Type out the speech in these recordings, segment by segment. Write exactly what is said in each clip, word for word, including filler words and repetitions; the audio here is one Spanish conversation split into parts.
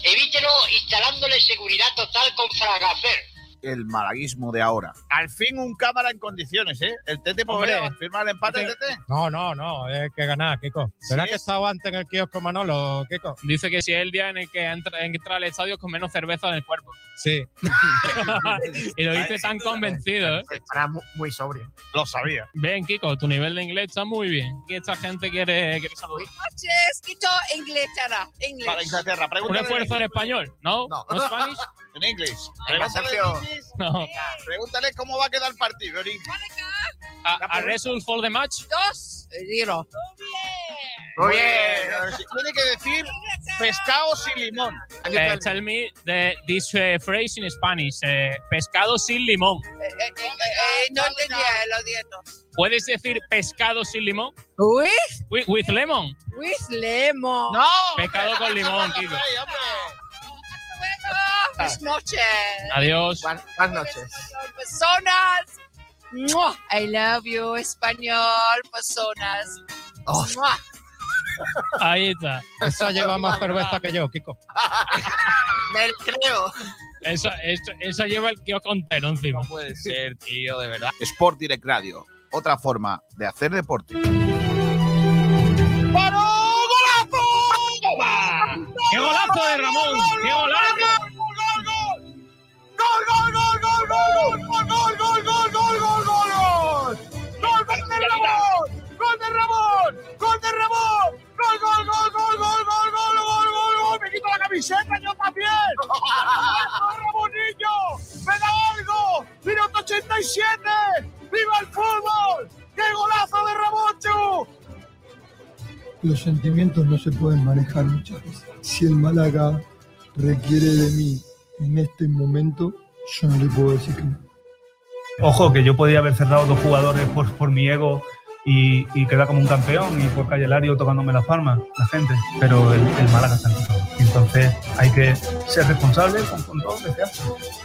Evítelo instalándole seguridad total con Fragacer. El malaguismo de ahora. Al fin un cámara en condiciones, ¿eh? El Tete podría firmar el empate, Tete. Tete. No, no, no, hay que ganar, Kiko. ¿Será Sí que es. estaba antes en el kiosco Manolo, Kiko? Dice que si es el día en el que entra, entra al estadio con menos cerveza en el cuerpo. Sí. Y lo dice tan convencido, ¿eh? Estará muy, muy sobrio. Lo sabía. Bien, Kiko, tu nivel de inglés está muy bien. Y esta gente quiere, quiere saludar. noches, Quito, Inglaterra. Para English. Inglaterra, ¿Un pregúntale. esfuerzo en español? ¿No? No. ¿No Spanish? En inglés. Venga, Pregúntale, Sergio. en inglés. No. Pregúntale cómo va a quedar el partido en inglés. ¿A, a result for the match? Dos. Zero. Muy bien. Tiene que decir pescado sin limón. Eh, tell me the, this uh, phrase in Spanish. eh, pescado sin limón. Eh, eh, eh, eh, no entendía, lo siento. ¿Puedes decir pescado sin limón? With, With, with lemon. with lemon. ¡No! Pescado con limón, Kiko. Ay, hombre. Buenas noches. Adiós. Buenas, buenas noches. Personas. ¡Mua! I love you, español, personas. Oh. ¡Mua! Ahí está. Esa lleva más cerveza que yo, Kiko. Me lo creo. Esa, esa, esa lleva el kiosco entero encima. No puede ser, tío, de verdad. Sport Direct Radio. Otra forma de hacer deporte. ¡Paró! ¡Golazo! ¡Qué golazo de Ramón! ¡Qué golazo! ¡Gol, gol, gol, gol, gol, gol, gol, gol, gol, gol, gol, gol, gol! ¡Gol de Ramón! ¡Gol de Ramón! ¡Gol de Ramón! ¡Gol, gol, gol, gol, gol, gol, gol, gol, gol, gol! ¡Me quito la camiseta, yo también! ¡Ramonillo! ¡Me da algo! ¡Minuto ochenta y siete! ¡Viva el fútbol! ¡Qué golazo de Ramoncho! Los sentimientos no se pueden manejar muchas veces. Si el Málaga requiere de mí en este momento, yo no le puedo decir que no. Ojo, que yo podía haber cerrado dos jugadores por, por mi ego y, y quedar como un campeón y por Calle Lario tocándome las palmas, la gente. Pero el, el Málaga está en todo. Entonces hay que ser responsable con, con todo lo que se hace.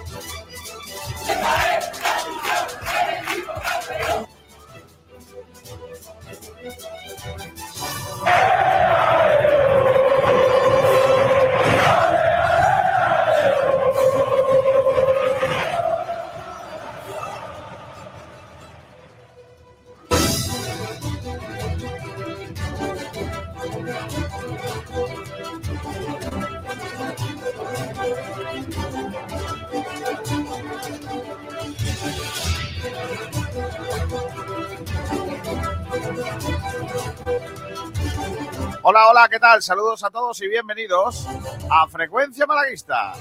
Hola, hola, ¿qué tal? Saludos a todos y bienvenidos a Frecuencia Malaguista.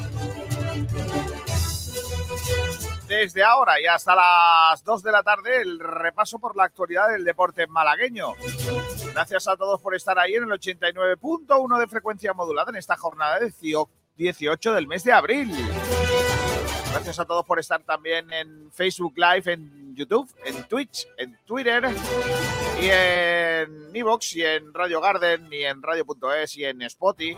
Desde ahora y hasta las dos de la tarde, el repaso por la actualidad del deporte malagueño. Gracias a todos por estar ahí en el ochenta y nueve punto uno de frecuencia modulada en esta jornada de dieciocho del mes de abril. Gracias a todos por estar también en Facebook Live, en YouTube, en Twitch, en Twitter y en iVoox y en Radio Garden y en radio punto es y en Spotify.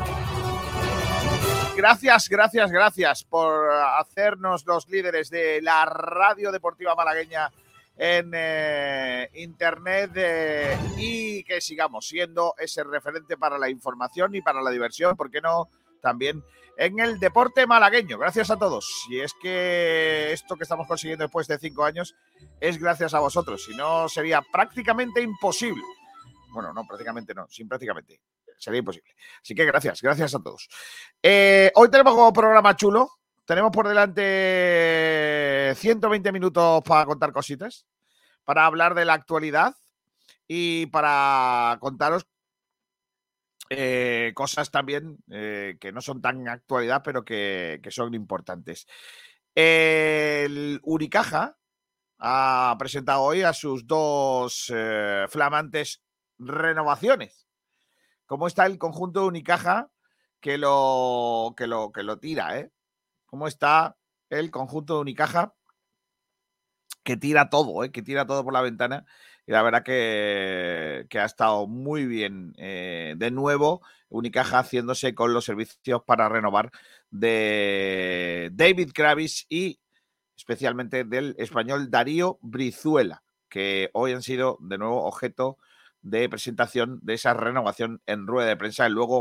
Gracias, gracias, gracias por hacernos los líderes de la radio deportiva malagueña en eh, internet eh, y que sigamos siendo ese referente para la información y para la diversión, ¿por qué no? También en el deporte malagueño. Gracias a todos. Y es que esto que estamos consiguiendo después de cinco años es gracias a vosotros. Si no, sería prácticamente imposible. Bueno, no, prácticamente no, sin prácticamente. Sería imposible. Así que gracias, gracias a todos. Eh, hoy tenemos como programa chulo. Tenemos por delante ciento veinte minutos para contar cositas, para hablar de la actualidad y para contaros eh, cosas también eh, que no son tan actualidad, pero que, que son importantes. El Unicaja ha presentado hoy a sus dos eh, flamantes renovaciones. ¿Cómo está el conjunto de Unicaja que lo, que lo, que lo tira, eh? ¿Cómo está el conjunto de Unicaja que tira todo, eh? Que tira todo por la ventana? Y la verdad que, que ha estado muy bien. Eh, de nuevo, Unicaja haciéndose con los servicios para renovar de David Kravis y especialmente del español Darío Brizuela, que hoy han sido de nuevo objeto de presentación de esa renovación en rueda de prensa y luego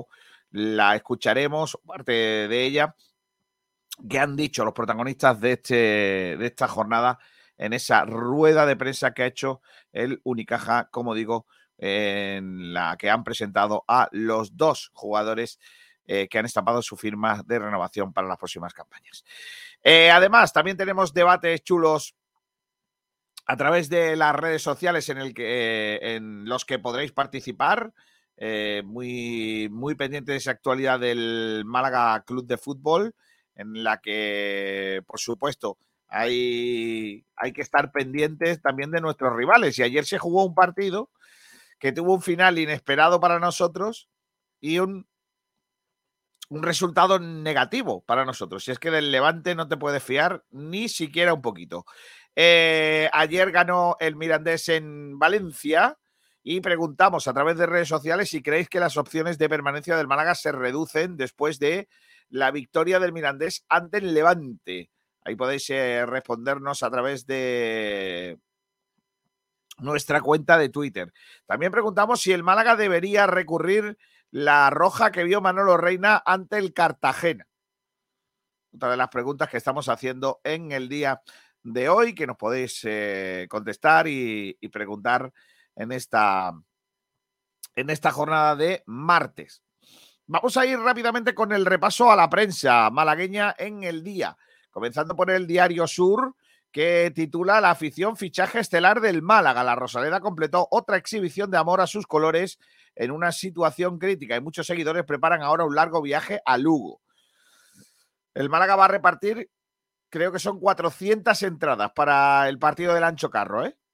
la escucharemos, parte de ella, que han dicho los protagonistas de, este, de esta jornada en esa rueda de prensa que ha hecho el Unicaja, como digo, en la que han presentado a los dos jugadores eh, que han estampado su firma de renovación para las próximas campañas. Eh, además, también tenemos debates chulos a través de las redes sociales en, el que, eh, en los que podréis participar. Eh, muy, muy pendiente de esa actualidad del Málaga Club de Fútbol, en la que, por supuesto, hay, hay que estar pendientes también de nuestros rivales. Y ayer se jugó un partido que tuvo un final inesperado para nosotros y un, un resultado negativo para nosotros. Y es que del Levante no te puedes fiar ni siquiera un poquito. Eh, ayer ganó el Mirandés en Valencia y preguntamos a través de redes sociales si creéis que las opciones de permanencia del Málaga se reducen después de la victoria del Mirandés ante el Levante. Ahí podéis eh, respondernos a través de nuestra cuenta de Twitter. También preguntamos si el Málaga debería recurrir la roja que vio Manolo Reina ante el Cartagena. Otra de las preguntas que estamos haciendo en el día de hoy, que nos podéis eh, contestar y, y preguntar en esta, en esta jornada de martes. Vamos a ir rápidamente con el repaso a la prensa malagueña en el día, comenzando por el Diario Sur, que titula La afición fichaje estelar del Málaga. La Rosaleda completó otra exhibición de amor a sus colores en una situación crítica y muchos seguidores preparan ahora un largo viaje a Lugo. El Málaga va a repartir, creo que son cuatrocientas entradas para el partido del Ancho Carro, ¿eh?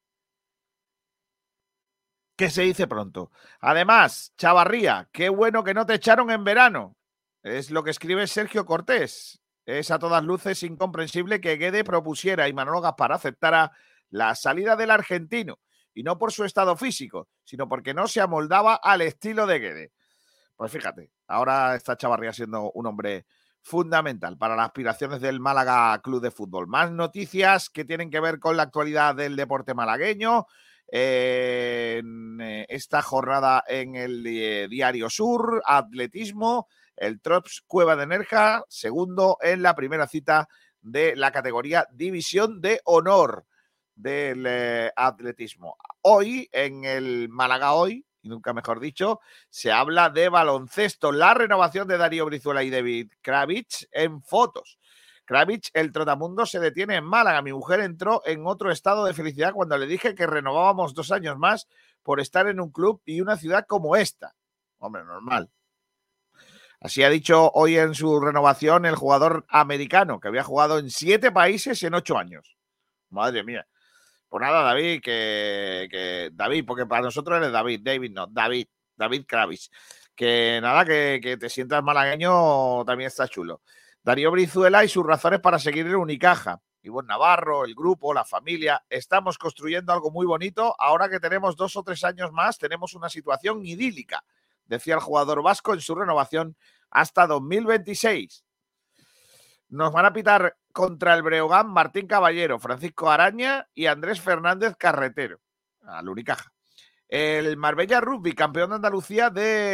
Que se dice pronto. Además, Chavarría, qué bueno que no te echaron en verano. Es lo que escribe Sergio Cortés. Es a todas luces incomprensible que Guede propusiera y Manolo Gaspar aceptara la salida del argentino, y no por su estado físico, sino porque no se amoldaba al estilo de Guede. Pues fíjate, ahora está Chavarría siendo un hombre fundamental para las aspiraciones del Málaga Club de Fútbol. Más noticias que tienen que ver con la actualidad del deporte malagueño. Eh, en esta jornada en el eh, Diario Sur, atletismo, el Trops Cueva de Nerja, segundo en la primera cita de la categoría División de Honor del eh, atletismo. Hoy, en el Málaga Hoy, y nunca mejor dicho, se habla de baloncesto, la renovación de Darío Brizuela y David Kravitz en fotos. Kravitz, el trotamundo, se detiene en Málaga. Mi mujer entró en otro estado de felicidad cuando le dije que renovábamos dos años más por estar en un club y una ciudad como esta. Hombre, normal. Así ha dicho hoy en su renovación el jugador americano, que había jugado en siete países en ocho años. Madre mía. Pues nada, David, que, que David, porque para nosotros eres David, David no, David, David Kravitz. Que nada, que, que te sientas malagueño también está chulo. Darío Brizuela y sus razones para seguir en Unicaja. Ivonne Navarro, el grupo, la familia. Estamos construyendo algo muy bonito. Ahora que tenemos dos o tres años más, tenemos una situación idílica, decía el jugador vasco en su renovación hasta dos mil veintiséis. Nos van a pitar contra el Breogán Martín Caballero, Francisco Araña y Andrés Fernández Carretero, al Unicaja. El Marbella Rugby, campeón de Andalucía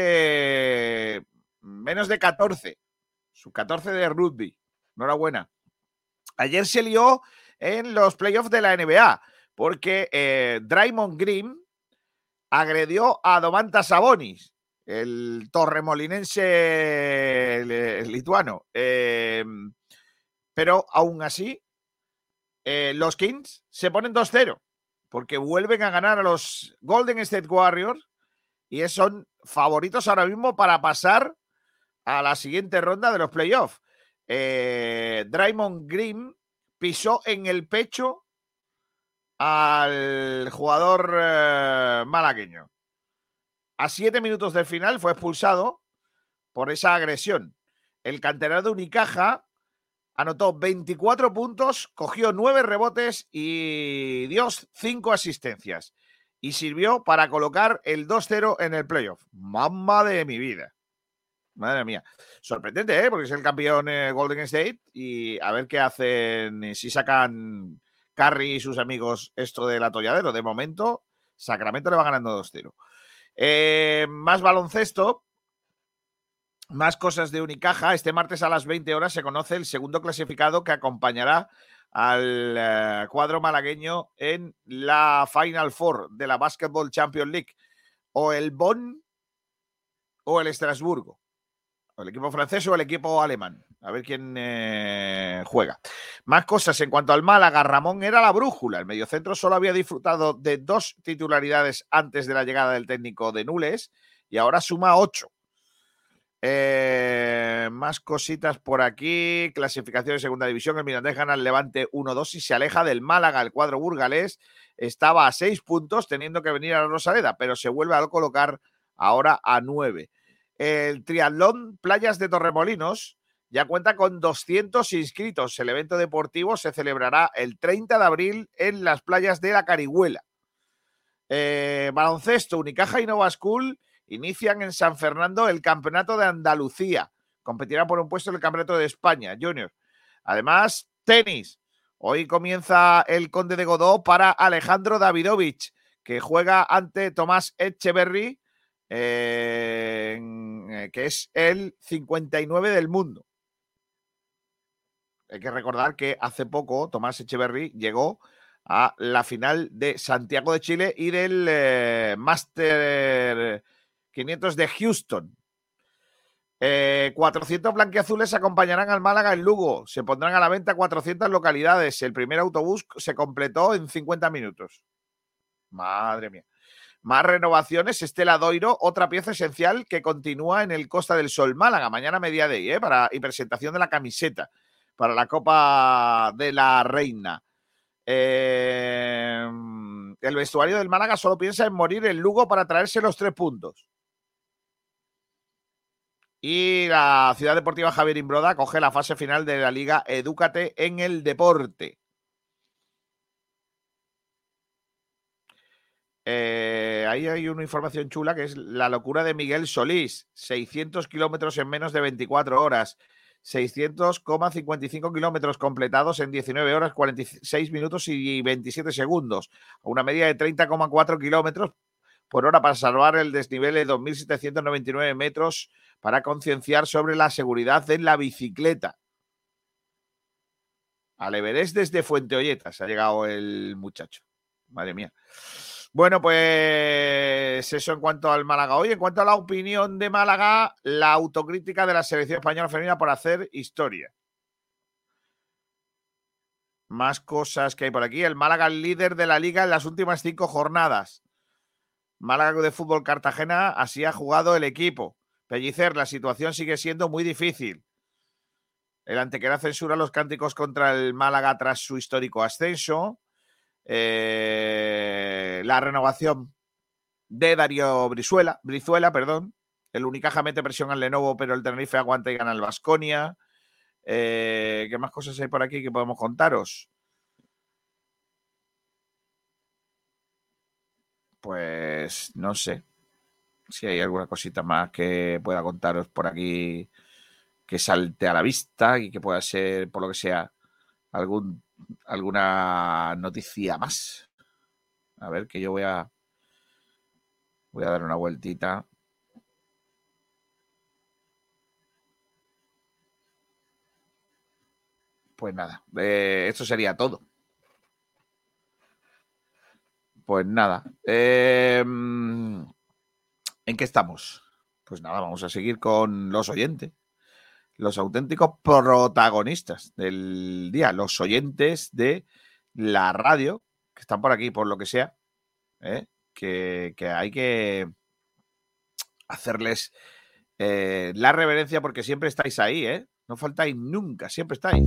de menos de catorce. Sub catorce de rugby. Enhorabuena. Ayer se lió en los playoffs de la N B A porque eh, Draymond Green agredió a Domantas Sabonis, el torremolinense el, el lituano. Eh, pero aún así, eh, los Kings se ponen dos cero porque vuelven a ganar a los Golden State Warriors y son favoritos ahora mismo para pasar a la siguiente ronda de los playoffs. Eh, Draymond Green pisó en el pecho al jugador eh, malagueño. A siete minutos del final fue expulsado por esa agresión. El canterano de Unicaja anotó veinticuatro puntos, cogió nueve rebotes y dio cinco asistencias. Y sirvió para colocar el dos cero en el playoff. ¡Mamma de mi vida! Madre mía. Sorprendente, ¿eh? Porque es el campeón eh, Golden State y a ver qué hacen, si sacan Curry y sus amigos esto del atolladero. De momento, Sacramento le va ganando dos cero. Eh, más baloncesto. Más cosas de Unicaja. Este martes a las veinte horas se conoce el segundo clasificado que acompañará al uh, cuadro malagueño en la Final Four de la Basketball Champions League. O el Bonn o el Estrasburgo. O el equipo francés o el equipo alemán. A ver quién eh, juega. Más cosas en cuanto al Málaga. Ramón era la brújula. El mediocentro solo había disfrutado de dos titularidades antes de la llegada del técnico de Nules y ahora suma ocho. Eh, más cositas por aquí. Clasificación de segunda división. El Mirandés gana al Levante uno dos y se aleja del Málaga. El cuadro burgalés estaba a seis puntos teniendo que venir a la Rosaleda, pero se vuelve a colocar ahora a nueve. El triatlón Playas de Torremolinos ya cuenta con doscientos inscritos. El evento deportivo se celebrará el treinta de abril en las playas de la Carihuela. Eh, baloncesto, Unicaja y Nova School inician en San Fernando el Campeonato de Andalucía. Competirá por un puesto en el Campeonato de España Junior. Además, tenis. Hoy comienza el Conde de Godó para Alejandro Davidovich, que juega ante Tomás Echeverry, eh, que es el cincuenta y nueve del mundo. Hay que recordar que hace poco Tomás Echeverry llegó a la final de Santiago de Chile y del eh, Master quinientos de Houston. Eh, cuatrocientos blanquiazules acompañarán al Málaga en Lugo. Se pondrán a la venta cuatrocientas localidades. El primer autobús se completó en cincuenta minutos. Madre mía. Más renovaciones. Estela Doiro, otra pieza esencial que continúa en el Costa del Sol Málaga. Mañana media day, ¿eh? Para, y presentación de la camiseta para la Copa de la Reina. Eh, el vestuario del Málaga solo piensa en morir en Lugo para traerse los tres puntos. Y la Ciudad Deportiva Javier Imbroda coge la fase final de la Liga Edúcate en el Deporte. Eh, ahí hay una información chula que es la locura de Miguel Solís. seiscientos kilómetros en menos de veinticuatro horas. seiscientos coma cincuenta y cinco kilómetros completados en diecinueve horas, cuarenta y seis minutos y veintisiete segundos. A una media de treinta coma cuatro kilómetros por hora para salvar el desnivel de dos mil setecientos noventa y nueve metros para concienciar sobre la seguridad de la bicicleta. Al Everest desde Fuenteolleta se ha llegado el muchacho. Madre mía. Bueno, pues eso en cuanto al Málaga. Hoy, en cuanto a la opinión de Málaga, la autocrítica de la selección española femenina por hacer historia. Más cosas que hay por aquí. El Málaga, el líder de la Liga en las últimas cinco jornadas. Málaga de Fútbol Cartagena, así ha jugado el equipo. Pellicer, la situación sigue siendo muy difícil. El Antequera censura los cánticos contra el Málaga tras su histórico ascenso. Eh, la renovación de Darío Brizuela, Brizuela, perdón. El Unicaja mete presión al Lenovo, pero el Tenerife aguanta y gana al Baskonia. Eh, ¿Qué más cosas hay por aquí que podemos contaros? Pues no sé si hay alguna cosita más que pueda contaros por aquí que salte a la vista y que pueda ser, por lo que sea, algún alguna noticia más. A ver, que yo voy a voy a dar una vueltita. Pues nada, eh, esto sería todo. Pues nada. Eh, ¿En qué estamos? Pues nada, vamos a seguir con los oyentes. Los auténticos protagonistas del día. Los oyentes de la radio, que están por aquí, por lo que sea, ¿eh? que, que hay que hacerles eh, la reverencia porque siempre estáis ahí, ¿eh? No faltáis nunca, siempre estáis.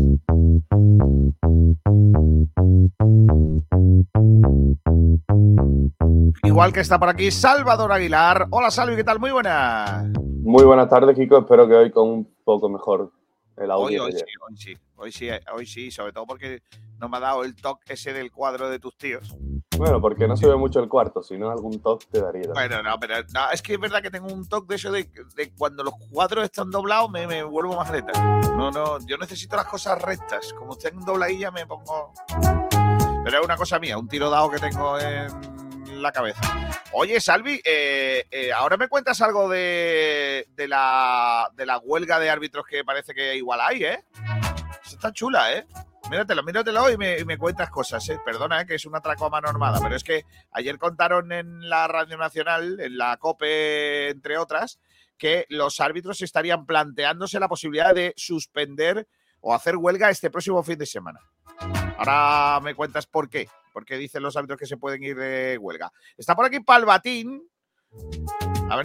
Igual que está por aquí Salvador Aguilar. Hola, Salvi, ¿qué tal? Muy buenas. Muy buenas tardes, Kiko. Espero que hoy con un poco mejor el audio. Hoy, hoy sí, hoy sí, hoy sí, hoy sí, sobre todo porque no me ha dado el toque ese del cuadro de tus tíos. Bueno, porque no se ve mucho el cuarto, si no algún toque te daría. Bueno, no, pero no, es que es verdad que tengo un toque de eso de, de cuando los cuadros están doblados me, me vuelvo más recta. No, no, yo necesito las cosas rectas. Como estén dobladillas me pongo... Pero es una cosa mía, un tiro dado que tengo en la cabeza. Oye, Salvi, eh, eh, ahora me cuentas algo de, de, la, de la huelga de árbitros que parece que igual hay, ¿eh? Eso está chula, ¿eh? Míratelo, míratelo y me, y me cuentas cosas, ¿eh? Perdona, ¿eh? Que es un atraco a mano armada, pero es que ayer contaron en la Radio Nacional, en la COPE, entre otras, que los árbitros estarían planteándose la posibilidad de suspender o hacer huelga este próximo fin de semana. Ahora me cuentas por qué. ¿Por qué dicen los árbitros que se pueden ir de huelga? Está por aquí Palbatín. Ha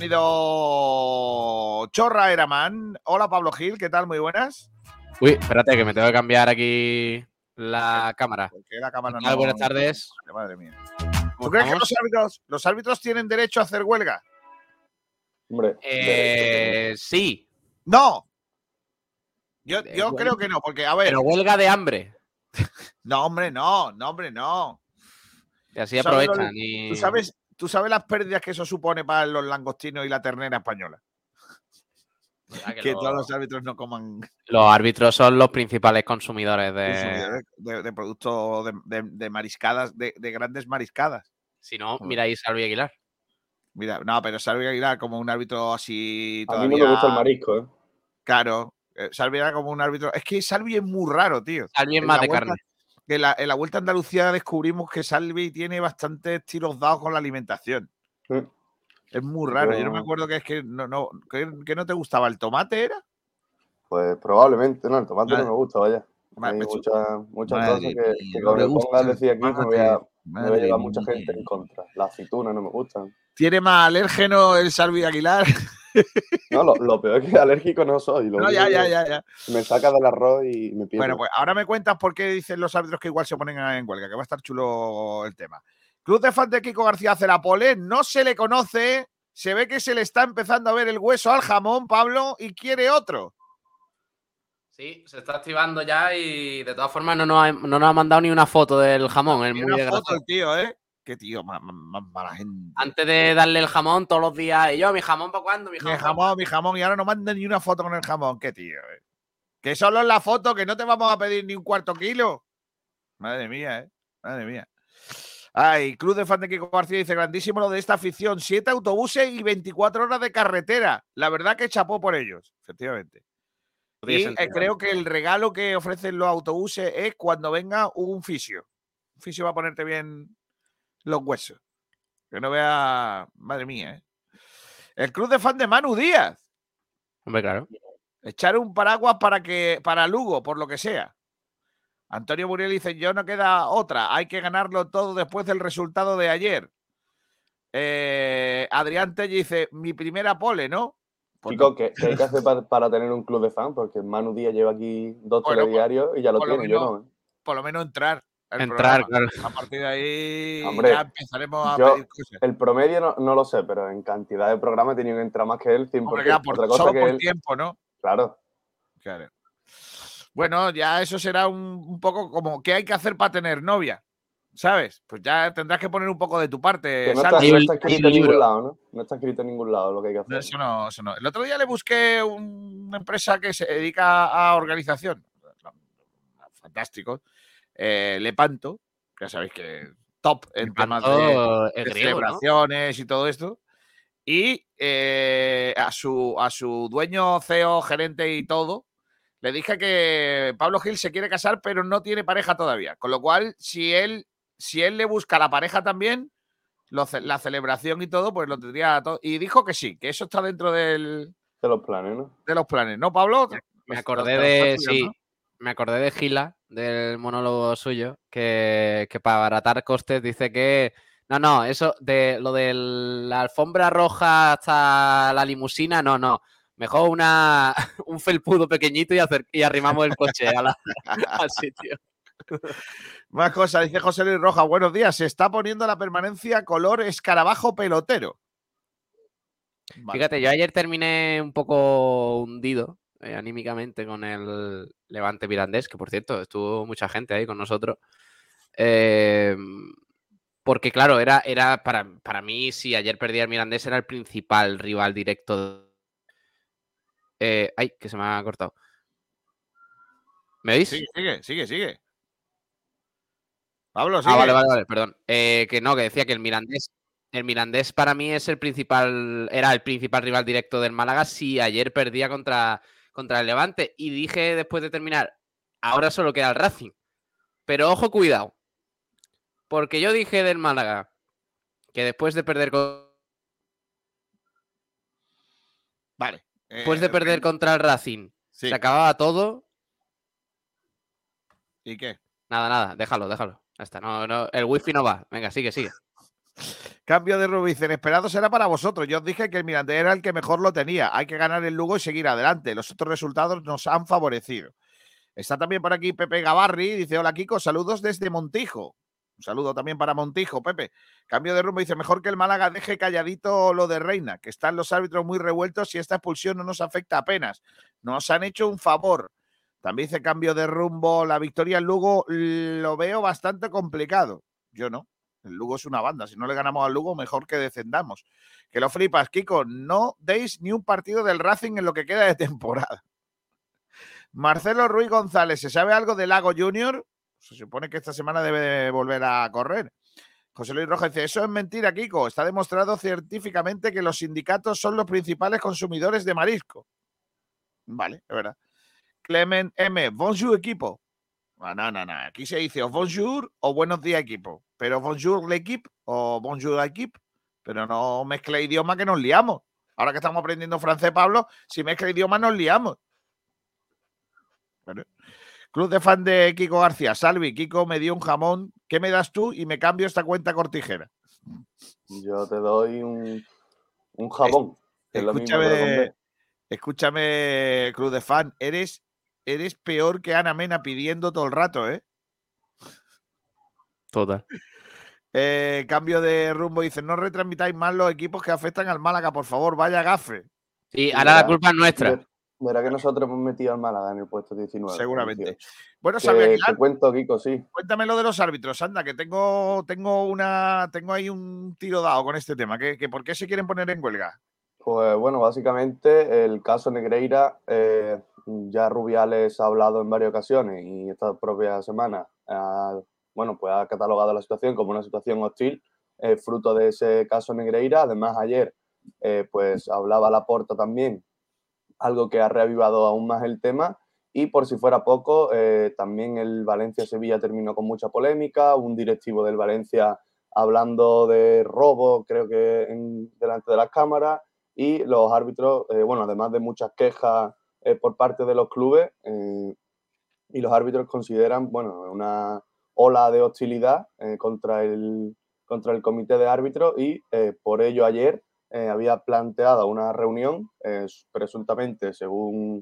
venido Chorra Eraman. Hola, Pablo Gil. ¿Qué tal? Muy buenas. Uy, espérate, que me tengo que cambiar aquí la cámara. ¿Por qué la cámara no? Buenas tardes. Madre mía. ¿Tú crees que los árbitros, los árbitros tienen derecho a hacer huelga? Hombre. Eh, sí. No. Yo, yo creo que no, porque, a ver. Pero huelga de hambre. No, hombre, no, no, hombre, no. Y así aprovechan. Y... ¿Tú sabes, ¿Tú sabes las pérdidas que eso supone para los langostinos y la ternera española? Que, que lo... todos los árbitros no coman. Los árbitros son los principales consumidores de, consumidores de, de productos de, de, de mariscadas, de, de grandes mariscadas. Si no, mira ahí Salvi Aguilar. Mira, no, pero Salvi Aguilar como un árbitro así. A todavía... mí no me gusta el marisco, ¿eh? Claro. Salvi era como un árbitro. Es que Salvi es muy raro, tío. Salvi es más de vuelta, carne. En la, en la Vuelta a Andalucía descubrimos que Salvi tiene bastantes tiros dados con la alimentación. Sí. Es muy raro. Yo no me acuerdo que es que no, no, que, que no te gustaba. ¿El tomate era? Pues probablemente, no, el tomate vale. no me gusta, vaya. Hay muchas muchas cosas que, que cuando me pongas a decir aquí me voy a, me voy a llevar mucha gente en contra. Las aceitunas no me gustan. ¿Tiene más alérgeno el Salvi Aguilar? No, lo, lo peor es que alérgico no soy. Lo no, ya, ya, ya, ya. Me saca del arroz y me pierdo. Bueno, pues ahora me cuentas por qué dicen los árbitros que igual se ponen en huelga, que va a estar chulo el tema. Club de fans de Kiko García hace la pole, no se le conoce, se ve que se le está empezando a ver el hueso al jamón, Pablo, y quiere otro. Sí, se está activando ya y de todas formas no nos ha, no nos ha mandado ni una foto del jamón. Es muy una foto el tío, ¿eh? Qué tío, más, más mala gente. Antes de darle el jamón todos los días, y yo, ¿mi jamón para cuándo? Mi jamón, mi jamón, mi jamón, y ahora no manda ni una foto con el jamón. Qué tío, ¿eh? Que solo es la foto, que no te vamos a pedir ni un cuarto kilo. Madre mía, ¿eh? Madre mía. Ay, Club de Fan de Kiko García dice, grandísimo lo de esta afición, siete autobuses y veinticuatro horas de carretera. La verdad que chapó por ellos, efectivamente. Y eh, creo que el regalo que ofrecen los autobuses es cuando venga un fisio. Un fisio va a ponerte bien los huesos. Que no vea... Madre mía, ¿eh? El Club de Fan de Manu Díaz. Hombre, claro. Echar un paraguas para que para Lugo, por lo que sea. Antonio Muriel dice, yo no queda otra. Hay que ganarlo todo después del resultado de ayer. Eh, Adrián Telle dice, mi primera pole, ¿no? Pues Chico, no. ¿qué, ¿qué hay que hacer para, para tener un club de fan? Porque Manu Díaz lleva aquí dos bueno, telediarios y ya lo tiene, lo menos, yo no. ¿eh? Por lo menos entrar. Entrar, programa. Claro. A partir de ahí Hombre, ya empezaremos a yo, pedir cosas. El promedio no, no lo sé, pero en cantidad de programas he tenido que entrar más que él. cien por ciento. Hombre, claro, por, Otra cosa solo que por él... tiempo, ¿no? Claro. Claro. Bueno, ya eso será un, un poco como ¿qué hay que hacer para tener novia? ¿Sabes? Pues ya tendrás que poner un poco de tu parte. Que no, está, no está escrito en ningún lado, ¿no? No está escrito en ningún lado lo que hay que hacer. No, eso no, eso no. El otro día le busqué una empresa que se dedica a organización. Fantástico. Eh, Lepanto. Ya sabéis que top en temas de, de griego, celebraciones, ¿no? Y todo esto. Y eh, a, su, a su dueño, C E O, gerente y todo, le dije que Pablo Gil se quiere casar, pero no tiene pareja todavía. Con lo cual, si él, si él le busca la pareja también, lo, la celebración y todo, pues lo tendría todo. Y dijo que sí, que eso está dentro del, de los planes, ¿no? De los planes, ¿no, Pablo? Me acordé de, sí, ¿no? Me acordé de Gila, del monólogo suyo, que, que para abaratar costes dice que no, no, eso de lo de la alfombra roja hasta la limusina, no, no. Mejor una, un felpudo pequeñito y, hacer, y arrimamos el coche a la, al sitio. Más cosas, dice José Luis Roja. Buenos días, se está poniendo la permanencia color escarabajo pelotero. Vale. Fíjate, yo ayer terminé un poco hundido eh, anímicamente con el Levante Mirandés, que por cierto, estuvo mucha gente ahí con nosotros. Eh, porque claro, era, era para, para mí, si ayer perdía el Mirandés, era el principal rival directo de... Eh, ay, que se me ha cortado. ¿Me oís? Sigue, sigue, sigue, sigue. Pablo, sigue. Ah, vale, vale, vale, perdón. Eh, que no, que decía que el Mirandés, El Mirandés para mí es el principal, era el principal rival directo del Málaga si ayer perdía contra, contra el Levante. Y dije después de terminar, ahora solo queda el Racing. Pero ojo, cuidado. Porque yo dije del Málaga que después de perder con... Vale. Después de Eh, perder contra el Racing, sí. se acababa todo. ¿Y qué? Nada, nada, déjalo, déjalo. Ya está, no, no, el wifi no va. Venga, sigue, sigue. Cambio de Rubí. Inesperado será para vosotros. Yo os dije que el Mirandés era el que mejor lo tenía. Hay que ganar el Lugo y seguir adelante. Los otros resultados nos han favorecido. Está también por aquí Pepe Gavarri. Dice, hola Kiko, saludos desde Montijo. Un saludo también para Montijo, Pepe. Cambio de rumbo. Dice, mejor que el Málaga deje calladito lo de Reina, que están los árbitros muy revueltos y esta expulsión no nos afecta apenas. Nos han hecho un favor. También dice, cambio de rumbo. La victoria en Lugo lo veo bastante complicado. Yo no. El Lugo es una banda. Si no le ganamos al Lugo, mejor que descendamos. Que lo flipas, Kiko. No deis ni un partido del Racing en lo que queda de temporada. Marcelo Ruiz González. ¿Se sabe algo de Lago Junior? Se supone que esta semana debe volver a correr. José Luis Rojas dice, eso es mentira, Kiko. Está demostrado científicamente que los sindicatos son los principales consumidores de marisco. Vale, es verdad. Clement M. Bonjour, equipo. No, no, no, no. Aquí se dice o bonjour o buenos días, equipo. Pero bonjour, l'équipe o bonjour, l'équipe. Pero no mezcle idioma que nos liamos. Ahora que estamos aprendiendo francés, Pablo, si mezcla idioma nos liamos. Bueno. Club de fan de Kiko García. Salvi, Kiko me dio un jamón. ¿Qué me das tú? Y me cambio esta cuenta cortijera. Yo te doy un, un jabón. Es, escúchame, escúchame, Club de fan. Eres, eres peor que Ana Mena pidiendo todo el rato, ¿eh? Total. Eh, cambio de rumbo. Dice, no retransmitáis más los equipos que afectan al Málaga, por favor. Vaya gafe. Sí, ahora la culpa es nuestra. Verá que nosotros hemos metido al Málaga en el puesto diecinueve. Seguramente. dieciocho. Bueno, Salvi Aguilar, te cuento, Kiko, sí. Cuéntame lo de los árbitros, anda, que tengo, tengo, una, tengo ahí un tiro dado con este tema. ¿Que, que ¿Por qué se quieren poner en huelga? Pues bueno, básicamente el caso Negreira, eh, ya Rubiales ha hablado en varias ocasiones y esta propia semana ha, bueno, pues ha catalogado la situación como una situación hostil, eh, fruto de ese caso Negreira. Además, ayer eh, pues hablaba Laporta también, algo que ha reavivado aún más el tema. Y por si fuera poco, eh, también el Valencia-Sevilla terminó con mucha polémica, un directivo del Valencia hablando de robo, creo que en, delante de las cámaras, y los árbitros, eh, bueno, además de muchas quejas eh, por parte de los clubes, eh, y los árbitros consideran, bueno, una ola de hostilidad eh, contra, el, contra el comité de árbitros y eh, por ello ayer eh, había planteado una reunión, eh, presuntamente, según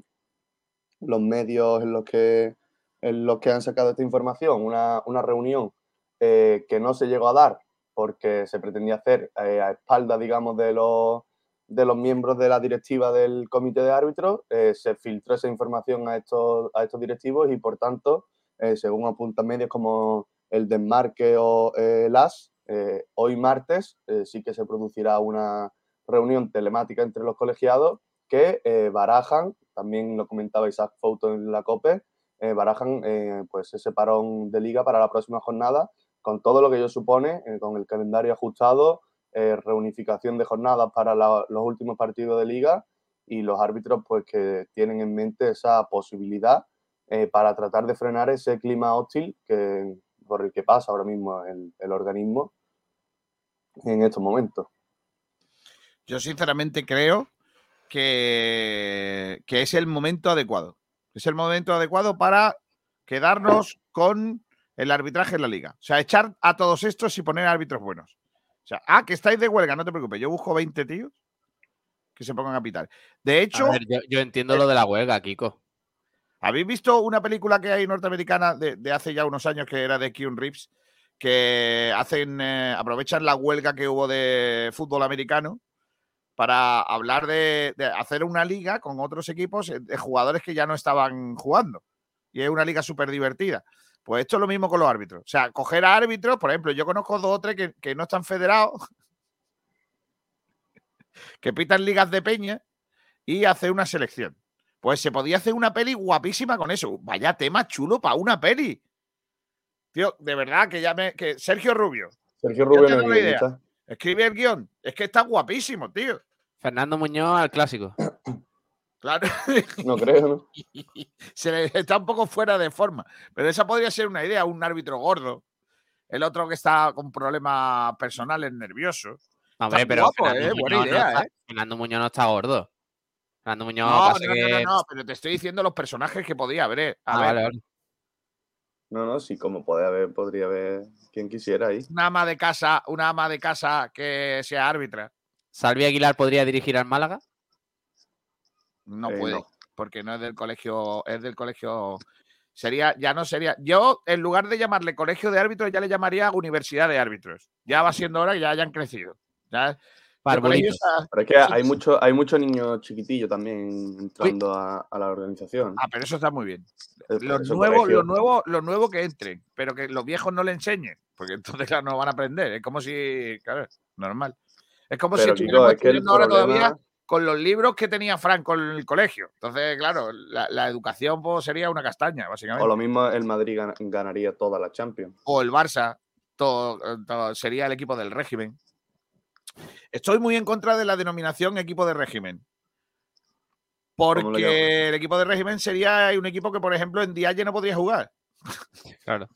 los medios en los que, en los que han sacado esta información, una, una reunión eh, que no se llegó a dar porque se pretendía hacer eh, a espaldas, digamos, de los, de los miembros de la directiva del comité de árbitros. Eh, se filtró esa información a estos, a estos directivos y, por tanto, eh, según apuntan medios como el Desmarque o eh, Las, eh, hoy martes eh, sí que se producirá una reunión telemática entre los colegiados que eh, barajan, también lo comentaba Isaac Fouto en la COPE, eh, barajan eh, pues ese parón de liga para la próxima jornada, con todo lo que ello supone, eh, con el calendario ajustado, eh, reunificación de jornadas para la, los últimos partidos de liga y los árbitros pues que tienen en mente esa posibilidad eh, para tratar de frenar ese clima hostil que, por el que pasa ahora mismo el, el organismo en estos momentos. Yo sinceramente creo que, que es el momento adecuado. Es el momento adecuado para quedarnos con el arbitraje en la liga. O sea, echar a todos estos y poner árbitros buenos. O sea, ah, que estáis de huelga, no te preocupes. Yo busco veinte tíos que se pongan a pitar. De hecho... A ver, yo, yo entiendo eh, lo de la huelga, Kiko. ¿Habéis visto una película que hay norteamericana de, de hace ya unos años que era de Keanu Reeves? Que hacen, eh, aprovechan la huelga que hubo de fútbol americano para hablar de, de hacer una liga con otros equipos de jugadores que ya no estaban jugando. Y es una liga súper divertida. Pues esto es lo mismo con los árbitros. O sea, coger a árbitros, por ejemplo, yo conozco dos o tres que, que no están federados, que pitan ligas de peña y hacer una selección. Pues se podía hacer una peli guapísima con eso. Vaya tema chulo para una peli. Tío, de verdad que ya me... Que Sergio Rubio. Sergio Rubio no es la idea. Escribe el guión. Es que está guapísimo, tío. Fernando Muñoz al clásico. Claro. No creo, ¿no? Se le está un poco fuera de forma. Pero esa podría ser una idea, un árbitro gordo. El otro que está con problemas personales nerviosos. Hombre, Está pero guapo, Fernando ¿eh? Buena Muñoz no idea, está- ¿eh? Fernando Muñoz no está gordo. Fernando Muñoz No, pasa no, no, que- no, no, pero te estoy diciendo los personajes que podía haber. A Ah, ver, vale, vale. No, no, sí, como puede haber, podría haber quien quisiera ahí. una ama de casa, una ama de casa que sea árbitra. ¿Salvi Aguilar podría dirigir al Málaga? No Eh, puede, no. porque no es del colegio, es del colegio. Sería, ya no sería. Yo, en lugar de llamarle colegio de árbitros, ya le llamaría universidad de árbitros. Ya va siendo hora que ya hayan crecido. Ya, el Barbolito. colegio está- Pero es que hay mucho, hay muchos niños chiquitillos también entrando a, a la organización. Ah, pero eso está muy bien. Eh, Los eso, nuevos, colegio. los nuevos, los nuevos que entren, pero que los viejos no le enseñen, porque entonces claro, no van a aprender. Es como si, claro, normal. Es como Pero, si Kiko, estuviéramos es que el estudiando ahora problema- todavía con los libros que tenía Frank con el colegio. Entonces, claro, la, la educación pues, sería una castaña, básicamente. O lo mismo el Madrid gan- ganaría toda la Champions. O el Barça, todo, todo sería el equipo del régimen. Estoy muy en contra de la denominación equipo de régimen. ¿Cómo lo llamas? Porque el equipo de régimen sería un equipo que, por ejemplo, en Dialle no podría jugar. Claro.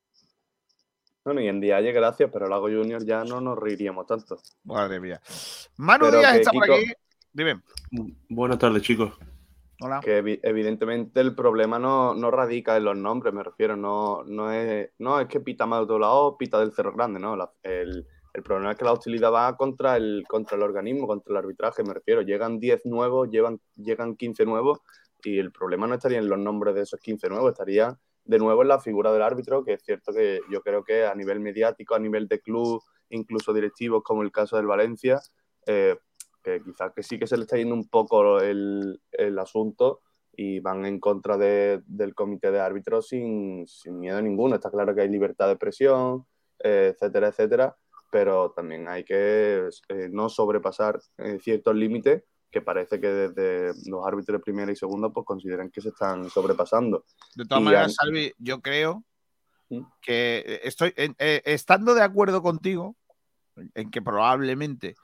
Bueno, y en Dialle, gracias, pero Lago Junior ya no nos reiríamos tanto. Madre mía. Manu Pero Díaz que, está por Kiko- aquí. Dime. Buenas tardes, chicos. Hola. Que evi- evidentemente el problema no, no radica en los nombres, me refiero, no, no, es, no es que pita más de otro lado, pita del Cerro Grande, ¿no? La- el, el problema es que la hostilidad va contra el, contra el organismo, contra el arbitraje, me refiero. Llegan diez nuevos, llevan, llegan quince nuevos y el problema no estaría en los nombres de esos quince nuevos, estaría de nuevo en la figura del árbitro, que es cierto que yo creo que a nivel mediático, a nivel de club, incluso directivos, como el caso del Valencia, eh, que quizás que sí que se le está yendo un poco el, el asunto y van en contra de, del comité de árbitros sin, sin miedo ninguno. Está claro que hay libertad de expresión, eh, etcétera, etcétera, pero también hay que eh, no sobrepasar eh, ciertos límites que parece que desde los árbitros de primera y segunda pues consideran que se están sobrepasando. De todas Y maneras, han- Salvi, yo creo ¿Mm? que estoy en- eh, estando de acuerdo contigo en que probablemente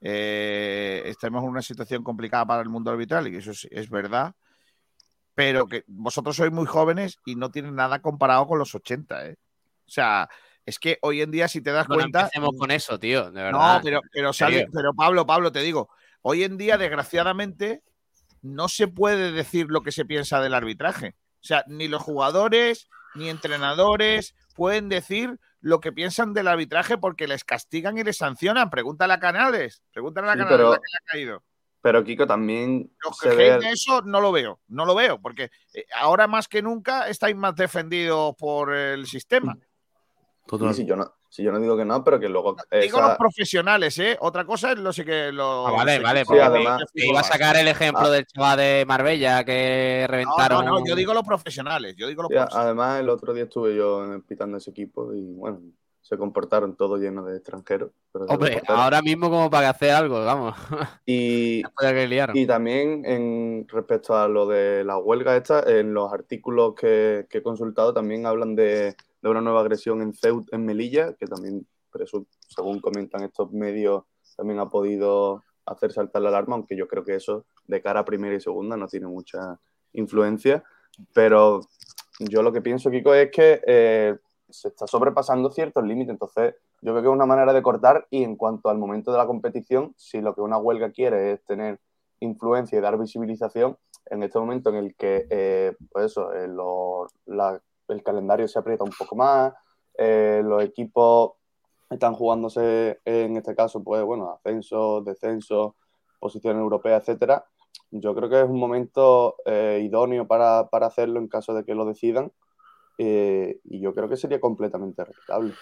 eh, estemos en una situación complicada para el mundo arbitral y que eso es, es verdad, pero que vosotros sois muy jóvenes y no tienen nada comparado con los ochenta, ¿eh? O sea, es que hoy en día, si te das Bueno, cuenta. empecemos con eso, tío, de verdad. No, pero, pero, ¿En Salvi, serio? pero Pablo, Pablo, te digo, hoy en día, desgraciadamente, no se puede decir lo que se piensa del arbitraje. O sea, ni los jugadores ni entrenadores pueden decir lo que piensan del arbitraje porque les castigan y les sancionan. Pregúntale a Canales, pregúntale a Sí, Canales pero- la que le ha caído. Pero Kiko también Los se que ve... hate eso no lo veo, no lo veo, porque eh, ahora más que nunca estáis más defendidos por el sistema. Sí, sí, yo no, sí, yo no digo que no, pero que luego... Digo esa- los profesionales, ¿eh? Otra cosa es lo sé que los Ah, vale, vale. equipos porque de además- te iba a fútbol. sacar el ejemplo Ah. del chaval de Marbella que No, reventaron. no, no, yo digo los profesionales, yo digo los Sí, profesionales. además, el otro día estuve yo pitando ese equipo y, bueno, se comportaron todos llenos de extranjeros. Pero se Hombre, comportaron. ahora mismo como para hacer algo, vamos. Y, Después de que liaron. y también en respecto a lo de la huelga esta, en los artículos que, que he consultado también hablan de, de una nueva agresión en Ceuta, en Melilla, que también, presu- según comentan estos medios, también ha podido hacer saltar la alarma, aunque yo creo que eso de cara a primera y segunda no tiene mucha influencia. Pero yo lo que pienso, Kiko, es que eh, se está sobrepasando ciertos límites. Entonces, yo creo que es una manera de cortar. Y en cuanto al momento de la competición, si lo que una huelga quiere es tener influencia y dar visibilización, en este momento en el que eh, pues eso, eh, lo- la- el calendario se aprieta un poco más, eh, los equipos están jugándose, en este caso, pues bueno, ascensos, descensos, posiciones europeas, etcétera. Yo creo que es un momento eh, idóneo para, para hacerlo en caso de que lo decidan. Eh, y yo creo que sería completamente respetable.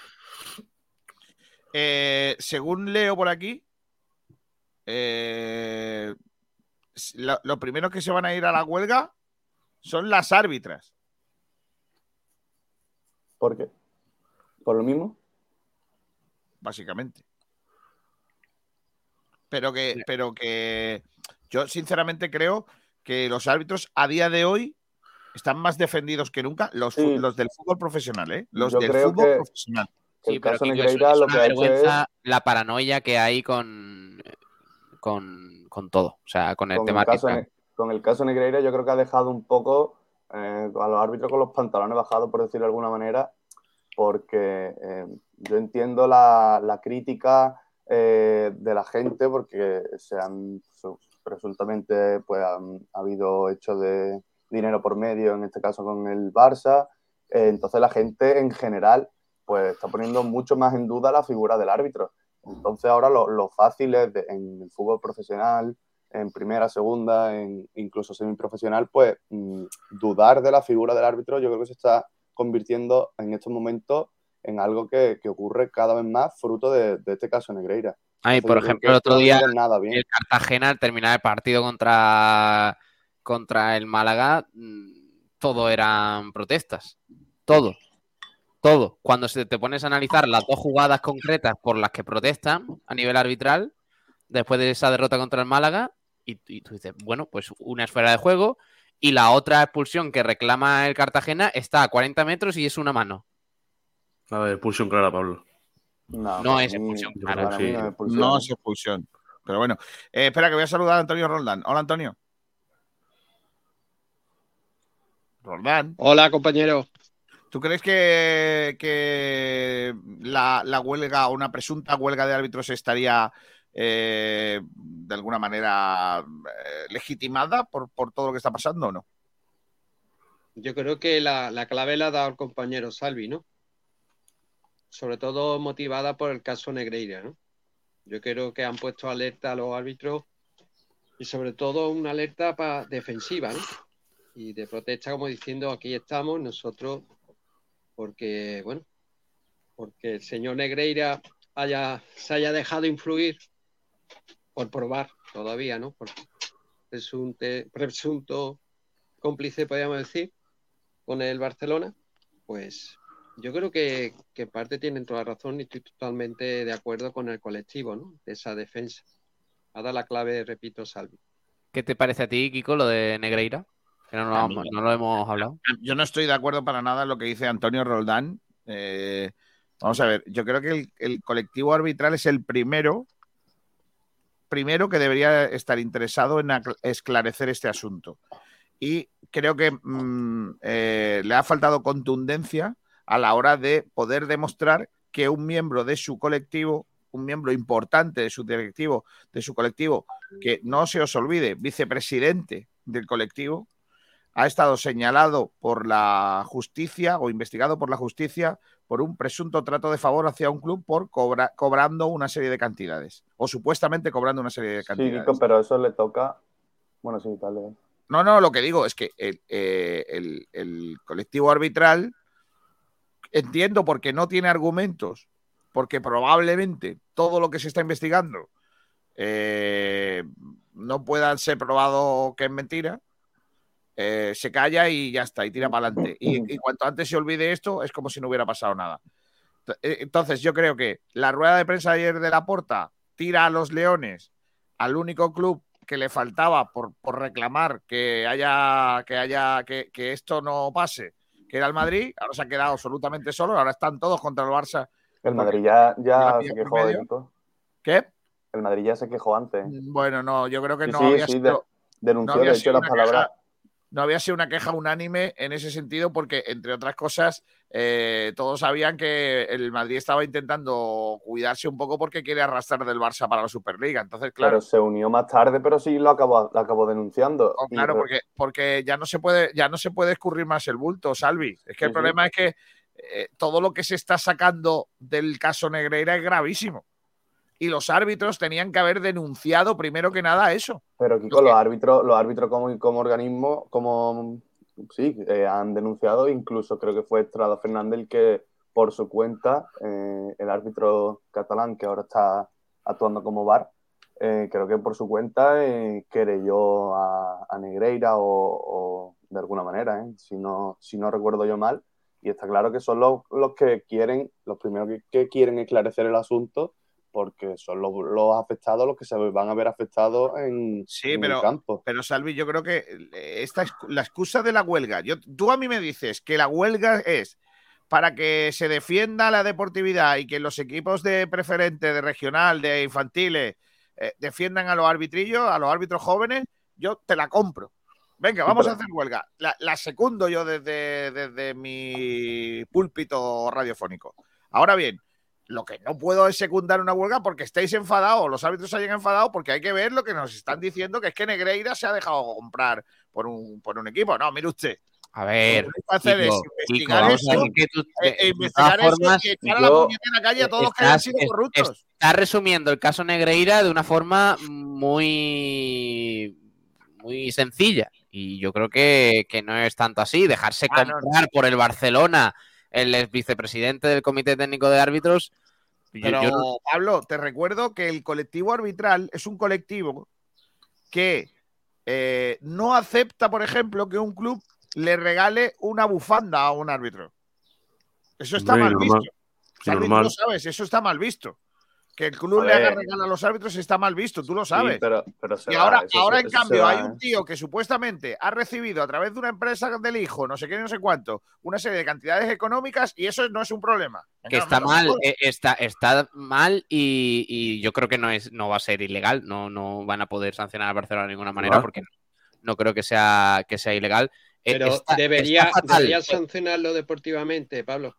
Eh, según leo por aquí, eh, lo, lo primero que se van a ir a la huelga son las árbitras. ¿Por qué? ¿Por lo mismo? Básicamente. Pero que, pero que yo sinceramente creo que los árbitros a día de hoy están más defendidos que nunca, los, fu- Sí. los del fútbol profesional, ¿eh? Los Yo del creo fútbol que- profesional. Sí, el pero caso Kiko, Negreira es, es lo una que ha hecho vergüenza es, la paranoia que hay con, con, con todo, o sea, con el con tema el, caso, arbitral. Ne- con el caso Negreira, yo creo que ha dejado un poco eh, a los árbitros con los pantalones bajados, por decirlo de alguna manera, porque eh, yo entiendo la, la crítica eh, de la gente, porque se han presuntamente pues, han, ha habido hechos de dinero por medio, en este caso con el Barça. Eh, entonces la gente en general pues está poniendo mucho más en duda la figura del árbitro. Entonces ahora lo, lo fácil es de, en el fútbol profesional, en primera, segunda, en, incluso semiprofesional, pues mmm, dudar de la figura del árbitro. Yo creo que se está convirtiendo en estos momentos en algo que, que ocurre cada vez más fruto de, de este caso Negreira. Ay, Entonces, por yo creo ejemplo, que el esto otro no día viene nada bien. el Cartagena al terminar el partido contra, contra el Málaga, todo eran protestas. Todo. Todo. Cuando se te pones a analizar las dos jugadas concretas por las que protestan a nivel arbitral, después de esa derrota contra el Málaga, y, y tú dices, bueno, pues una es fuera de juego y la otra expulsión que reclama el Cartagena está a cuarenta metros y es una mano. A ver, expulsión clara, Pablo. No, No para es mí- expulsión Yo clara. creo para que mí sí. no es expulsión. No ¿eh? es expulsión. Pero bueno, eh, espera que voy a saludar a Antonio Roldán. Hola, Antonio. Roldán. Hola, compañero. ¿Tú crees que, que la, la huelga o una presunta huelga de árbitros estaría eh, de alguna manera eh, legitimada por, por todo lo que está pasando o no? Yo creo que la, la clave la ha dado el compañero Salvi, ¿no? Sobre todo motivada por el caso Negreira, ¿no? Yo creo que han puesto alerta a los árbitros y sobre todo una alerta pa, defensiva, ¿no? Y de protesta, como diciendo, aquí estamos nosotros, porque, bueno, porque el señor Negreira haya, se haya dejado influir por probar todavía, ¿no? Por presunto, presunto cómplice, podríamos decir, con el Barcelona, pues yo creo que, que en parte tienen toda la razón y estoy totalmente de acuerdo con el colectivo, ¿no? De esa defensa. Ha dado la clave, repito, Salvi. ¿Qué te parece a ti, Kiko, lo de Negreira? Que no, no, no, no lo hemos hablado. Yo no estoy de acuerdo para nada en lo que dice Antonio Roldán. Eh, vamos a ver, yo creo que el, el colectivo arbitral es el primero, primero que debería estar interesado en esclarecer este asunto. Y creo que mmm, eh, le ha faltado contundencia a la hora de poder demostrar que un miembro de su colectivo, un miembro importante de su directivo, de su colectivo, que no se os olvide, vicepresidente del colectivo, ha estado señalado por la justicia o investigado por la justicia por un presunto trato de favor hacia un club por cobra, cobrando una serie de cantidades, o supuestamente cobrando una serie de cantidades. Sí, Kiko, pero eso le toca... Bueno, sí, dale. No, no, lo que digo es que el, eh, el, el colectivo arbitral, entiendo porque no tiene argumentos, porque probablemente todo lo que se está investigando eh, no pueda ser probado que es mentira, eh, se calla y ya está, y tira para adelante. Y, y cuanto antes se olvide esto, es como si no hubiera pasado nada. Entonces yo creo que la rueda de prensa de ayer de Laporta tira a los Leones, al único club que le faltaba por, por reclamar que haya que haya que, que esto no pase, que era el Madrid. Ahora se ha quedado absolutamente solo, ahora están todos contra el Barça. El Madrid ya, ya se quejó, medio. Kiko. ¿Qué? El Madrid ya se quejó antes. Bueno, no, yo creo que sí, no sí, había sí, sido, de, denunció no había de hecho las palabras. Queja, no había sido una queja unánime en ese sentido, porque entre otras cosas eh, todos sabían que el Madrid estaba intentando cuidarse un poco porque quiere arrastrar del Barça para la Superliga. Entonces, claro. Pero se unió más tarde, pero sí lo acabó, lo acabó denunciando. Oh, claro, y... porque, porque ya no se puede, ya no se puede escurrir más el bulto, Salvi. Es que sí, el problema sí. es que eh, todo lo que se está sacando del caso Negreira es gravísimo. Y los árbitros tenían que haber denunciado primero que nada eso. Pero Kiko, los árbitros, los árbitros como, como organismo, como sí, eh, han denunciado, incluso creo que fue Estrada Fernández el que por su cuenta, eh, el árbitro catalán que ahora está actuando como V A R, eh, creo que por su cuenta eh, querelló a, a Negreira o, o de alguna manera, eh, si no, si no recuerdo yo mal, y está claro que son los, los que quieren, los primeros que, que quieren esclarecer el asunto, porque son los, los afectados los que se van a ver afectados en, sí, en pero, el campo. Pero, Salvi, yo creo que esta, la excusa de la huelga, yo, tú a mí me dices que la huelga es para que se defienda la deportividad y que los equipos de preferente, de regional, de infantiles, eh, defiendan a los arbitrillos, a los árbitros jóvenes, yo te la compro. Venga, vamos a hacer huelga. La, la secundo yo desde, desde mi púlpito radiofónico. Ahora bien, lo que no puedo es secundar una huelga porque estéis enfadados, los árbitros se hayan enfadado, porque hay que ver lo que nos están diciendo, que es que Negreira se ha dejado comprar por un, por un equipo. No, mire usted. A ver, lo que hay que hacer Kiko, es investigar Kiko, vamos eso, a ver que tú- eh, de- de investigar todas eso formas, y echar a la yo- puñetera calle a todos los que hayan estás, sido es- corruptos. estás resumiendo el caso Negreira de una forma muy, muy sencilla. Y yo creo que, que no es tanto así. Dejarse Ah, no, comprar no. por el Barcelona, el ex vicepresidente del Comité Técnico de Árbitros. yo- Pero, yo no- Pablo, te recuerdo que el colectivo arbitral es un colectivo que eh, no acepta, por ejemplo, que un club le regale una bufanda a un árbitro. Eso está Hombre, mal normal. visto. Sí, Salvi, tú normal. lo sabes, eso está mal visto. Que el club A le haga ver. regalo a los árbitros está mal visto, tú lo sabes. Sí, pero, pero se Y va, ahora, eso ahora se- en eso se cambio, va, hay ¿eh? un tío que supuestamente ha recibido a través de una empresa del hijo, no sé qué, no sé cuánto, una serie de cantidades económicas y eso no es un problema. que Venga, está no me lo mal, jodas. eh, está, está mal y, y yo creo que no es, no va a ser ilegal, no, no van a poder sancionar a Barcelona de ninguna manera Claro. porque no creo que sea, que sea ilegal. Eh, Pero está- debería, está fatal. debería sancionarlo deportivamente, Pablo.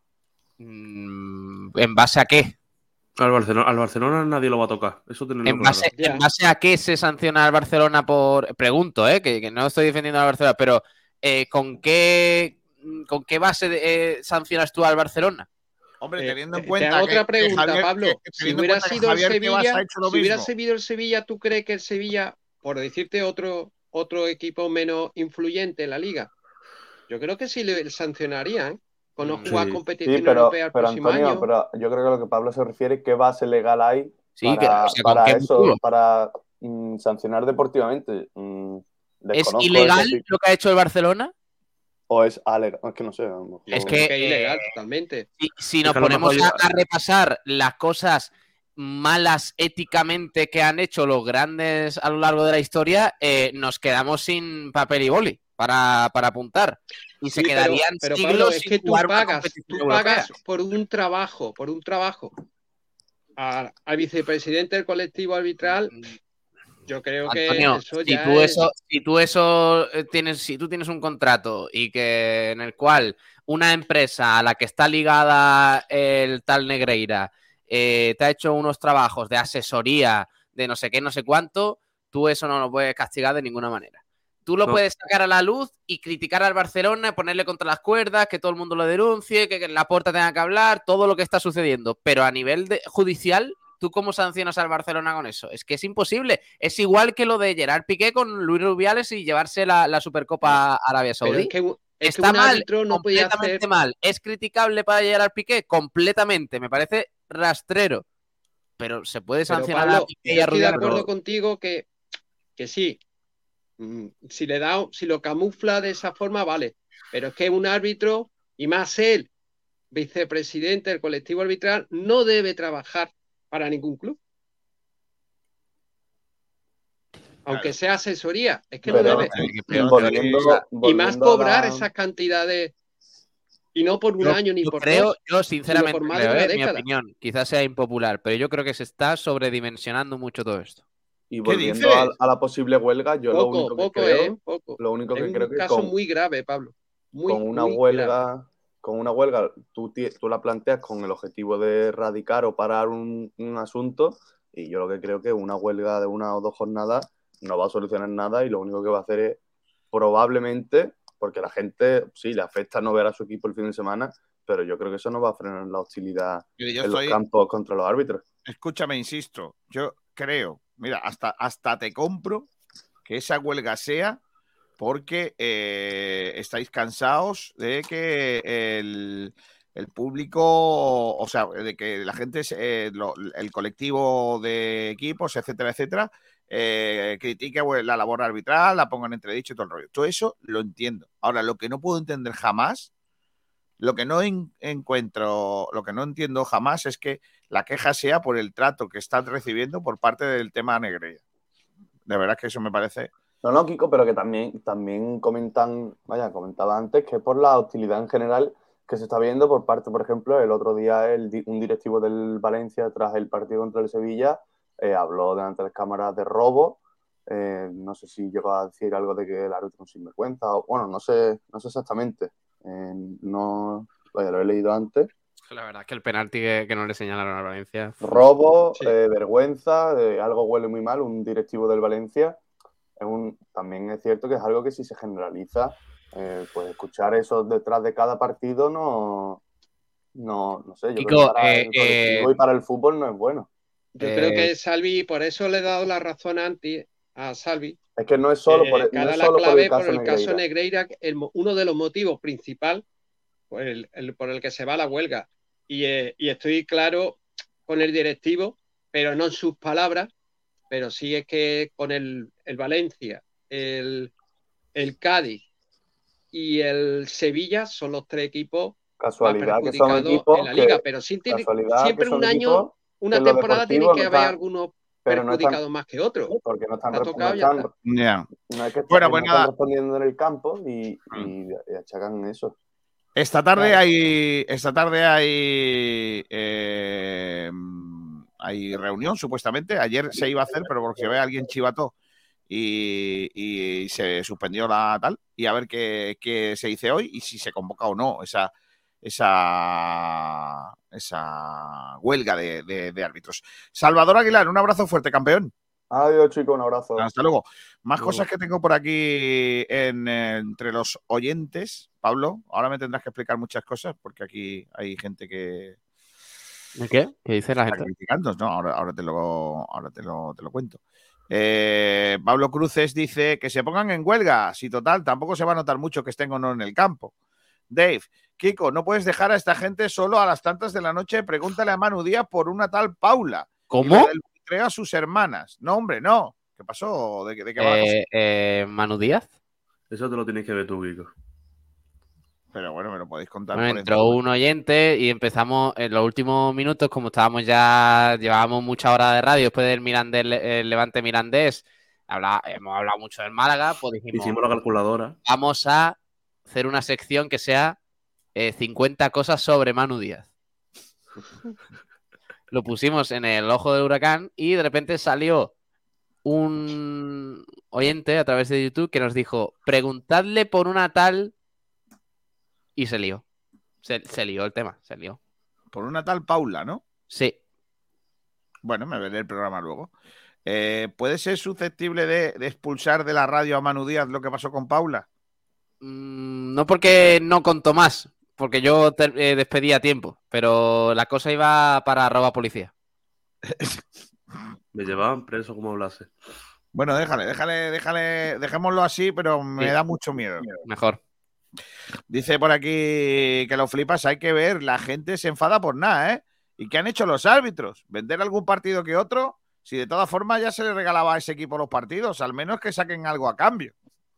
Mm, ¿En base a qué? Al Barcelona, al Barcelona nadie lo va a tocar. Eso tenerlo ¿En claro. base, Ya. ¿En base a qué se sanciona al Barcelona por...? Pregunto, ¿eh? Que, que no estoy defendiendo al Barcelona, pero eh, ¿con qué con qué base de- eh, sancionas tú al Barcelona? Hombre, Eh, teniendo en te- te cuenta hago que, otra pregunta, que Javier, Pablo. que- que Si teniendo en hubiera cuenta que sido el Javier Tebas Sevilla, ha hecho lo si hubiera mismo. sido el Sevilla, ¿tú crees que el Sevilla, por decirte otro, otro equipo menos influyente en la liga, yo creo que sí le sancionaría, ¿eh? Con no Mm, jugar sí. competición Sí, pero, europea el pero próximo Antonio, año. pero yo creo que lo que Pablo se refiere es qué base legal hay Sí, que- para, o sea, ¿con para qué eso, motivo? para mm, sancionar deportivamente. Mm, ¿Es desconozco ilegal eso, sí. lo que ha hecho el Barcelona? O es alegal, es que no sé. a lo mejor- Es Yo que, creo que es ilegal eh, totalmente. Si, si nos Es que a lo ponemos mejor a, ya- a repasar las cosas malas éticamente que han hecho los grandes a lo largo de la historia, eh, nos quedamos sin papel y boli para, para apuntar. Y se Sí, pero, quedarían pero siglos Pablo, es sin que tú jugar una pagas, competición tú europea. pagas por un trabajo, por un trabajo al, al vicepresidente del colectivo arbitral. Yo creo Antonio, que eso si ya tú es... eso, si tú eso eh, tienes, si tú tienes un contrato y que en el cual una empresa a la que está ligada el tal Negreira eh, te ha hecho unos trabajos de asesoría de no sé qué, no sé cuánto, tú eso no lo puedes castigar de ninguna manera. Tú lo No. puedes sacar a la luz y criticar al Barcelona, ponerle contra las cuerdas, que todo el mundo lo denuncie, que, que la puerta tenga que hablar, todo lo que está sucediendo. Pero a nivel de, judicial, ¿tú cómo sancionas al Barcelona con eso? Es que es imposible. Es igual que lo de Gerard Piqué con Luis Rubiales y llevarse la, la Supercopa a Arabia Pero Saudí. es que, es que Está un mal, árbitro no podía completamente hacer... mal. ¿Es criticable para Gerard Piqué? Completamente. Me parece rastrero. Pero se puede Pero sancionar Pablo, a Piqué y yo a estoy de Rubiales. acuerdo pero- contigo que, que sí. Mm, Si le da, si lo camufla de esa forma, vale. Pero es que un árbitro, y más él, vicepresidente del colectivo arbitral, no debe trabajar para ningún club. Aunque sea asesoría, es que no Pero, debe. volviendo, Y más volviendo a cobrar la- esas cantidades, y no por un Yo, año ni yo por creo, dos, yo sino sinceramente por más de creo, una eh, mi década. opinión, quizás sea impopular, pero yo creo que se está sobredimensionando mucho todo esto. Y volviendo a, a la posible huelga, yo lo Poco, único que poco, creo, ¿eh? Poco. lo único Es que un creo que caso con, muy grave, Pablo. Muy, con una muy huelga, grave. con una huelga, tú, ti- tú la planteas con el objetivo de erradicar o parar un, un asunto, y yo lo que creo que una huelga de una o dos jornadas no va a solucionar nada y lo único que va a hacer es probablemente, porque la gente sí le afecta no ver a su equipo el fin de semana, pero yo creo que eso no va a frenar la hostilidad Mire, yo en estoy- los campos contra los árbitros. Escúchame, insisto, yo creo, mira, hasta, hasta te compro que esa huelga sea porque eh, estáis cansados de que el, el público, o sea, de que la gente, eh, lo- el colectivo de equipos, etcétera, etcétera, eh, critique pues, la labor arbitral, la pongan en entredicho y todo el rollo. Todo eso lo entiendo. Ahora, lo que no puedo entender jamás, lo que no en- encuentro, lo que no entiendo jamás es que la queja sea por el trato que están recibiendo por parte del tema Negreira. De verdad que eso me parece... No, no, Kiko, pero que también, también comentan, vaya, comentaba antes que por la hostilidad en general que se está viendo por parte, por ejemplo, el otro día el, un directivo del Valencia tras el partido contra el Sevilla eh, habló delante de las cámaras de robo. Eh, no sé si llegó a decir algo de que el árbitro es un sinvergüenza o bueno, no sé, no sé exactamente. Eh, no, vaya, lo he leído antes. La verdad es que el penalti que, que no le señalaron a Valencia. Robo, Sí. eh, vergüenza, eh, algo huele muy mal, un directivo del Valencia. Es un, también es cierto que es algo que si se generaliza, eh, pues escuchar eso detrás de cada partido no, no, no sé, yo Kiko, creo que para eh, el colectivo eh, y para el fútbol no es bueno. Yo Eh, creo que Salvi, por eso le he dado la razón antes a Salvi. Es que no es solo eh, por, que no ha es dado la solo por clave el por caso el caso Negreira. Negreira, el mo- uno de los motivos principal por el, el- por el que se va a la huelga. Y, eh, y estoy claro con el directivo, pero no en sus palabras, pero sí es que con el, el Valencia, el, el Cádiz y el Sevilla son los tres equipos más Casualidad que son perjudicados equipos en la que, liga, pero sí tiene- casualidad siempre que son un año, equipos que una en lo temporada tiene deportivo que no haber están, algunos pero no están, perjudicados más que otros. porque no están, Está no tocado, ya están, está. Ya. no es que Bueno, están, pues no nada. están respondiendo en el campo y, y, y achacan eso. Esta tarde Claro. hay. Esta tarde hay. eh, hay reunión, supuestamente. Ayer se iba a hacer, pero porque se ve alguien chivató y, y se suspendió la tal. Y a ver qué, qué se dice hoy y si se convoca o no esa. Esa, esa huelga de, de, de árbitros. Salvador Aguilar, un abrazo fuerte, campeón. Adiós, chicos, un abrazo. Hasta luego. Más Luego. cosas que tengo por aquí en, eh, entre los oyentes. Pablo, ahora me tendrás que explicar muchas cosas porque aquí hay gente que ¿El qué? ¿Qué dice la está gente? criticando. No, ahora, ahora, te, lo, ahora te, lo, te lo cuento. Eh, Pablo Cruces dice que se pongan en huelga. Si total, tampoco se va a notar mucho que estén o no en el campo. Dave, Kiko, no puedes dejar a esta gente solo a las tantas de la noche. Pregúntale a Manu Díaz por una tal Paula. ¿Cómo? Y la del buitreo a sus hermanas. No, hombre, no. ¿Qué pasó? ¿De, qué- de qué va la cosa? Eh, eh, Manu Díaz. Eso te lo tienes que ver tú, Kiko. Pero bueno, me lo podéis contar Bueno, por entró encima. un oyente y empezamos en los últimos minutos, como estábamos ya, llevábamos muchas horas de radio después del Mirandés, el Levante Mirandés, habla- hemos hablado mucho del Málaga, pues dijimos, Hicimos la calculadora. vamos a hacer una sección que sea eh, cincuenta cosas sobre Manu Díaz. Lo pusimos en el ojo del huracán y de repente salió un oyente a través de YouTube que nos dijo, preguntadle por una tal... Y se lió. Se, se lió el tema, se lió. Por una tal Paula, ¿no? Sí. Bueno, me veré el programa luego. Eh, ¿Puede ser susceptible de, de expulsar de la radio a Manu Díaz lo que pasó con Paula? Mm, no porque no contó más, porque yo te, eh, despedí a tiempo, pero la cosa iba para arroba policía. Me llevaban preso como hablase. Bueno, déjale, déjale, déjale, dejémoslo así, pero me Sí. da mucho miedo. Mejor. Dice por aquí que lo flipas, hay que ver, la gente se enfada por nada, ¿eh? ¿Y qué han hecho los árbitros? ¿Vender algún partido que otro? Si de todas formas ya se le regalaba a ese equipo los partidos, al menos que saquen algo a cambio.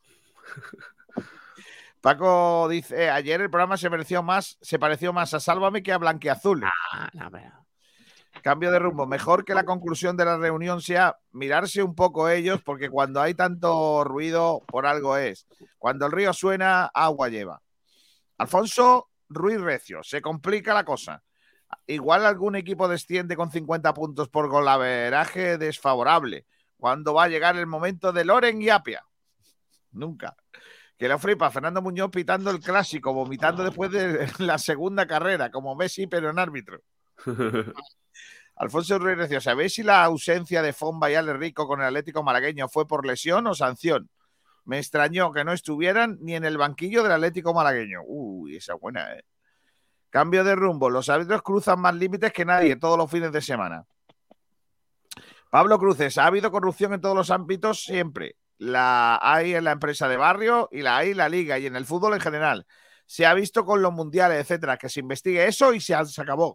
Paco dice, ayer el programa se pareció más, se pareció más a Sálvame que a Blanquiazul. Ah, no, pero... Cambio de rumbo. Mejor que la conclusión de la reunión sea mirarse un poco ellos, porque cuando hay tanto ruido, por algo es. Cuando el río suena, agua lleva. Alfonso Ruiz Recio, se complica la cosa. Igual algún equipo desciende con cincuenta puntos por golaveraje desfavorable. ¿Cuándo va a llegar el momento de Loren y Apia? Nunca. Que lo flipa Fernando Muñoz pitando el clásico, vomitando después de la segunda carrera, como Messi, pero en árbitro. Alfonso Ruiz Recio, ¿sabéis si la ausencia de Fomba y Ale Rico con el Atlético malagueño fue por lesión o sanción? Me extrañó que no estuvieran ni en el banquillo del Atlético malagueño. Uy, esa buena, ¿eh? Cambio de rumbo. Los árbitros cruzan más límites que nadie todos los fines de semana. Pablo Cruces, ha habido corrupción en todos los ámbitos siempre. La hay en la empresa de barrio y la hay en la liga y en el fútbol en general. Se ha visto con los mundiales, etcétera. Que se investigue eso y se, se acabó.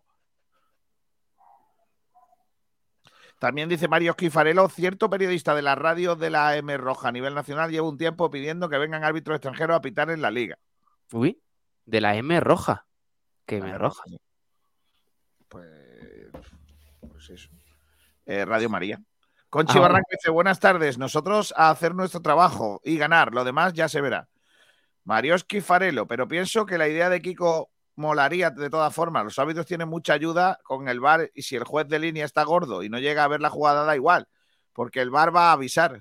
También dice Mario Esquifarelo, cierto periodista de la radio de la M Roja a nivel nacional lleva un tiempo pidiendo que vengan árbitros extranjeros a pitar en la liga. Uy, de la M roja. ¿Qué M roja? Pues, pues eso. Eh, Radio María. Conchi Ah, Barranco dice, buenas tardes, nosotros a hacer nuestro trabajo y ganar, lo demás ya se verá. Mario Esquifarelo, pero pienso que la idea de Kiko molaría de todas formas. Los árbitros tienen mucha ayuda con el V A R y si el juez de línea está gordo y no llega a ver la jugada, da igual, porque el V A R va a avisar.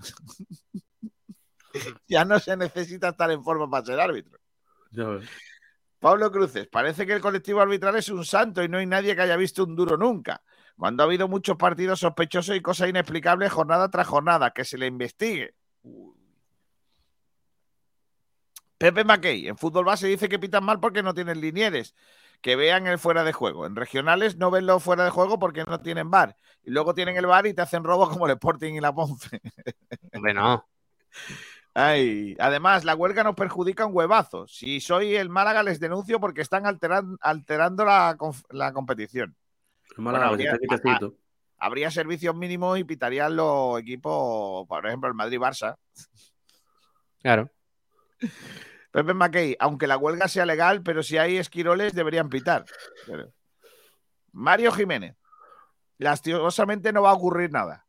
Ya no se necesita estar en forma para ser árbitro. Ya ves. Pablo Cruces, parece que el colectivo arbitral es un santo y no hay nadie que haya visto un duro nunca. Cuando ha habido muchos partidos sospechosos y cosas inexplicables jornada tras jornada, que se le investigue. Pepe Mackey, en fútbol base dice que pitan mal porque no tienen linieres, que vean el fuera de juego. En regionales no ven lo fuera de juego porque no tienen V A R. Y luego tienen el V A R y te hacen robos como el Sporting y la Ponce. Hombre, no. Ay, además, la huelga nos perjudica un huevazo. Si soy el Málaga, les denuncio porque están alteran, alterando la, la competición. El Málaga, Bueno, habría, está quietecito. a, habría servicios mínimos y pitarían los equipos, por ejemplo, el Madrid-Barça. Claro. Pepe Mackey, aunque la huelga sea legal, pero si hay esquiroles deberían pitar. Pero... Mario Jiménez, lastimosamente no va a ocurrir nada.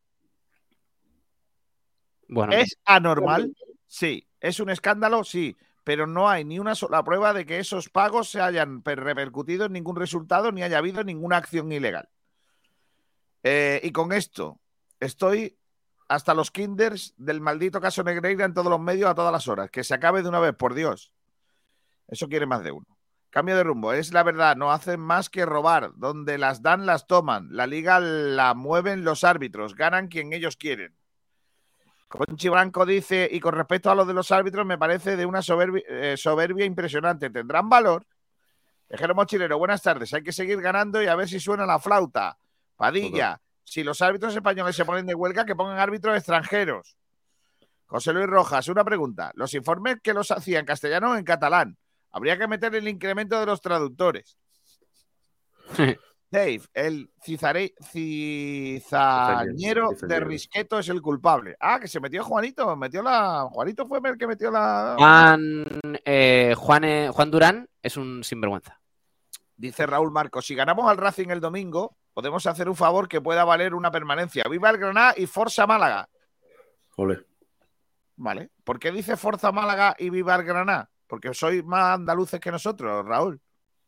Bueno, ¿Es anormal? Sí. ¿Es un escándalo? Sí. Pero no hay ni una sola prueba de que esos pagos se hayan repercutido en ningún resultado ni haya habido ninguna acción ilegal. Eh, y con esto estoy hasta los kinders del maldito caso Negreira en todos los medios a todas las horas. Que se acabe de una vez, por Dios. Eso quiere más de uno. Cambio de rumbo. Es la verdad, no hacen más que robar. Donde las dan, las toman. La liga la mueven los árbitros. Ganan quien ellos quieren. Conchi Branco dice, y con respecto a lo de los árbitros, me parece de una soberbia, eh, soberbia impresionante. ¿Tendrán valor? Ejero Mochilero, buenas tardes. Hay que seguir ganando y a ver si suena la flauta. Padilla, Todo. Si los árbitros españoles se ponen de huelga, que pongan árbitros extranjeros. José Luis Rojas, una pregunta. Los informes que los hacía en castellano o en catalán. Habría que meter el incremento de los traductores. Dave, el cizare, cizañero de Risqueto es el culpable. Ah, que se metió Juanito. Metió la. Juanito fue el que metió la. Juan, eh, Juan, eh, Juan Durán es un sinvergüenza. Dice Raúl Marcos: si ganamos al Racing el domingo, podemos hacer un favor que pueda valer una permanencia. ¡Viva el Granada y Forza Málaga! Ole. Vale. ¿Por qué dice Forza Málaga y Viva el Granada? Porque sois más andaluces que nosotros, Raúl.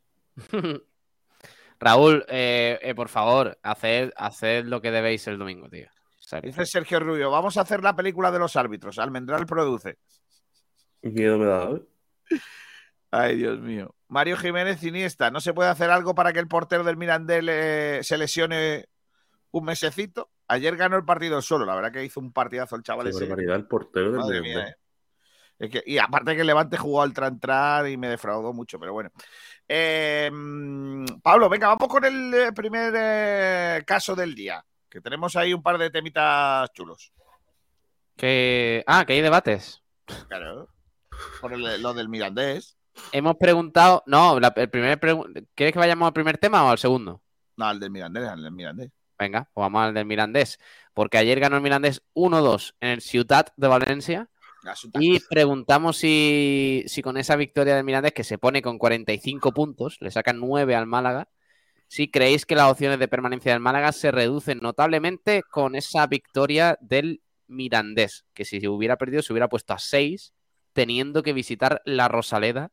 Raúl, eh, eh, por favor, haced, haced lo que debéis el domingo, tío. Serio. Dice Sergio Rubio, vamos a hacer la película de los árbitros. Almendral produce. Miedo me da, ¿eh? Ay, Dios mío. Mario Jiménez Iniesta, ¿no se puede hacer algo para que el portero del Mirandés le, se lesione un mesecito? Ayer ganó el partido solo, la verdad que hizo un partidazo el chaval. Qué ese. barbaridad, el portero del Madre Mirandés. mía, ¿eh? Es que, y aparte que el Levante jugó al entrar y me defraudó mucho, pero bueno. Eh, Pablo, venga, vamos con el primer eh, caso del día, que tenemos ahí un par de temitas chulos. Que... Ah, que hay debates. Claro. Por el, lo del Mirandés. Hemos preguntado... No, la, el primer pregu... ¿Quieres que vayamos al primer tema o al segundo? No, al del Mirandés, al del Mirandés. Venga, pues vamos al del Mirandés. Porque ayer ganó el Mirandés uno dos en el Ciutat de Valencia. Y preguntamos si, si con esa victoria del Mirandés, que se pone con cuarenta y cinco puntos, le sacan nueve al Málaga, si creéis que las opciones de permanencia del Málaga se reducen notablemente con esa victoria del Mirandés, que si se hubiera perdido se hubiera puesto a seis, teniendo que visitar la Rosaleda.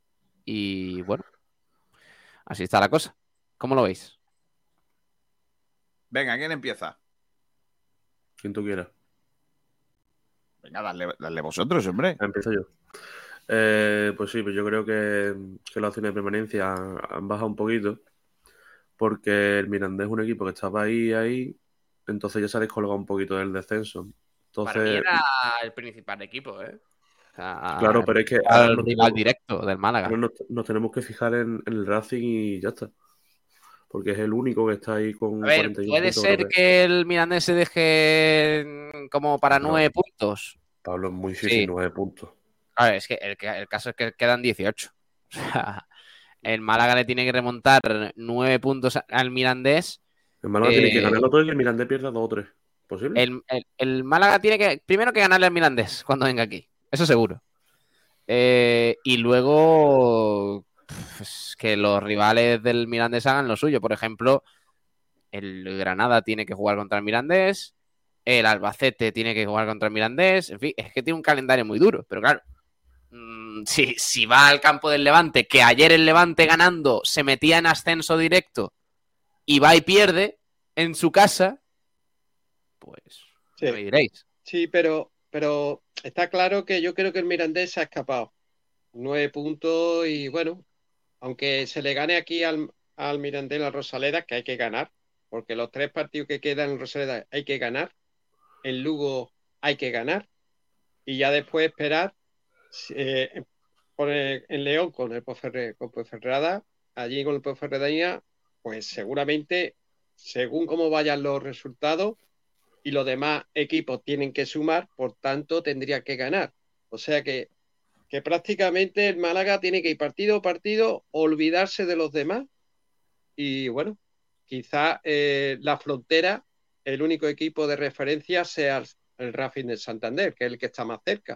Y bueno, así está la cosa. ¿Cómo lo veis? Venga, ¿quién empieza? Quien tú quieras. Venga, dale, dale vosotros, hombre. Empiezo yo. Eh, pues sí, pues yo creo que, que las opciones de permanencia han, han bajado un poquito, porque el Mirandés es un equipo que estaba ahí, ahí, entonces ya se ha descolgado un poquito del descenso. Entonces, Para mí era el principal equipo, ¿eh? O sea, claro, pero es que al rival directo del Málaga. Nos, nos tenemos que fijar en, en el Racing y ya está. Porque es el único que está ahí con A ver, cuarenta y uno puede puntos. ser que el Mirandés se deje como para No. nueve puntos. Pablo, es muy difícil, Sí. nueve puntos. A ver, es que el, el caso es que quedan dieciocho. O sea, el Málaga le tiene que remontar nueve puntos al Mirandés. El Málaga Eh, tiene que ganar todo y que el Mirandés pierda dos o tres. ¿Posible? El, el- el Málaga tiene que primero que ganarle al Mirandés cuando venga aquí. Eso seguro. Eh, y luego pues, que los rivales del Mirandés hagan lo suyo. Por ejemplo, el Granada tiene que jugar contra el Mirandés. El Albacete tiene que jugar contra el Mirandés. En fin, es que tiene un calendario muy duro. Pero claro, mmm, si, si va al campo del Levante, que ayer el Levante ganando se metía en ascenso directo y va y pierde en su casa, pues Sí. me diréis. Sí, pero, pero está claro que yo creo que el Mirandés se ha escapado. Nueve puntos y bueno, aunque se le gane aquí al, al Mirandés en la Rosaleda, que hay que ganar, porque los tres partidos que quedan en Rosaleda hay que ganar, en Lugo hay que ganar, y ya después esperar eh, por el, en León con el Ponferre- con Ponferrada, allí con el Ponferradina, pues seguramente, según cómo vayan los resultados, y los demás equipos tienen que sumar, por tanto tendría que ganar. O sea que, que prácticamente el Málaga tiene que ir partido a partido, olvidarse de los demás y bueno, quizá eh, la Frontera, el único equipo de referencia sea el, el Racing de Santander, que es el que está más cerca.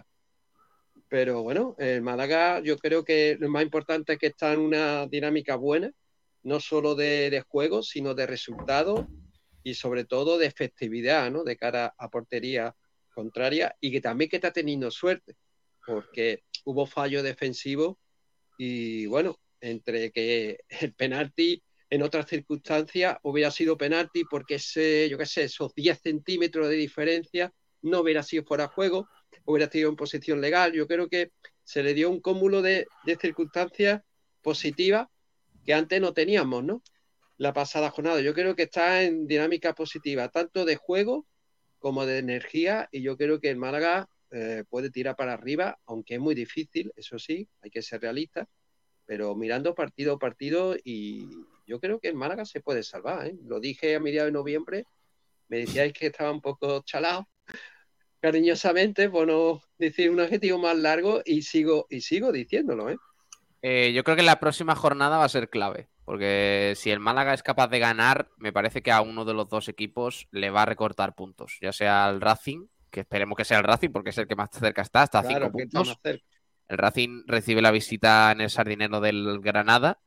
Pero bueno, el Málaga yo creo que lo más importante es que está en una dinámica buena, no solo de, de juego, sino de resultados y sobre todo de efectividad, ¿no? De cara a portería contraria y que también que está teniendo suerte, porque hubo fallo defensivo y bueno, entre que el penalti en otras circunstancias hubiera sido penalti porque ese, yo qué sé, esos diez centímetros de diferencia no hubiera sido fuera de juego, hubiera sido en posición legal. Yo creo que se le dio un cúmulo de, de circunstancias positivas que antes no teníamos, ¿no? La pasada jornada. Yo creo que está en dinámica positiva, tanto de juego como de energía, y yo creo que el Málaga eh, puede tirar para arriba, aunque es muy difícil, eso sí, hay que ser realista, pero mirando partido a partido, y yo creo que el Málaga se puede salvar, ¿eh? Lo dije a mediados de noviembre, me decíais que estaba un poco chalado, cariñosamente, por no decir un adjetivo más largo, y sigo, y sigo diciéndolo, ¿eh? Eh, yo creo que la próxima jornada va a ser clave, porque si el Málaga es capaz de ganar, me parece que a uno de los dos equipos le va a recortar puntos, ya sea al Racing, que esperemos que sea el Racing, porque es el que más cerca está, hasta Claro, cinco que está puntos. más cerca. El Racing recibe la visita en el Sardinero del Granada,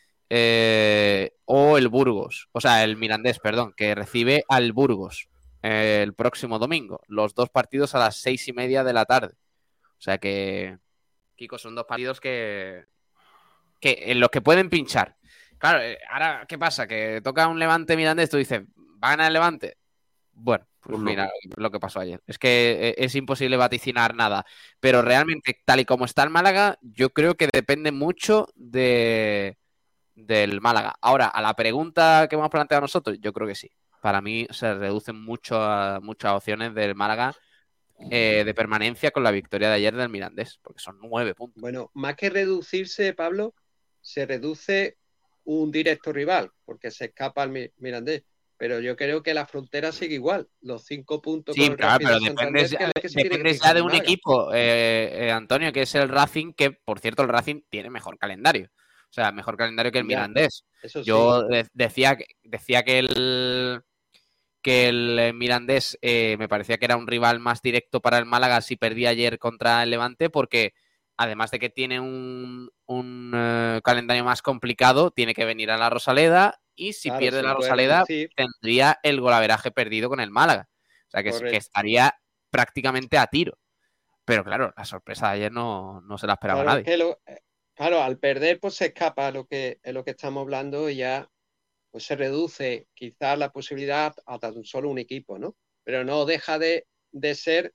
eh, o el Burgos, o sea, el Mirandés, perdón, que recibe al Burgos eh, el próximo domingo, los dos partidos a las seis y media de la tarde. O sea que, Kiko, son dos partidos que... que en los que pueden pinchar. Claro, ahora, ¿qué pasa? Que toca un Levante Mirandés, tú dices, ¿va a ganar el Levante? Bueno, pues mira lo que pasó ayer. Es que es imposible vaticinar nada. Pero realmente, tal y como está el Málaga, yo creo que depende mucho de del Málaga. Ahora, a la pregunta que hemos planteado nosotros, yo creo que sí. Para mí se reducen mucho a, muchas opciones del Málaga eh, de permanencia con la victoria de ayer del Mirandés, porque son nueve puntos. Bueno, más que reducirse, Pablo, se reduce un directo rival, porque se escapa el Mirandés. Pero yo creo que la Frontera sigue igual. Los cinco puntos Sí, con el claro, Racing pero de Santander, dependes, que es el que se tiene que dependes fijar ya de el un Málaga. equipo, eh, eh, Antonio, que es el Racing, que por cierto el Racing tiene mejor calendario. O sea, mejor calendario que el Ya, Mirandés. eso sí. Yo de- decía, que- decía que el que el Mirandés eh, me parecía que era un rival más directo para el Málaga si perdía ayer contra el Levante, porque además de que tiene un, un eh, calendario más complicado, tiene que venir a la Rosaleda y si Claro, pierde se la puede Rosaleda reducir. tendría el golaveraje perdido con el Málaga. O sea, que, es- que Correcto. estaría prácticamente a tiro. Pero claro, la sorpresa de ayer no, no se la esperaba Claro, nadie. que lo- eh, claro, al perder, pues se escapa lo que, es lo que estamos hablando y ya pues se reduce quizás la posibilidad a tan solo un equipo, ¿no? Pero no deja de, de ser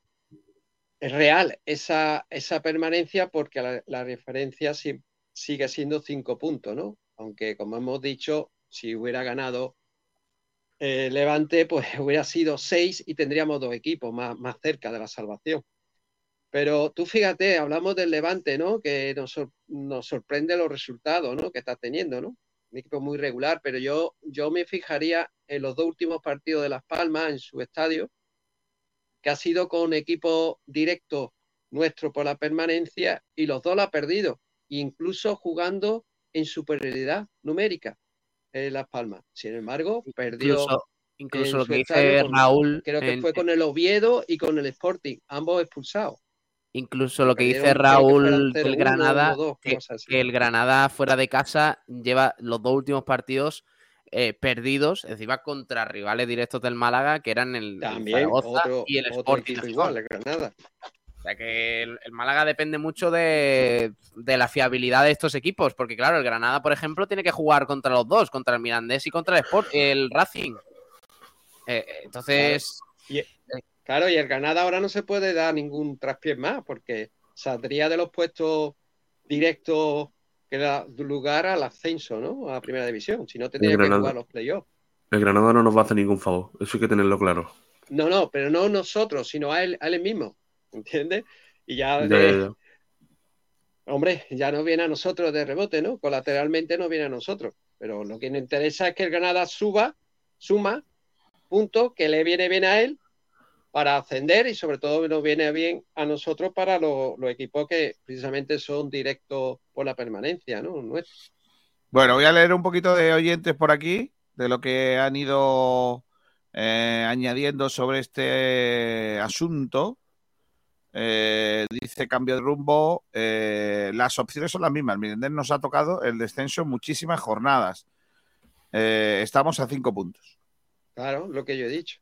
real esa, esa permanencia porque la, la referencia si- sigue siendo cinco puntos, ¿no? Aunque, como hemos dicho, si hubiera ganado eh, Levante, pues hubiera sido seis y tendríamos dos equipos más, más cerca de la salvación. Pero tú fíjate, hablamos del Levante, ¿no? Que nos, sor- nos sorprende los resultados, ¿no? Que está teniendo, ¿no? Un equipo muy regular, pero yo, yo me fijaría en los dos últimos partidos de Las Palmas en su estadio, que ha sido con equipo directo nuestro por la permanencia y los dos lo ha perdido, incluso jugando en superioridad numérica en Las Palmas. Sin embargo, perdió Incluso, incluso en lo su que estadio dice con- Raúl, creo que en- fue con el Oviedo y con el Sporting, ambos expulsados. incluso lo que dice Perdieron, creo que fueran Raúl cero del uno, Granada, uno dos, que, cosas así. que el Granada fuera de casa lleva los dos últimos partidos eh, perdidos, encima contra rivales directos del Málaga, que eran el, el También Zaragoza otro, y el otro Sporting. equipo de igual, Gijón. el Granada. sea que el, el Málaga depende mucho de, de la fiabilidad de estos equipos, porque claro, el Granada, por ejemplo, tiene que jugar contra los dos, contra el Mirandés y contra el Sport, el Racing. Eh, entonces... Claro. Y, claro, y el Granada ahora no se puede dar ningún traspiés más, porque saldría de los puestos directos que da lugar al ascenso, ¿no? A la primera división. Si no, tendría que jugar los playoffs. El Granada no nos va a hacer ningún favor. Eso hay que tenerlo claro. No, no, pero no nosotros, sino a él, a él mismo. ¿Entiendes? Y ya, Ya, de, ya, ya. hombre, ya no viene a nosotros de rebote, ¿no? Colateralmente no viene a nosotros. Pero lo que nos interesa es que el Granada suba, suma, punto, que le viene bien a él para ascender y sobre todo nos viene bien a nosotros para los, los equipos que precisamente son directos por la permanencia, ¿no? Nuestro. Bueno, voy a leer un poquito de oyentes por aquí, de lo que han ido eh, añadiendo sobre este asunto. Eh, dice cambio de rumbo, eh, las opciones son las mismas. El Mirandés nos ha tocado el descenso en muchísimas jornadas. Eh, estamos a cinco puntos. Claro, lo que yo he dicho.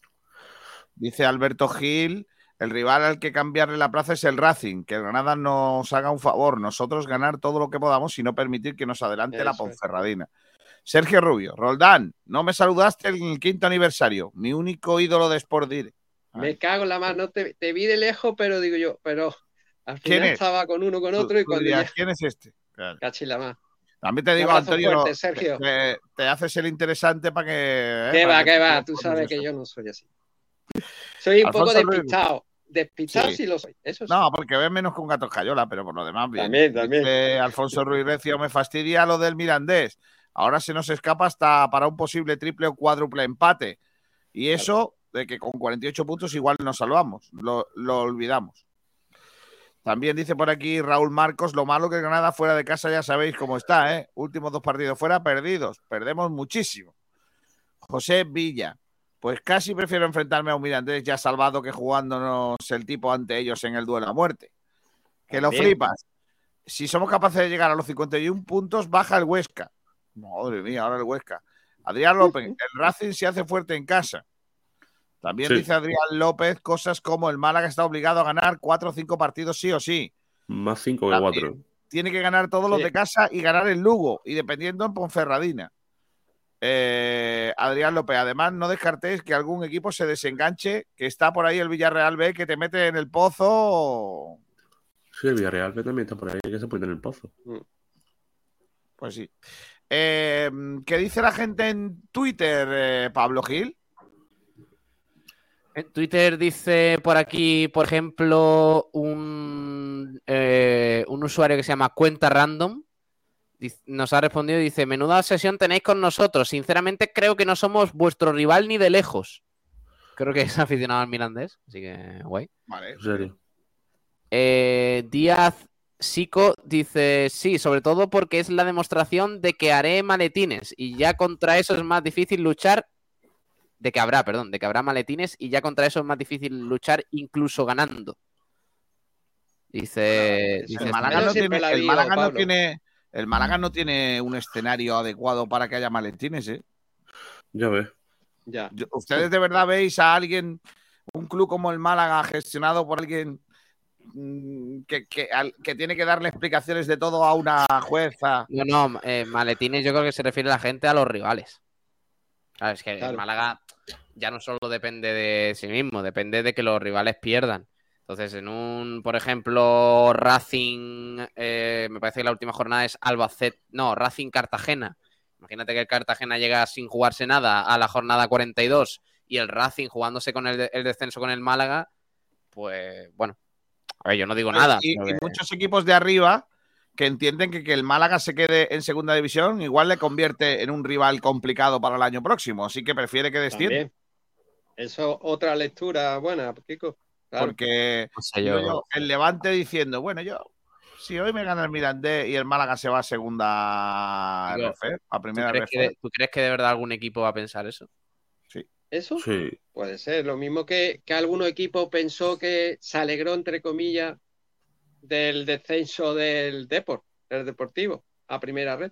Dice Alberto Gil, el rival al que cambiarle la plaza es el Racing, que el Granada nos haga un favor, nosotros ganar todo lo que podamos y no permitir que nos adelante Eso la es. Ponferradina. Sergio Rubio, Roldán, no me saludaste en el quinto aniversario, mi único ídolo de Sport Direct. Me cago en la mano, te, te vi de lejos, pero digo yo, pero al ¿Quién final es? estaba con uno, con Tú- otro y tú cuando dirías, ya... ¿quién es este? Claro. Cachi la más. También te Un digo, abrazo Antonio, fuerte, te- Sergio. te, te haces el interesante para que... eh, ¿Qué para va, que qué tú va? Tú respondas sabes eso. que yo no soy así. Soy un Alfonso poco Ruiz. despistado. Despistado Sí. sí lo soy. Eso sí. No, porque ves menos con gato escayola, pero por lo demás bien. También, también. Dice Alfonso Ruiz Recio, me fastidia lo del Mirandés. Ahora se nos escapa hasta para un posible triple o cuádruple empate. Y eso de que con cuarenta y ocho puntos igual nos salvamos. Lo, lo olvidamos. También dice por aquí Raúl Marcos, lo malo que Granada fuera de casa ya sabéis cómo está, ¿eh? Últimos dos partidos fuera perdidos. Perdemos muchísimo. José Villa, pues casi prefiero enfrentarme a un Mirandés ya salvado que jugándonos el tipo ante ellos en el duelo a muerte. Que lo También. flipas. Si somos capaces de llegar a los cincuenta y uno puntos, baja el Huesca. Madre mía, ahora el Huesca. Adrián López, el Racing se hace fuerte en casa. También Sí. dice Adrián López cosas como el Málaga está obligado a ganar cuatro o cinco partidos sí o sí. Más cinco que También cuatro. tiene que ganar todos los Sí. de casa y ganar el Lugo, y dependiendo en Ponferradina. Eh, Adrián López, además no descartéis que algún equipo se desenganche, que está por ahí el Villarreal B, que te mete en el pozo. Sí, el Villarreal B también está por ahí, que se puede en el pozo. Pues sí. Eh, ¿Qué dice la gente en Twitter, eh, Pablo Gil? En Twitter dice por aquí, por ejemplo, un, eh, un usuario que se llama Cuenta Random. Diz- Nos ha respondido y dice: menuda sesión tenéis con nosotros. Sinceramente creo que no somos vuestro rival ni de lejos. Creo que es aficionado al Mirandés, así que guay. Vale. En serio. Eh, Díaz Sico dice: sí, sobre todo porque es la demostración de que haré maletines y ya contra eso es más difícil luchar. De que habrá, perdón, de que habrá maletines y ya contra eso es más difícil luchar incluso ganando. Dice, dice El este Málaga, Yo no siempre tiene, la el, digo, Málaga no Pablo. tiene, el Málaga no tiene un escenario adecuado para que haya maletines, ¿eh? Ya ves. Ya. Yo- ¿Ustedes de verdad veis a alguien, un club como el Málaga, gestionado por alguien mm, que, que, al- que tiene que darle explicaciones de todo a una jueza? No, no, eh, maletines yo creo que se refiere la gente a los rivales. Claro, es que Claro. el Málaga ya no solo depende de sí mismo, depende de que los rivales pierdan. Entonces, en un, por ejemplo, Racing, eh, me parece que la última jornada es Albacete, no, Racing Cartagena. Imagínate que el Cartagena llega sin jugarse nada a la jornada cuarenta y dos y el Racing jugándose con el, de- el descenso con el Málaga, pues bueno, a ver, yo no digo nada. Y, pero y que- muchos equipos de arriba que entienden que que el Málaga se quede en segunda división igual le convierte en un rival complicado para el año próximo, así que prefiere que descienda. También. Eso otra lectura buena, Kiko. Claro. Porque no sé, digo yo- yo, el Levante diciendo, bueno, yo, si hoy me gana el Mirandés y el Málaga se va a segunda Digo, R F, a ¿tú, primera crees que R F. de, ¿Tú crees que de verdad algún equipo va a pensar eso? ¿Eso? Sí. Puede ser. Lo mismo que, que algunos equipos pensó que se alegró, entre comillas, del descenso del Deport, del Deportivo, a primera red.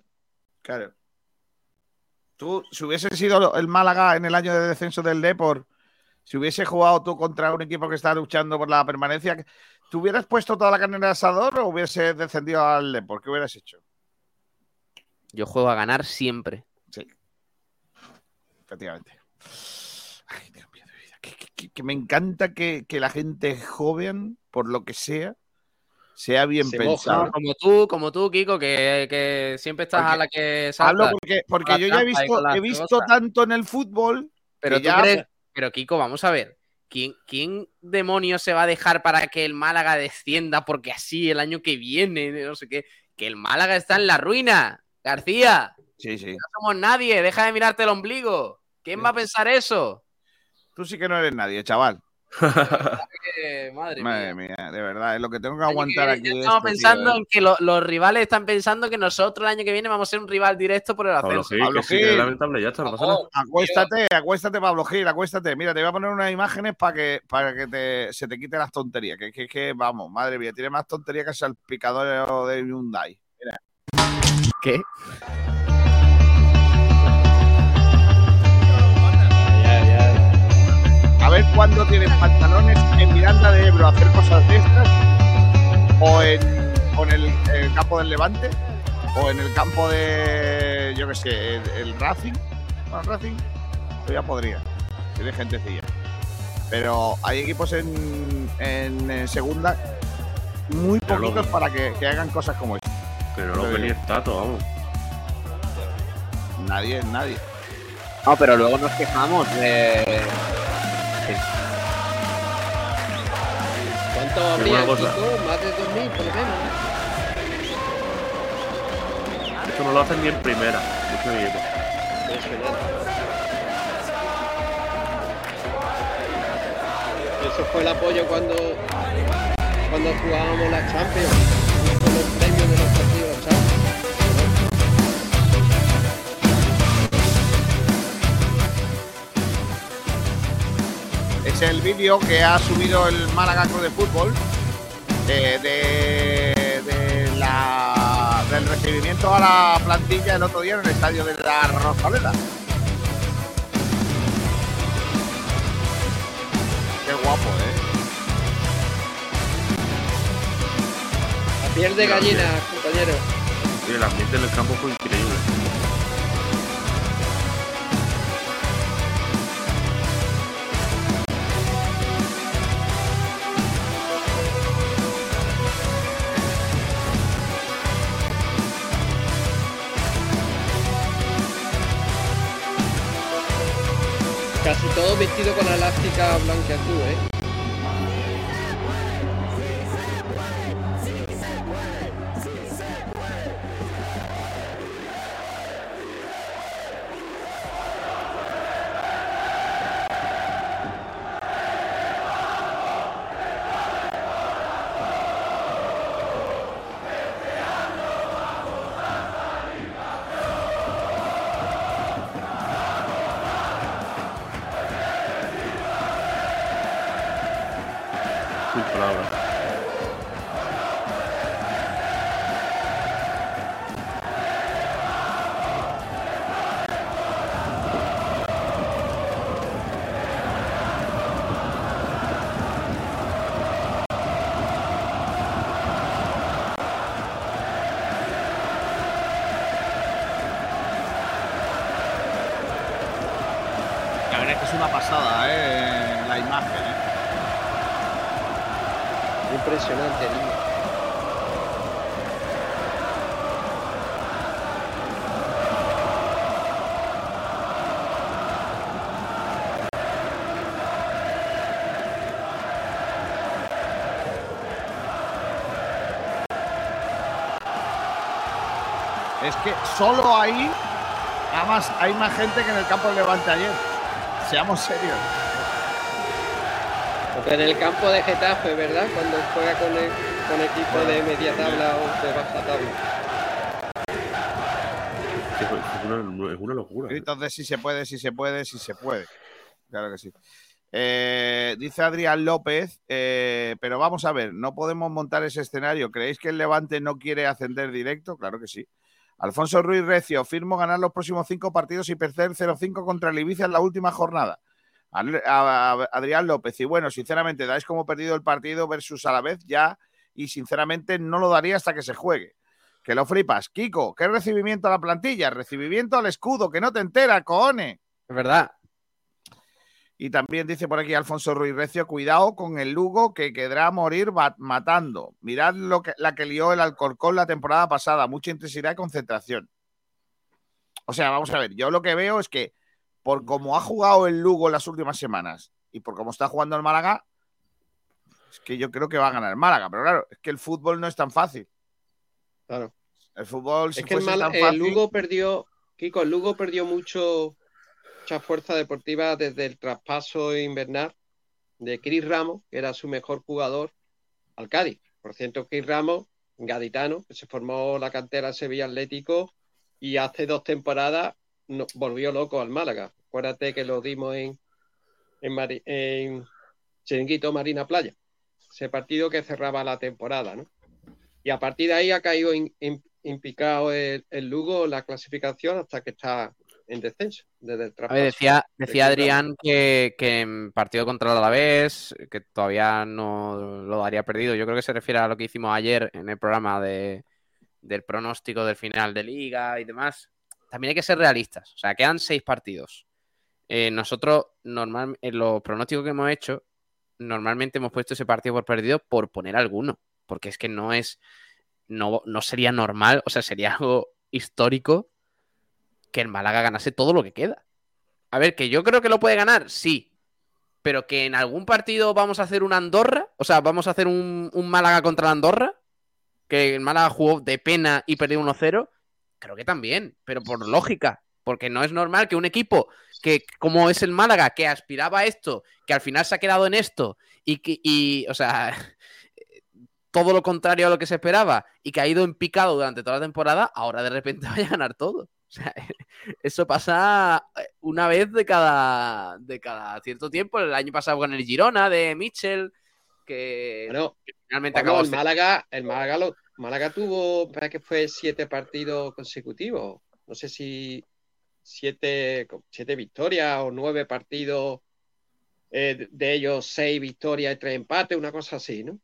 Claro. Tú, si hubiese sido el Málaga en el año de descenso del Depor, si hubiese jugado tú contra un equipo que está luchando por la permanencia, ¿te hubieras puesto toda la carne en el asador o hubieses descendido al Depor? ¿Qué hubieras hecho? Yo juego a ganar siempre. Sí. Efectivamente. Ay, Dios mío de vida. Que, que, que me encanta que, que la gente joven, por lo que sea, sea bien pensada. Como tú, como tú, Kiko, que, que siempre estás Porque a la que salta. Hablo porque, porque yo ya he visto, he visto tanto en el fútbol. Pero tú ya... crees, pero Kiko, vamos a ver. ¿Quién, ¿Quién demonios se va a dejar para que el Málaga descienda? Porque así el año que viene, no sé qué. Que el Málaga está en la ruina, García. Sí, sí. No somos nadie, deja de mirarte el ombligo. ¿Quién sí. va a pensar eso? Tú sí que no eres nadie, chaval. que, madre, madre mía. mía, de verdad, es lo que tengo que aguantar que aquí. Estamos este, pensando tío, en que lo, los rivales están pensando que nosotros el año que viene vamos a ser un rival directo por el ascenso. Pablo Gil, Pablo Gil. Que sí, que es lamentable, ya está, no pasa nada. Acuéstate, tío. acuéstate, Pablo Gil, acuéstate. Mira, te voy a poner unas imágenes para que, para que te, se te quiten las tonterías. Que, que, que, vamos, madre mía, tiene más tontería que el salpicador de Hyundai. Mira. ¿Qué? A ver cuándo tienen pantalones en Miranda de Ebro a hacer cosas de estas, o en, o en el, el campo del Levante, o en el campo de, yo qué sé, el, el Racing. Bueno, Racing ya podría, tiene gentecilla. Pero hay equipos en, en, en segunda muy pero poquitos lo... para que, que hagan cosas como esta. Pero no venía el Tato, vamos. Nadie, nadie. No, pero luego nos quejamos de... ¿Cuánto habría, Kiko? Más de dos mil, por lo menos. Esto no lo hacen ni en primera. Eso fue el apoyo cuando cuando jugábamos la Champions, con los premios de los partidos Champions. Es el vídeo que ha subido el Málaga Club de Fútbol eh, de, de la, del recibimiento a la plantilla el otro día en el estadio de la Rosaleda. Qué guapo, ¿eh? La piel de gallina, compañero. Sí, el ambiente en el campo fue increíble. Casi todo vestido con la elástica blanca y azul, ¿eh? Es una pasada, ¿eh? La imagen, ¿eh? Impresionante, niño. Es que solo ahí, además, hay más gente que en el campo del Levante ayer. Seamos serios. Porque en el campo de Getafe, ¿verdad? Cuando juega con el con equipo de media tabla o de baja tabla. Es una, es una locura. Entonces, si se puede, si se puede, si se puede. Claro que sí. Eh, dice Adrián López, eh, pero vamos a ver, no podemos montar ese escenario. ¿Creéis que el Levante no quiere ascender directo? Claro que sí. Alfonso Ruiz Recio, firmo ganar los próximos cinco partidos y perder cero cinco contra el Ibiza en la última jornada. A, a, a Adrián López. Y bueno, sinceramente, dais como perdido el partido versus Alavés ya, y sinceramente no lo daría hasta que se juegue. Que lo flipas. Kiko, ¿qué recibimiento a la plantilla? Recibimiento al escudo, que no te entera, cojones. Es verdad. Y también dice por aquí Alfonso Ruiz Recio, cuidado con el Lugo que quedará morir matando. Mirad lo que, la que lió el Alcorcón la temporada pasada, mucha intensidad y concentración. O sea, vamos a ver, yo lo que veo es que por cómo ha jugado el Lugo en las últimas semanas y por cómo está jugando el Málaga, es que yo creo que va a ganar el Málaga. Pero claro, es que el fútbol no es tan fácil. Claro. El fútbol, si es que el, fuese Mal- tan fácil... el Lugo perdió, Kiko, el Lugo perdió mucho... mucha fuerza deportiva desde el traspaso invernal de Cris Ramos, que era su mejor jugador, al Cádiz. Por cierto, Cris Ramos, gaditano, que se formó la cantera Sevilla Atlético y hace dos temporadas no, volvió loco al Málaga. Acuérdate que lo dimos en, en, Mari, en Chiringuito Marina Playa, ese partido que cerraba la temporada, ¿no? Y a partir de ahí ha caído in, in, implicado el, el Lugo en la clasificación hasta que está en descenso. Desde el a ver, decía, decía Adrián que, que en partido contra el Alavés, que todavía no lo daría perdido. Yo creo que se refiere a lo que hicimos ayer en el programa de, del pronóstico del final de Liga y demás. También hay que ser realistas. O sea, quedan seis partidos. Eh, nosotros, normal, en los pronósticos que hemos hecho, normalmente hemos puesto ese partido por perdido por poner alguno. Porque es que no es... No, no sería normal, o sea, sería algo histórico que el Málaga ganase todo lo que queda. A ver, que yo creo que lo puede ganar, sí. Pero que en algún partido vamos a hacer una Andorra, o sea, vamos a hacer un, un Málaga contra la Andorra, que el Málaga jugó de pena y perdió uno cero, creo que también, pero por lógica. Porque no es normal que un equipo que, como es el Málaga, que aspiraba a esto, que al final se ha quedado en esto, y que, y, o sea, todo lo contrario a lo que se esperaba, y que ha ido en picado durante toda la temporada, ahora de repente vaya a ganar todo. O sea, eso pasa una vez de cada, de cada cierto tiempo. El año pasado con el Girona de Mitchell, que, bueno, que finalmente bueno, acabó. El Málaga, el Málaga, lo, Málaga tuvo, para que fue siete partidos consecutivos. No sé si siete, siete victorias o nueve partidos, eh, de ellos seis victorias y tres empates, una cosa así, ¿no?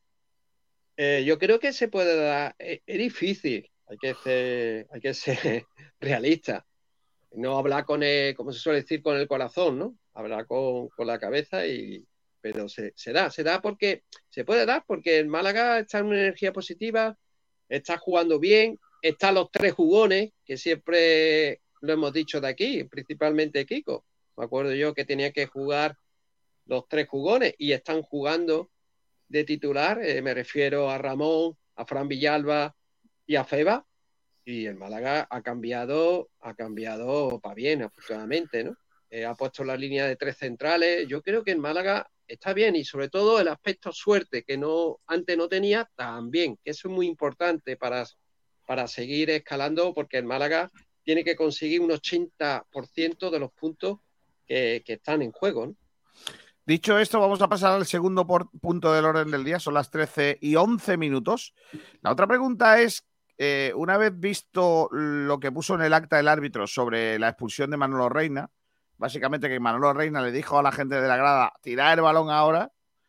Eh, yo creo que se puede dar. Es, es difícil. Hay que ser, hay que ser realista. No hablar con el, como se suele decir, con el corazón, ¿no? Hablar con, con la cabeza, y, pero se, se da, se da porque se puede dar porque el Málaga está en una energía positiva, está jugando bien, están los tres jugones, que siempre lo hemos dicho de aquí, principalmente Kiko. Me acuerdo yo que tenía que jugar los tres jugones y están jugando de titular. Eh, me refiero a Ramón, a Fran Villalba y a Feba, y el Málaga ha cambiado, ha cambiado para bien, afortunadamente, ¿no? Eh, ha puesto la línea de tres centrales. Yo creo que el Málaga está bien, y sobre todo el aspecto suerte, que no antes no tenía, también, que eso es muy importante para, para seguir escalando, porque el Málaga tiene que conseguir un ochenta por ciento de los puntos que, que están en juego, ¿no? Dicho esto, vamos a pasar al segundo por, punto del orden del día. Son las trece y once minutos. La otra pregunta es, eh, una vez visto lo que puso en el acta el árbitro sobre la expulsión de Manolo Reina, básicamente que Manolo Reina le dijo a la gente de la grada, tirar el balón ahora,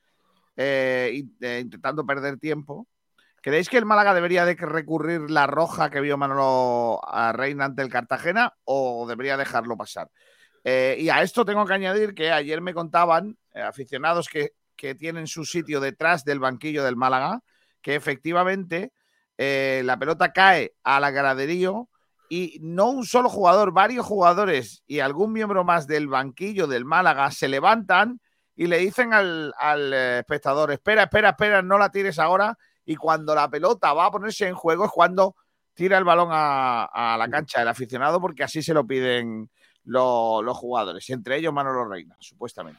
eh, eh, intentando perder tiempo, ¿creéis que el Málaga debería de recurrir la roja que vio Manolo Reina ante el Cartagena, o debería dejarlo pasar? Eh, y a esto tengo que añadir que ayer me contaban eh, aficionados que, que tienen su sitio detrás del banquillo del Málaga, que efectivamente eh, la pelota cae al graderío y no un solo jugador, varios jugadores y algún miembro más del banquillo del Málaga se levantan y le dicen al, al espectador, espera, espera, espera, no la tires ahora, y cuando la pelota va a ponerse en juego es cuando tira el balón a, a la cancha del aficionado, porque así se lo piden Los, los jugadores, entre ellos Manolo Reina, supuestamente.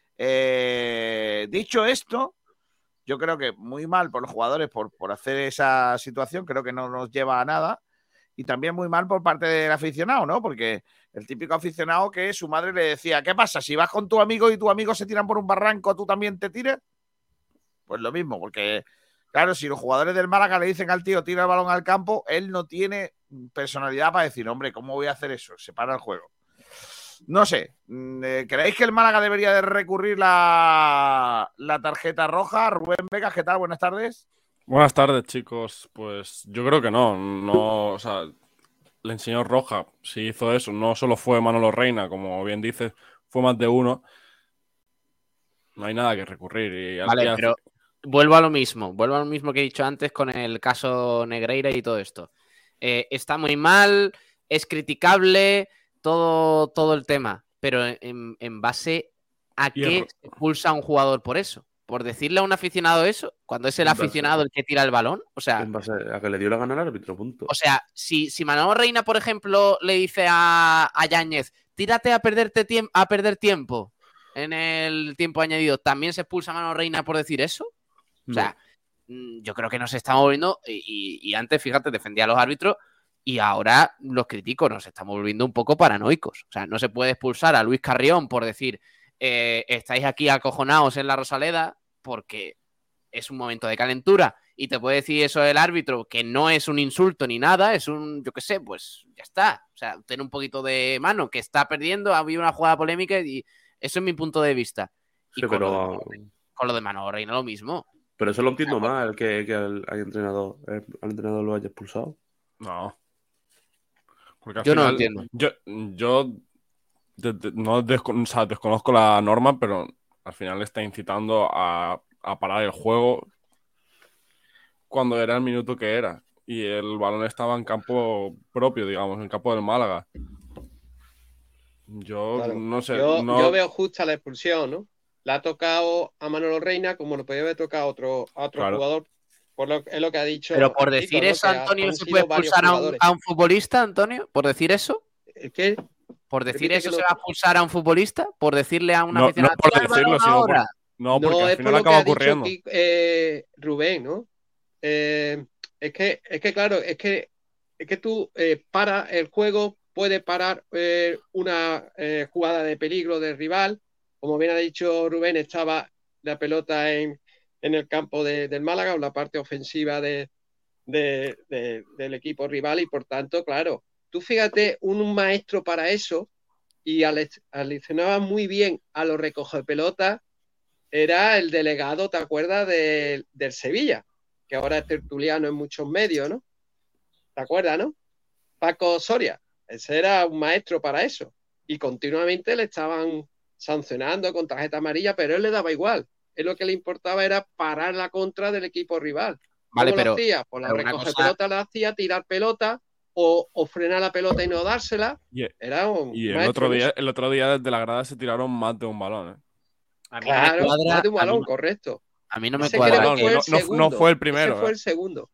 Eh, dicho esto, yo creo que muy mal por los jugadores por, por hacer esa situación, creo que no nos lleva a nada, y también muy mal por parte del aficionado, ¿no? Porque el típico aficionado que su madre le decía, ¿qué pasa? Si vas con tu amigo y tu amigo se tiran por un barranco, ¿tú también te tires? Pues lo mismo, porque claro, si los jugadores del Málaga le dicen al tío, tira el balón al campo, él no tiene personalidad para decir, hombre, ¿cómo voy a hacer eso? Se para el juego. No sé, ¿creéis que el Málaga debería de recurrir la, la tarjeta roja? Rubén Vegas, ¿qué tal? Buenas tardes. Buenas tardes, chicos. Pues yo creo que no. No, o sea, le enseñó roja. Si hizo eso, no solo fue Manolo Reina, como bien dices, fue más de uno. No hay nada que recurrir. Y Vale, al- pero vuelvo a lo mismo. Vuelvo a lo mismo que he dicho antes con el caso Negreira y todo esto. Eh, está muy mal, es criticable, todo, todo el tema. Pero en, en base a Y qué el- se expulsa a un jugador por eso. Por decirle a un aficionado eso, cuando es el En base- aficionado el que tira el balón. O sea, En base a que le dio la gana al árbitro, punto. o sea, si, si Manolo Reina, por ejemplo, le dice a, a Yáñez, tírate a, perderte tiemp- a perder tiempo en el tiempo añadido, ¿también se expulsa a Manolo Reina por decir eso? O sea, mm, yo creo que nos estamos volviendo, y, y- y antes, fíjate, defendía a los árbitros y ahora los critico, nos estamos volviendo un poco paranoicos. O sea, no se puede expulsar a Luis Carrión por decir, eh, estáis aquí acojonados en la Rosaleda porque es un momento de calentura y te puede decir eso el árbitro, que no es un insulto ni nada, es un, yo qué sé, pues ya está. O sea, tener un poquito de mano, que está perdiendo, ha habido una jugada polémica y eso es mi punto de vista. Y Sí, con, lo pero, de, con lo de Manolo Reina lo mismo. pero eso lo entiendo más, el que, que el, al entrenador, el, al entrenador lo haya expulsado. No. Porque al Yo no lo final, entiendo. Yo, yo de- de- no desco- o sea, desconozco la norma, pero al final está incitando a, a parar el juego cuando era el minuto que era. Y el balón estaba en campo propio, digamos, en campo del Málaga. Yo Claro. no sé. Yo, no... yo veo justa la expulsión, ¿no? La ha tocado a Manolo Reina como lo podía haber tocado a otro, a otro Claro. jugador. Por lo, es lo que ha dicho. Pero por Kiko, decir ¿no? eso, Que ha- Antonio, han ¿se sido puede varios expulsar a un, jugadores. a un futbolista, Antonio? ¿Por decir eso? ¿Qué? ¿Por decir Repite eso que se no- va a expulsar a un futbolista? ¿Por decirle a un No, no aficionado por "Tira el decirlo, balón sino por- ahora"? No, porque No, al es por final lo que acaba ha dicho ocurriendo. Kiko- eh, Rubén, ¿no? Eh, es que, es que claro, es que, es que tú eh, para el juego, puedes parar eh, una eh, jugada de peligro del rival. Como bien ha dicho Rubén, estaba la pelota en, en el campo de- del Málaga, o la parte ofensiva de, de- de- del equipo rival, y por tanto, claro, tú fíjate, un, un maestro para eso, y ale- aleccionaba muy bien a los recoge pelotas, era el delegado, ¿te acuerdas? De- del Sevilla, que ahora es tertuliano en muchos medios, ¿no? ¿Te acuerdas, no? Paco Soria, ese era un maestro para eso. Y continuamente le estaban sancionando con tarjeta amarilla, pero él le daba igual. Él lo que le importaba era parar la contra del equipo rival. Vale, ¿Cómo pero- lo hacía? Pues la pero una recoge cosa- pelota la hacía, tirar pelota o, o frenar la pelota y no dársela. Y, Era un y el maestro otro en día, eso. el otro día desde la grada se tiraron más de un balón, ¿eh? A mí Claro, no me cuadra, más de un a mí balón, no- correcto. a mí no me Ese cuadra. creo que fue el No- no- no segundo. fue el primero, Ese fue ¿eh? el segundo.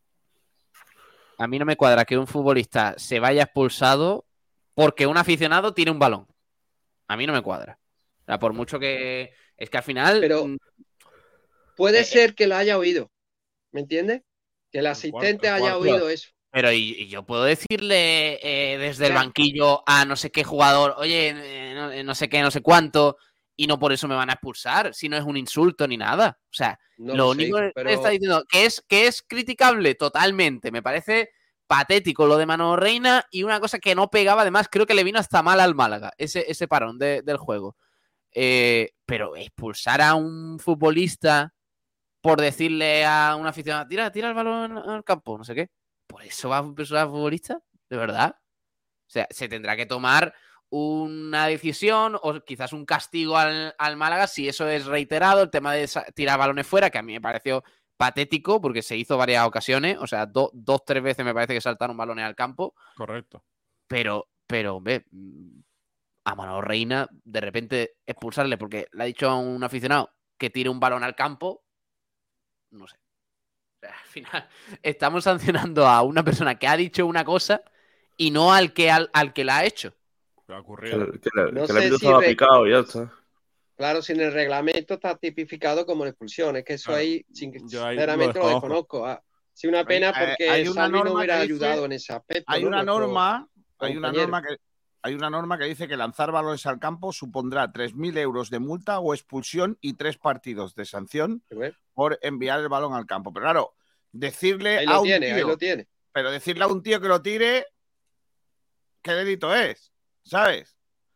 A mí no me cuadra que un futbolista se vaya expulsado porque un aficionado tiene un balón. A mí no me cuadra. O sea, por mucho que... Es que al final... Pero mm, puede Eh, ser que lo haya oído. ¿Me entiendes? Que el asistente el haya cuarto. oído eso. Pero y, y yo puedo decirle eh, desde el Ya. banquillo a no sé qué jugador, oye, eh, no, eh, no sé qué, no sé cuánto, y no por eso me van a expulsar, si no es un insulto ni nada. O sea, No lo lo sé, único que pero- está diciendo que es, que es criticable totalmente. Me parece patético lo de Manolo Reina y una cosa que no pegaba, además creo que le vino hasta mal al Málaga, ese, ese parón de- del juego. Eh, pero expulsar a un futbolista por decirle a un aficionado, tira, tira el balón al campo, no sé qué. ¿Por eso va a expulsar al futbolista? ¿De verdad? O sea, se tendrá que tomar una decisión o quizás un castigo al, al Málaga si eso es reiterado, el tema de sa- tirar balones fuera, que a mí me pareció patético porque se hizo varias ocasiones, o sea, do- dos, tres veces me parece que saltaron balones al campo, Correcto. pero, pero, hombre, mm, a Manolo Reina, de repente expulsarle porque le ha dicho a un aficionado que tire un balón al campo, no sé. O sea, al final estamos sancionando a una persona que ha dicho una cosa y no al que, al, al que la ha hecho. Que ha Que, ocurrido. el- que el- No que el sé árbitro si estaba re- picado y ya está. Claro, si en el reglamento está tipificado como expulsión, es que eso Claro. ahí, sin- Yo ahí sinceramente, lo lo desconozco. desconozco. Ah, sí, una pena Hay- porque hay una Salvi no norma hubiera que dice- ayudado en ese aspecto. Hay ¿no? una Nuestro norma, hay una compañero. norma que hay una norma que dice que lanzar balones al campo supondrá tres mil euros de multa o expulsión y tres partidos de sanción por enviar el balón al campo. Pero claro, decirle Ahí a lo un tiene, ahí tío, lo tiene. pero decirle a un tío que lo tire, ¿qué delito es? ¿Sabes?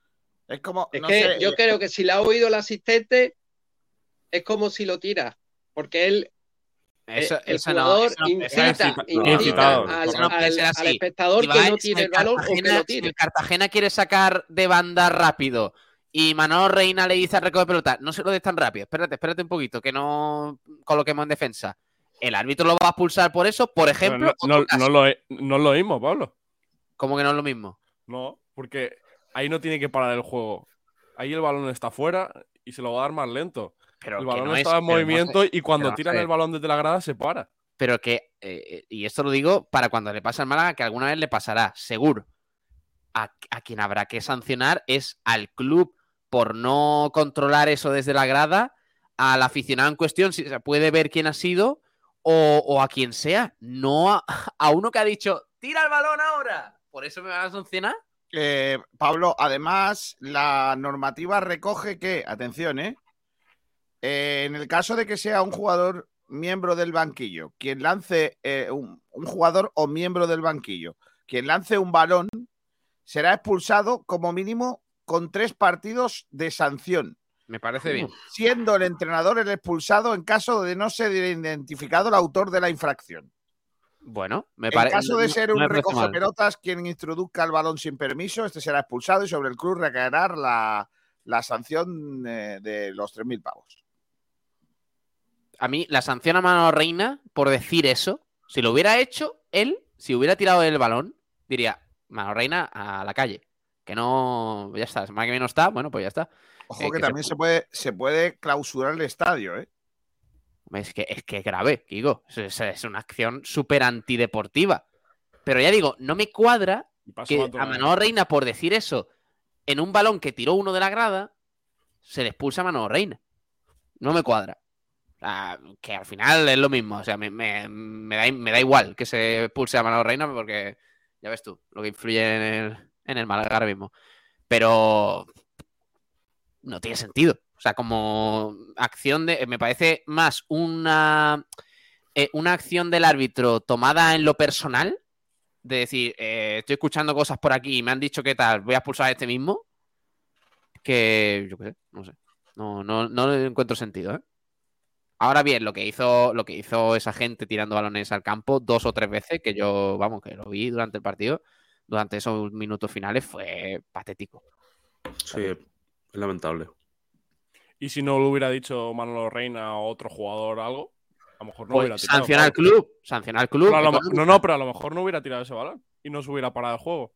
Es como. Es no que sé, yo eh, creo que si la ha oído el asistente, es como si lo tira. Porque él, Eso, eh, el eso no, jugador eso no- incita, eso no- incita incitado. al, eso no puede al- ser al así. espectador Ibai, que no si tire el el balón o que Cartagena- lo si tire. el Cartagena quiere sacar de banda rápido y Manolo Reina le dice al recoge pelota, no se lo des tan rápido, espérate, espérate un poquito, que no coloquemos en defensa. ¿El árbitro lo va a expulsar por eso? Por ejemplo, no, no, otro caso. no lo, he- no lo oímos, Pablo. ¿Cómo que no es lo mismo? No, porque ahí no tiene que parar el juego. Ahí el balón está fuera y se lo va a dar más lento. Pero el que balón no es- está en pero no movimiento sé, y cuando pero no tiran sé. el balón desde la grada se para. Pero que, eh, y esto lo digo para cuando le pasa al Málaga, que alguna vez le pasará, seguro. A, a quien habrá que sancionar es al club por no controlar eso desde la grada, al aficionado en cuestión, si se puede ver quién ha sido, o, o a quien sea. No a, a uno que ha dicho, tira el balón ahora. ¿Por eso me van a sancionar? eh, Pablo, además, la normativa recoge que, atención, ¿eh? Eh, en el caso de que sea un jugador miembro del banquillo, quien lance eh, un, un jugador o miembro del banquillo, quien lance un balón, será expulsado como mínimo con tres partidos de sanción, Me parece bien. siendo el entrenador el expulsado en caso de no ser identificado el autor de la infracción. Bueno, me En parece. caso de ser no un me parece mal. recogepelotas quien introduzca el balón sin permiso, este será expulsado y sobre el club recaerá la, la sanción eh, de los tres mil pavos. A mí, la sanción a Manolo Reina por decir eso, si lo hubiera hecho él, si hubiera tirado el balón, diría, Manolo Reina a la calle. Que no, ya está, semana que viene no está, bueno, pues ya está. Ojo Eh, que, que también se- se... puede, se puede clausurar el estadio, ¿eh? Es que es que es grave, Kiko. Es, es- es una acción súper antideportiva. Pero ya digo, no me cuadra Y pasa que más de a una vez. Manolo Reina, por decir eso, en un balón que tiró uno de la grada, se le expulsa a Manolo Reina. No me cuadra. O sea, que al final es lo mismo. O sea, me, me- me da, me da igual que se expulse a Manolo Reina porque ya ves tú lo que influye en el, en el Málaga ahora mismo. Pero no tiene sentido. O sea, como acción de. Me parece más una, eh, una acción del árbitro tomada en lo personal. De decir, eh, estoy escuchando cosas por aquí y me han dicho que tal, voy a expulsar a este mismo. Que yo qué sé, no sé. No, no, no le encuentro sentido, ¿eh? Ahora bien, lo que hizo, lo que hizo esa gente tirando balones al campo dos o tres veces, que yo, vamos, que lo vi durante el partido, durante esos minutos finales, fue patético. Sí, es lamentable. Y si no lo hubiera dicho Manolo Reina o otro jugador algo, a lo mejor no Pues hubiera tirado. sancionar al Pablo. club, sancionar al club. Pero a lo que me- todo- no, no, pero a lo mejor no hubiera tirado ese balón y no se hubiera parado el juego.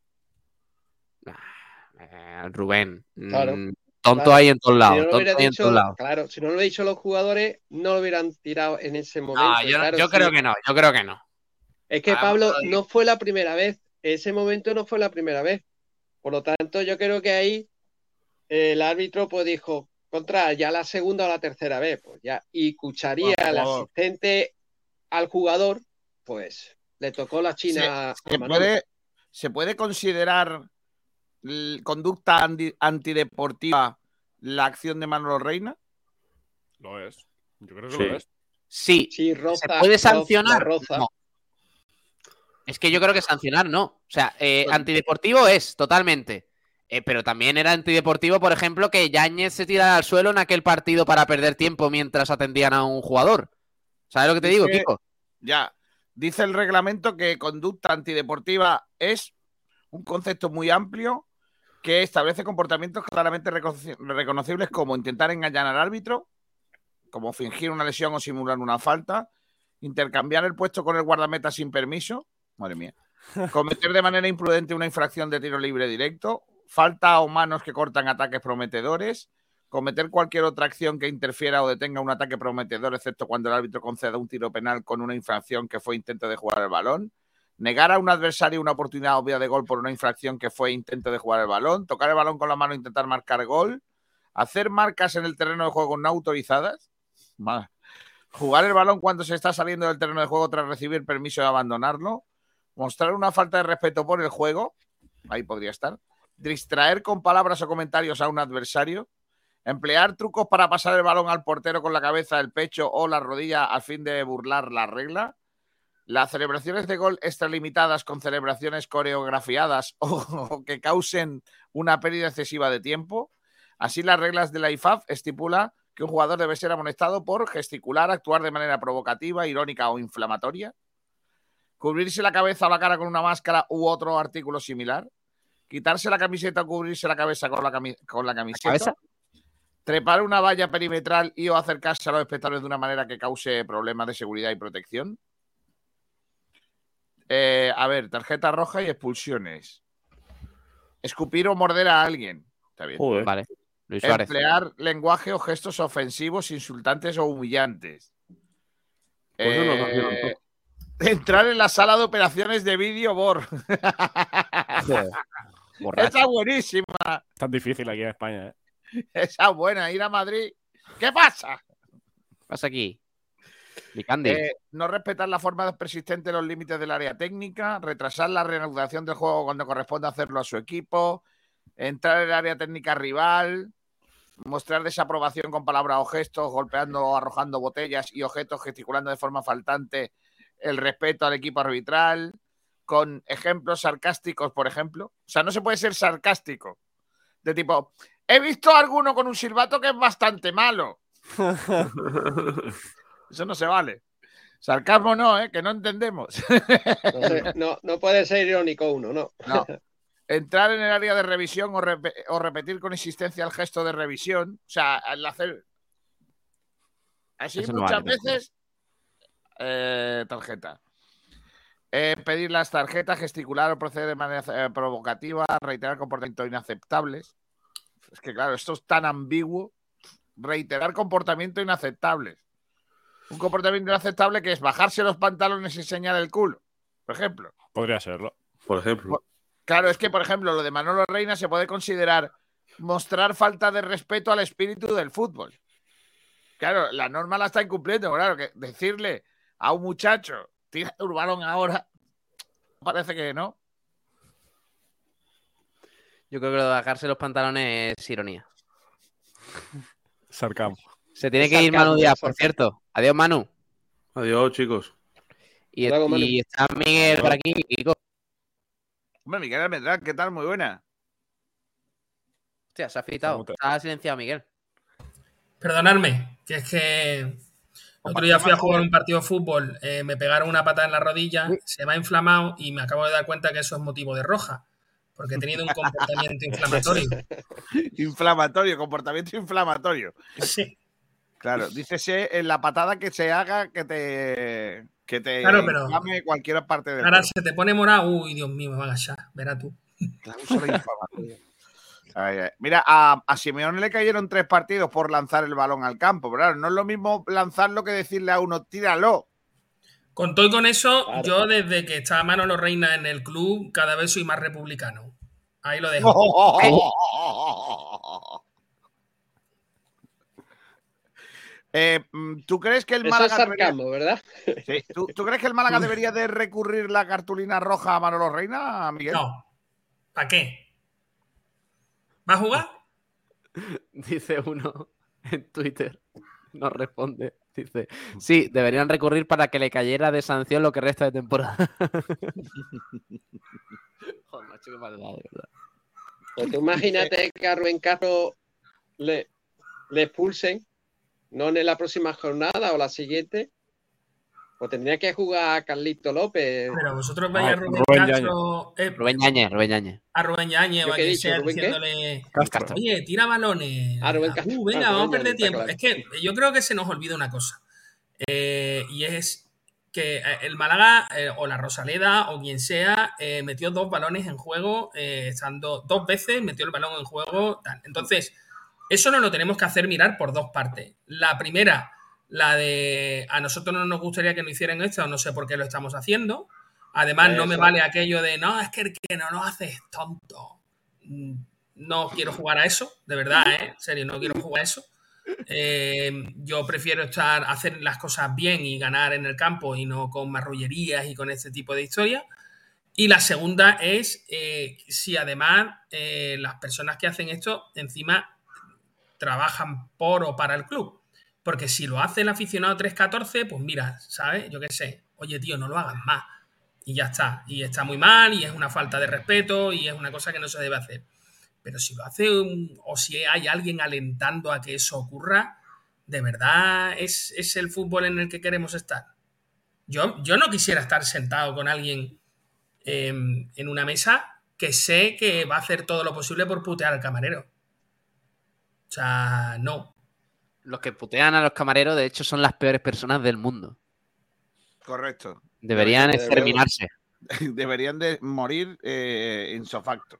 Eh, Rubén, Claro. mm, tonto Claro. hay en todos Si lados. no lo tonto hubiera hay en dicho, todos lados. claro, si no lo hubiera dicho los jugadores, no lo hubieran tirado en ese momento. No, Y yo, claro, yo sí, creo que no, yo creo que no. Es que Ah, Pablo pues, no fue la primera vez. Ese momento no fue la primera vez. Por lo tanto, yo creo que ahí eh, el árbitro pues dijo, contra, ya la segunda o la tercera vez, pues ya. Y escucharía Bueno, al jugador. asistente al jugador, pues le tocó la China ¿Se, se a Manolo. puede, ¿Se puede considerar l- conducta anti- antideportiva la acción de Manolo Reina? Lo es. Yo creo que Sí. lo es. Sí, Sí, ¿se roza, puede roza, sancionar? roza. No. Es que yo creo que sancionar no. O sea, eh, antideportivo es, totalmente. Eh, pero también era antideportivo, por ejemplo, que Yáñez se tirara al suelo en aquel partido para perder tiempo mientras atendían a un jugador. ¿Sabes lo que te digo, Dice- Kiko? Ya. Dice el reglamento que conducta antideportiva es un concepto muy amplio que establece comportamientos claramente reconoci- reconocibles como intentar engañar al árbitro, como fingir una lesión o simular una falta, intercambiar el puesto con el guardameta sin permiso, madre mía, cometer de manera imprudente una infracción de tiro libre directo, falta o manos que cortan ataques prometedores, cometer cualquier otra acción que interfiera o detenga un ataque prometedor, excepto cuando el árbitro conceda un tiro penal con una infracción que fue intento de jugar el balón, negar a un adversario una oportunidad obvia de gol por una infracción que fue intento de jugar el balón, tocar el balón con la mano e intentar marcar gol, hacer marcas en el terreno de juego no autorizadas, Madre. Jugar el balón cuando se está saliendo del terreno de juego tras recibir permiso de abandonarlo, mostrar una falta de respeto por el juego, ahí podría estar, distraer con palabras o comentarios a un adversario, emplear trucos para pasar el balón al portero con la cabeza, el pecho o la rodilla a fin de burlar la regla, Las celebraciones de gol extralimitadas con celebraciones coreografiadas o, o que causen una pérdida excesiva de tiempo. Así, las reglas de la I F A B estipula que un jugador debe ser amonestado por gesticular, actuar de manera provocativa, irónica o inflamatoria, cubrirse la cabeza o la cara con una máscara u otro artículo similar, quitarse la camiseta o cubrirse la cabeza con la, cami con la camiseta, ¿La cabeza? trepar una valla perimetral y o acercarse a los espectadores de una manera que cause problemas de seguridad y protección. Eh, a ver, tarjeta roja y expulsiones. Escupir o morder a alguien. Está bien. Joder. Vale. Luis Suárez. Emplear lenguaje o gestos ofensivos, insultantes o humillantes. Pues eso no Eh, lo hacían todos. entrar en la sala de operaciones de vídeo B O R. Borracho. Esa es buenísima. Tan difícil aquí en España, ¿eh? Esa es buena. Ir a Madrid. ¿Qué pasa? ¿Qué pasa aquí? Vicandi. Eh, no respetar la forma persistente de los límites del área técnica, retrasar la reanudación del juego cuando corresponde hacerlo a su equipo, entrar en el área técnica rival, mostrar desaprobación con palabras o gestos, golpeando o arrojando botellas y objetos, gesticulando de forma faltante el respeto al equipo arbitral, con ejemplos sarcásticos, por ejemplo. O sea, no se puede ser sarcástico. De tipo, he visto a alguno con un silbato que es bastante malo. Eso no se vale. Sarcasmo no, ¿eh? Que no entendemos. No, sé, no, no puede ser irónico uno, no. No. Entrar en el área de revisión o, rep o repetir con insistencia el gesto de revisión. O sea, al hacer así Eso no muchas vale, veces eh, tarjeta. Eh, pedir las tarjetas, gesticular o proceder de manera eh, provocativa, reiterar comportamientos inaceptables. Es que claro, esto es tan ambiguo. Reiterar comportamientos inaceptables. Un comportamiento inaceptable que es bajarse los pantalones y enseñar el culo, por ejemplo. Podría serlo. Por ejemplo. Claro, es que, por ejemplo, lo de Manolo Reina se puede considerar mostrar falta de respeto al espíritu del fútbol. Claro, la norma la está incumpliendo. Claro, que decirle a un muchacho, tira el balón ahora, parece que no. Yo creo que lo de bajarse los pantalones es ironía. Sarcasmo. Se tiene que ir Manu Díaz, por cierto. Adiós, Manu. Adiós, chicos. Y, Luego, Manu. y está Miguel por aquí, Kiko. Hombre, Miguel Almendrán, ¿qué tal? Muy buena. Hostia, se ha fritado. Está silenciado, Miguel. Perdonadme, que es que el otro día fui a jugar un partido de fútbol, eh, me pegaron una patada en la rodilla, se me ha inflamado y me acabo de dar cuenta que eso es motivo de roja, porque he tenido un comportamiento inflamatorio. Inflamatorio, comportamiento inflamatorio. Sí. Claro, dícese en la patada que se haga que te, que te Claro, pero inflame cualquier parte del ahora cuerpo. se te pone morado, uy, Dios mío, me va a agachar, verás tú. Cláusula inflamatoria. Ay, ay. Mira, a, a Simeone le cayeron tres partidos por lanzar el balón al campo. Pero claro, no es lo mismo lanzarlo que decirle a uno, tíralo. Con todo y con eso, claro. Yo desde que está Manolo Reina en el club, cada vez soy más republicano. Ahí lo dejo. Oh, oh, oh, oh. Eh, ¿Tú crees que el Eso Málaga es sarcasmo, debería... ¿verdad? Sí. ¿Tú, ¿Tú crees que el Málaga debería de recurrir la cartulina roja a Manolo Reina, Miguel? No. ¿Para qué? ¿Va a jugar? Dice uno en Twitter. No responde. Dice, sí, deberían recurrir para que le cayera de sanción lo que resta de temporada. Joder, macho, qué maldad, de verdad. Pues tú imagínate que a Rubén Castro le, le expulsen, no en la próxima jornada o la siguiente, pues tendría que jugar a Carlito López. Pero vosotros veis a Rubén, Rubén Castro... Eh, Rubén Ñañez, Rubén Ñañez. A Rubén Ñañez o a qué he quien dicho, sea ¿Rubén qué? diciéndole... Castro. Oye, tira balones. Ah, Rubén Castro. Uh, venga, Ah, vamos a Rubén perder Ñañez, tiempo. claro. Es que yo creo que se nos olvida una cosa. Eh, y es que el Málaga eh, o la Rosaleda o quien sea eh, metió dos balones en juego, eh, estando dos veces metió el balón en juego. Tal. Entonces, eso no lo tenemos que hacer mirar por dos partes. La primera, la de a nosotros no nos gustaría que nos hicieran esto, no sé por qué lo estamos haciendo. Además, Eso. no me vale aquello de no, es que el que no lo hace es tonto. No quiero jugar a eso, de verdad, ¿eh? En serio, no quiero jugar a eso. Eh, yo prefiero estar hacer las cosas bien y ganar en el campo y no con marrullerías y con este tipo de historias. Y la segunda es eh, si además eh, las personas que hacen esto encima trabajan por o para el club. Porque si lo hace el aficionado tres catorce, pues mira, ¿sabes? Yo qué sé. oye, tío, no lo hagas más. Y ya está. Y está muy mal y es una falta de respeto y es una cosa que no se debe hacer. Pero si lo hace un, o si hay alguien alentando a que eso ocurra, ¿de verdad es, es el fútbol en el que queremos estar? Yo, yo no quisiera estar sentado con alguien eh, en una mesa que sé que va a hacer todo lo posible por putear al camarero. O sea, no. Los que putean a los camareros, de hecho, son las peores personas del mundo. Correcto. Deberían Deberían de- exterminarse. Deberían de morir eh, ipso facto.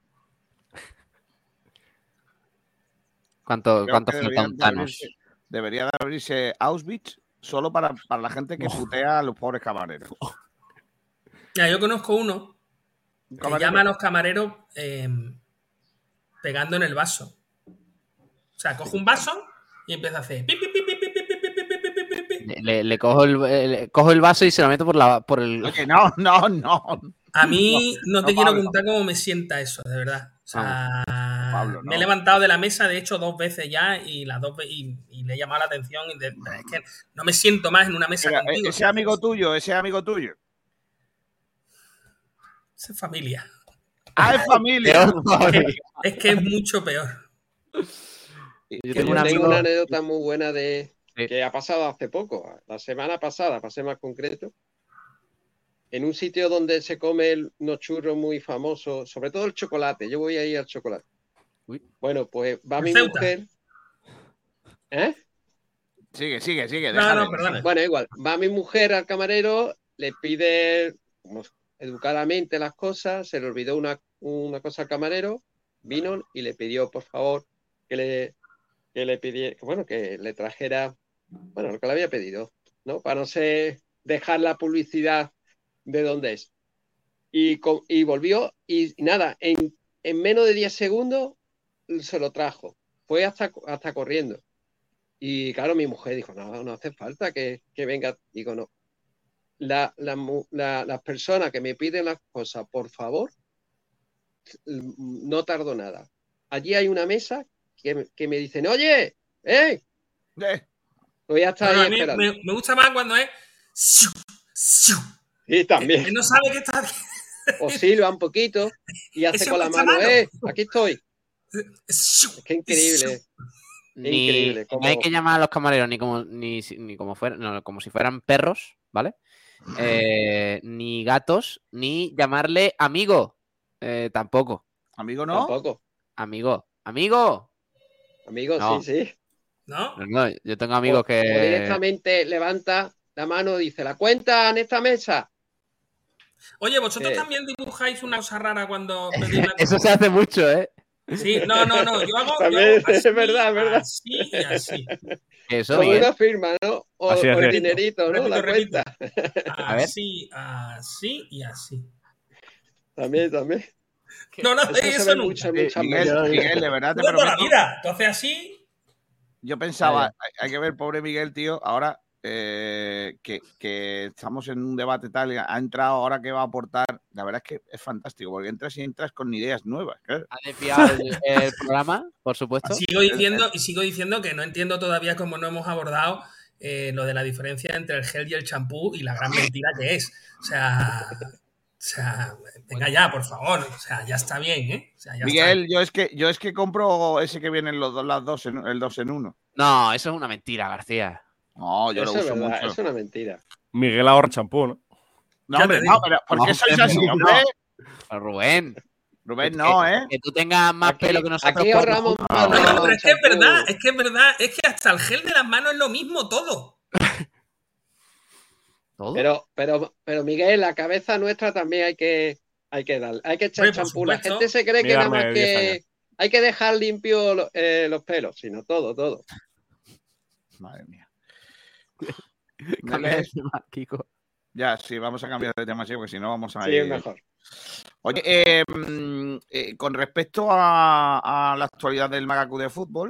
¿Cuánto, Creo cuánto que falta deberían un de Thanos? abrirse- Debería de abrirse Auschwitz solo para, para la gente que putea a los pobres camareros. Ya, yo conozco uno que camarero? llama a los camareros eh, pegando en el vaso. O sea, coge un vaso y empieza a hacer... pi, pi, pi, pi, pi, pi, pi, pi, pi, pi, pi, pi, pi. Le, le- le cojo, el, eh, le cojo el vaso y se lo meto por, la, por el... Oye, no, no, no. A mí no, No, te no, quiero Pablo. contar cómo me sienta eso, de verdad. O sea, Pablo, me he no. levantado de la mesa, de hecho, dos veces ya y las dos ve- y, y le he llamado la atención. Y de- es que no me siento más en una mesa Mira, contigo. ese amigo tuyo, ese amigo tuyo. Esa es familia. Ah, es familia. Es que es mucho peor. Yo Yo tengo un tengo amigo... una anécdota muy buena de Sí. que ha pasado hace poco, la semana pasada, para ser más concreto, en un sitio donde se come el- unos churros muy famosos, sobre todo el chocolate. Yo voy a ir al chocolate. Uy. Bueno, pues va ¿En mi Ceuta? mujer. ¿Eh? Sigue, sigue, sigue. No, déjale. no, perdona. Bueno, igual, va mi mujer al camarero, le pide como, educadamente las cosas, se le olvidó una, una cosa al camarero, vino y le pidió, por favor, que le, que le pidiera, bueno, que le trajera, bueno, lo que le había pedido, ¿no? Para no sé, dejar la publicidad de dónde es. Y, co- y volvió y nada, en, en menos de diez segundos se lo trajo. Fue hasta, hasta corriendo. Y claro, mi mujer dijo, no, no hace falta que, que venga. Digo, no. La, la mu- la- las personas que me piden las cosas, por favor, no tardo nada. Allí hay una mesa que, me- que me dicen, oye, ¡eh! Eh, Voy a estar No, no, ahí a mí esperando. me, me gusta más cuando es... siu, siu, Y que también. no sabe que está... O silba un poquito y hace Ese con la muestra mano, mano. ¡eh! Aquí estoy. siu, Es que increíble. Ni, Increíble, no como- hay que llamar a los camareros ni como, ni, si- ni como, fuera, no, como si fueran perros, ¿vale? Eh, ni gatos, ni llamarle amigo. Eh, tampoco. amigo, ¿no? Tampoco. Amigo. ¡Amigo! Amigos, No. sí, sí. ¿No? No, no, yo tengo amigos O- que... o directamente levanta la mano y dice, ¿la cuenta en esta mesa? Oye, ¿vosotros Eh. también dibujáis una cosa rara cuando pedís una Eso se hace mucho, ¿eh? Sí, no, no, no. Yo hago, yo También, hago es así, verdad, es verdad. así y así. Eso, Como Miguel. una firma, ¿no? O, Así o es, el sí. dinerito, ¿no? Repito, La repito. cuenta. A ver. Así, así y así. También, también. No, no, Eso hacéis se eso ve nunca. mucho, muchas Miguel, veces. Miguel, de verdad te Tú de toda la prometo. vida. Entonces así. Yo pensaba, hay, hay que ver, pobre Miguel, tío, ahora eh, que, que estamos en un debate tal, y ha entrado ahora que va a aportar. La verdad es que es fantástico, porque entras y entras con ideas nuevas. Claro. Ha desviado el, el programa, por supuesto. Sigo diciendo, y sigo diciendo que no entiendo todavía cómo no hemos abordado eh, lo de la diferencia entre el gel y el champú y la gran mentira que es. O sea, o sea, venga ya, por favor. O sea, ya está bien, ¿eh? O sea, ya Miguel, yo es que yo es que compro ese que vienen los dos, las dos en, el dos en uno. No, eso es una mentira, García. No, yo Eso lo es uso verdad, mucho. es una mentira. Miguel ahorra champú, ¿no? No, Ya hombre, te no, digo. pero ¿por qué No, sois no, así, no. hombre? Pero Rubén. Rubén, que- no, que- ¿eh? Que tú tengas más Aquí- pelo que nosotros. aquí cuatro ahorramos juntos. más. No, no, pero es que es champú. verdad, es que es verdad, es que hasta el gel de las manos es lo mismo todo. ¿Todo? Pero, pero, pero Miguel, la cabeza nuestra también hay que, hay que dar, hay que echar Hombre, por champú. La supuesto. gente se cree que Mira, nada más darle diez que hay que dejar limpio lo- eh, los pelos, sino todo, todo. Madre mía. Cambia de tema, Kiko. Ya, sí, vamos a cambiar de tema, sí, porque si no vamos a Sí, ir. es mejor. Oye, eh, mm, eh, con respecto a, a la actualidad del Magacu de fútbol,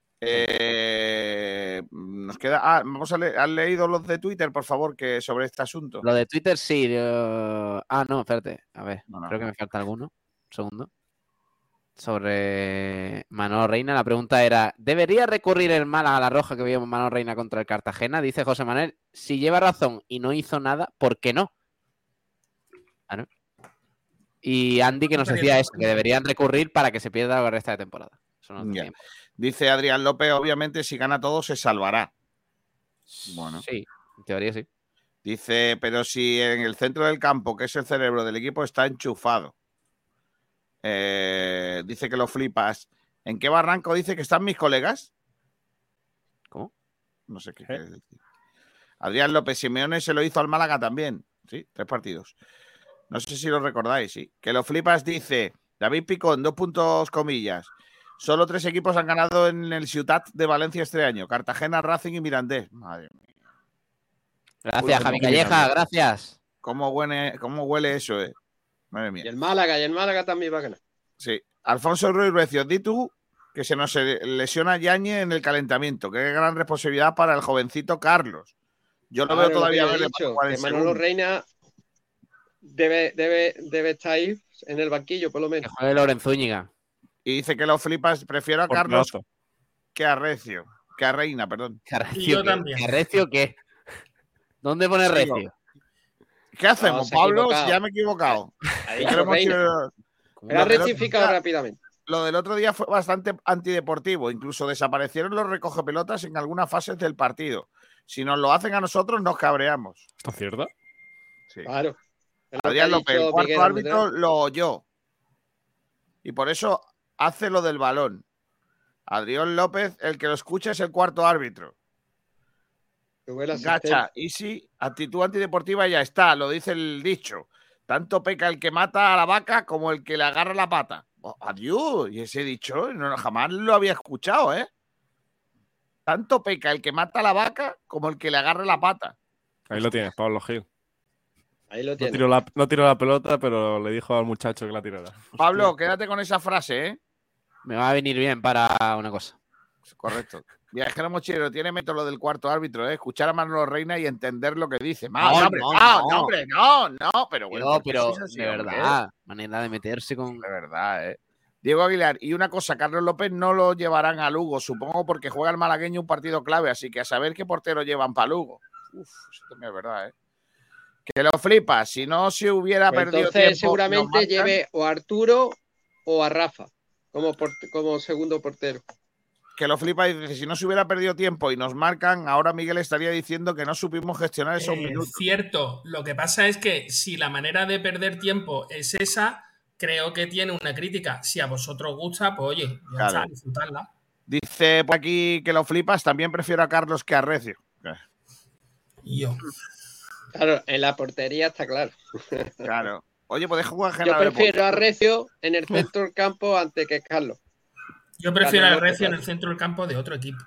eh, nos queda. Ah, vamos a leer. ¿Has leído los de Twitter, por favor, que sobre este asunto? Lo de Twitter sí. yo- Ah, no, espérate. A ver, No, no. creo que me falta alguno. Un segundo. sobre Manolo Reina. La pregunta era, ¿debería recurrir el Málaga a la roja que vio Manolo Reina contra el Cartagena? Dice José Manuel, si lleva razón y no hizo nada, ¿por qué no? Claro. Y Andy que nos decía eso, que deberían recurrir para que se pierda la resta de temporada. Eso no Ya. Dice Adrián López, obviamente si gana todo se salvará. Bueno. Sí, en teoría sí. Dice, pero si en el centro del campo, que es el cerebro del equipo, está enchufado. Eh, dice que lo flipas. ¿En qué barranco dice que están mis colegas? ¿Cómo? No sé qué quiere decir. Adrián López, Simeone se lo hizo al Málaga también. Sí, tres partidos. No sé si lo recordáis, sí. Que lo flipas dice, David Picón, dos puntos comillas. Solo tres equipos han ganado en el Ciutat de Valencia este año. Cartagena, Racing y Mirandés. Madre mía. Gracias, Uy, Javi cómo Calleja, Mirandés. gracias. ¿Cómo huele, cómo huele eso, eh? Madre mía. Y el Málaga, y el Málaga también va a ganar. Sí. Alfonso Ruiz Recio, di tú que se nos lesiona Yañez en el calentamiento. Qué gran responsabilidad para el jovencito Carlos. Yo lo Claro, veo todavía lo que yo he verde para dicho, jugar que en Manolo segundo. Reina debe, debe, debe estar ahí en el banquillo, por lo menos. Juegue Lorenzo Zúñiga. Y dice que lo flipas, prefiero a Carlos Portazo. que a Recio. Que a Reina, perdón. ¿Que a Recio Y yo qué? también. ¿Que a Recio qué? ¿Dónde pone Sigo. Recio? ¿Qué hacemos, No, se ha Pablo? equivocado. Si ya me he equivocado. Ha Y dicho que lo hemos Reina. sido- Pero ha Lo del otro rectificado día- rápidamente. Lo del otro día fue bastante antideportivo. Incluso desaparecieron los recogepelotas en algunas fases del partido. Si nos lo hacen a nosotros, nos cabreamos. ¿Esto es cierto? Sí. Claro. Es lo que Adrián ha López, el dicho cuarto Miguel árbitro, Almendral. lo oyó. Y por eso hace lo del balón. Adrián López, el que lo escucha es el cuarto árbitro. Que huele a Gacha, asistente. easy, actitud antideportiva y ya está, lo dice el dicho. Tanto peca el que mata a la vaca como el que le agarra la pata. Oh, adiós, y ese dicho no, jamás lo había escuchado, ¿eh? Tanto peca el que mata a la vaca como el que le agarra la pata. Ahí lo tienes, Pablo Gil. Ahí lo No tiene. tiró, la, no tiró la pelota, pero le dijo al muchacho que la tirara. Pablo, quédate con esa frase, ¿eh? Me va a venir bien para una cosa. Correcto. Viajero Mochilero tiene método del cuarto árbitro, ¿eh? Escuchar a Manolo Reina y entender lo que dice. No, Más, hombre, no, no, no. no, hombre, no, no, pero bueno. No, ¿por qué pero sois así, de hombre? verdad, manera de meterse con... De verdad, ¿eh? Diego Aguilar, y una cosa, Carlos López no lo llevarán a Lugo, supongo porque juega el malagueño un partido clave, así que a saber qué portero llevan para Lugo. Uf, eso también es verdad, ¿eh? Que lo flipa, si no se hubiera Pues perdido entonces tiempo, nos seguramente marcan. lleve o a Arturo o a Rafa como, porte- como segundo portero. Que lo flipa y dice, si no se hubiera perdido tiempo y nos marcan, ahora Miguel estaría diciendo que no supimos gestionar esos Eh, minutos. Cierto, lo que pasa es que si la manera de perder tiempo es esa, creo que tiene una crítica. Si a vosotros gusta, pues oye, ya Claro. está, disfrutarla. Dice por aquí que lo flipas, también prefiero a Carlos que a Recio. Y yo. Claro, en la portería está claro. Claro. Oye, ¿podés jugar Yo Genaro de prefiero a portero? Recio en el centro del campo antes que Carlos. Yo prefiero Carlos a López, Recio en claro. el centro del campo de otro equipo.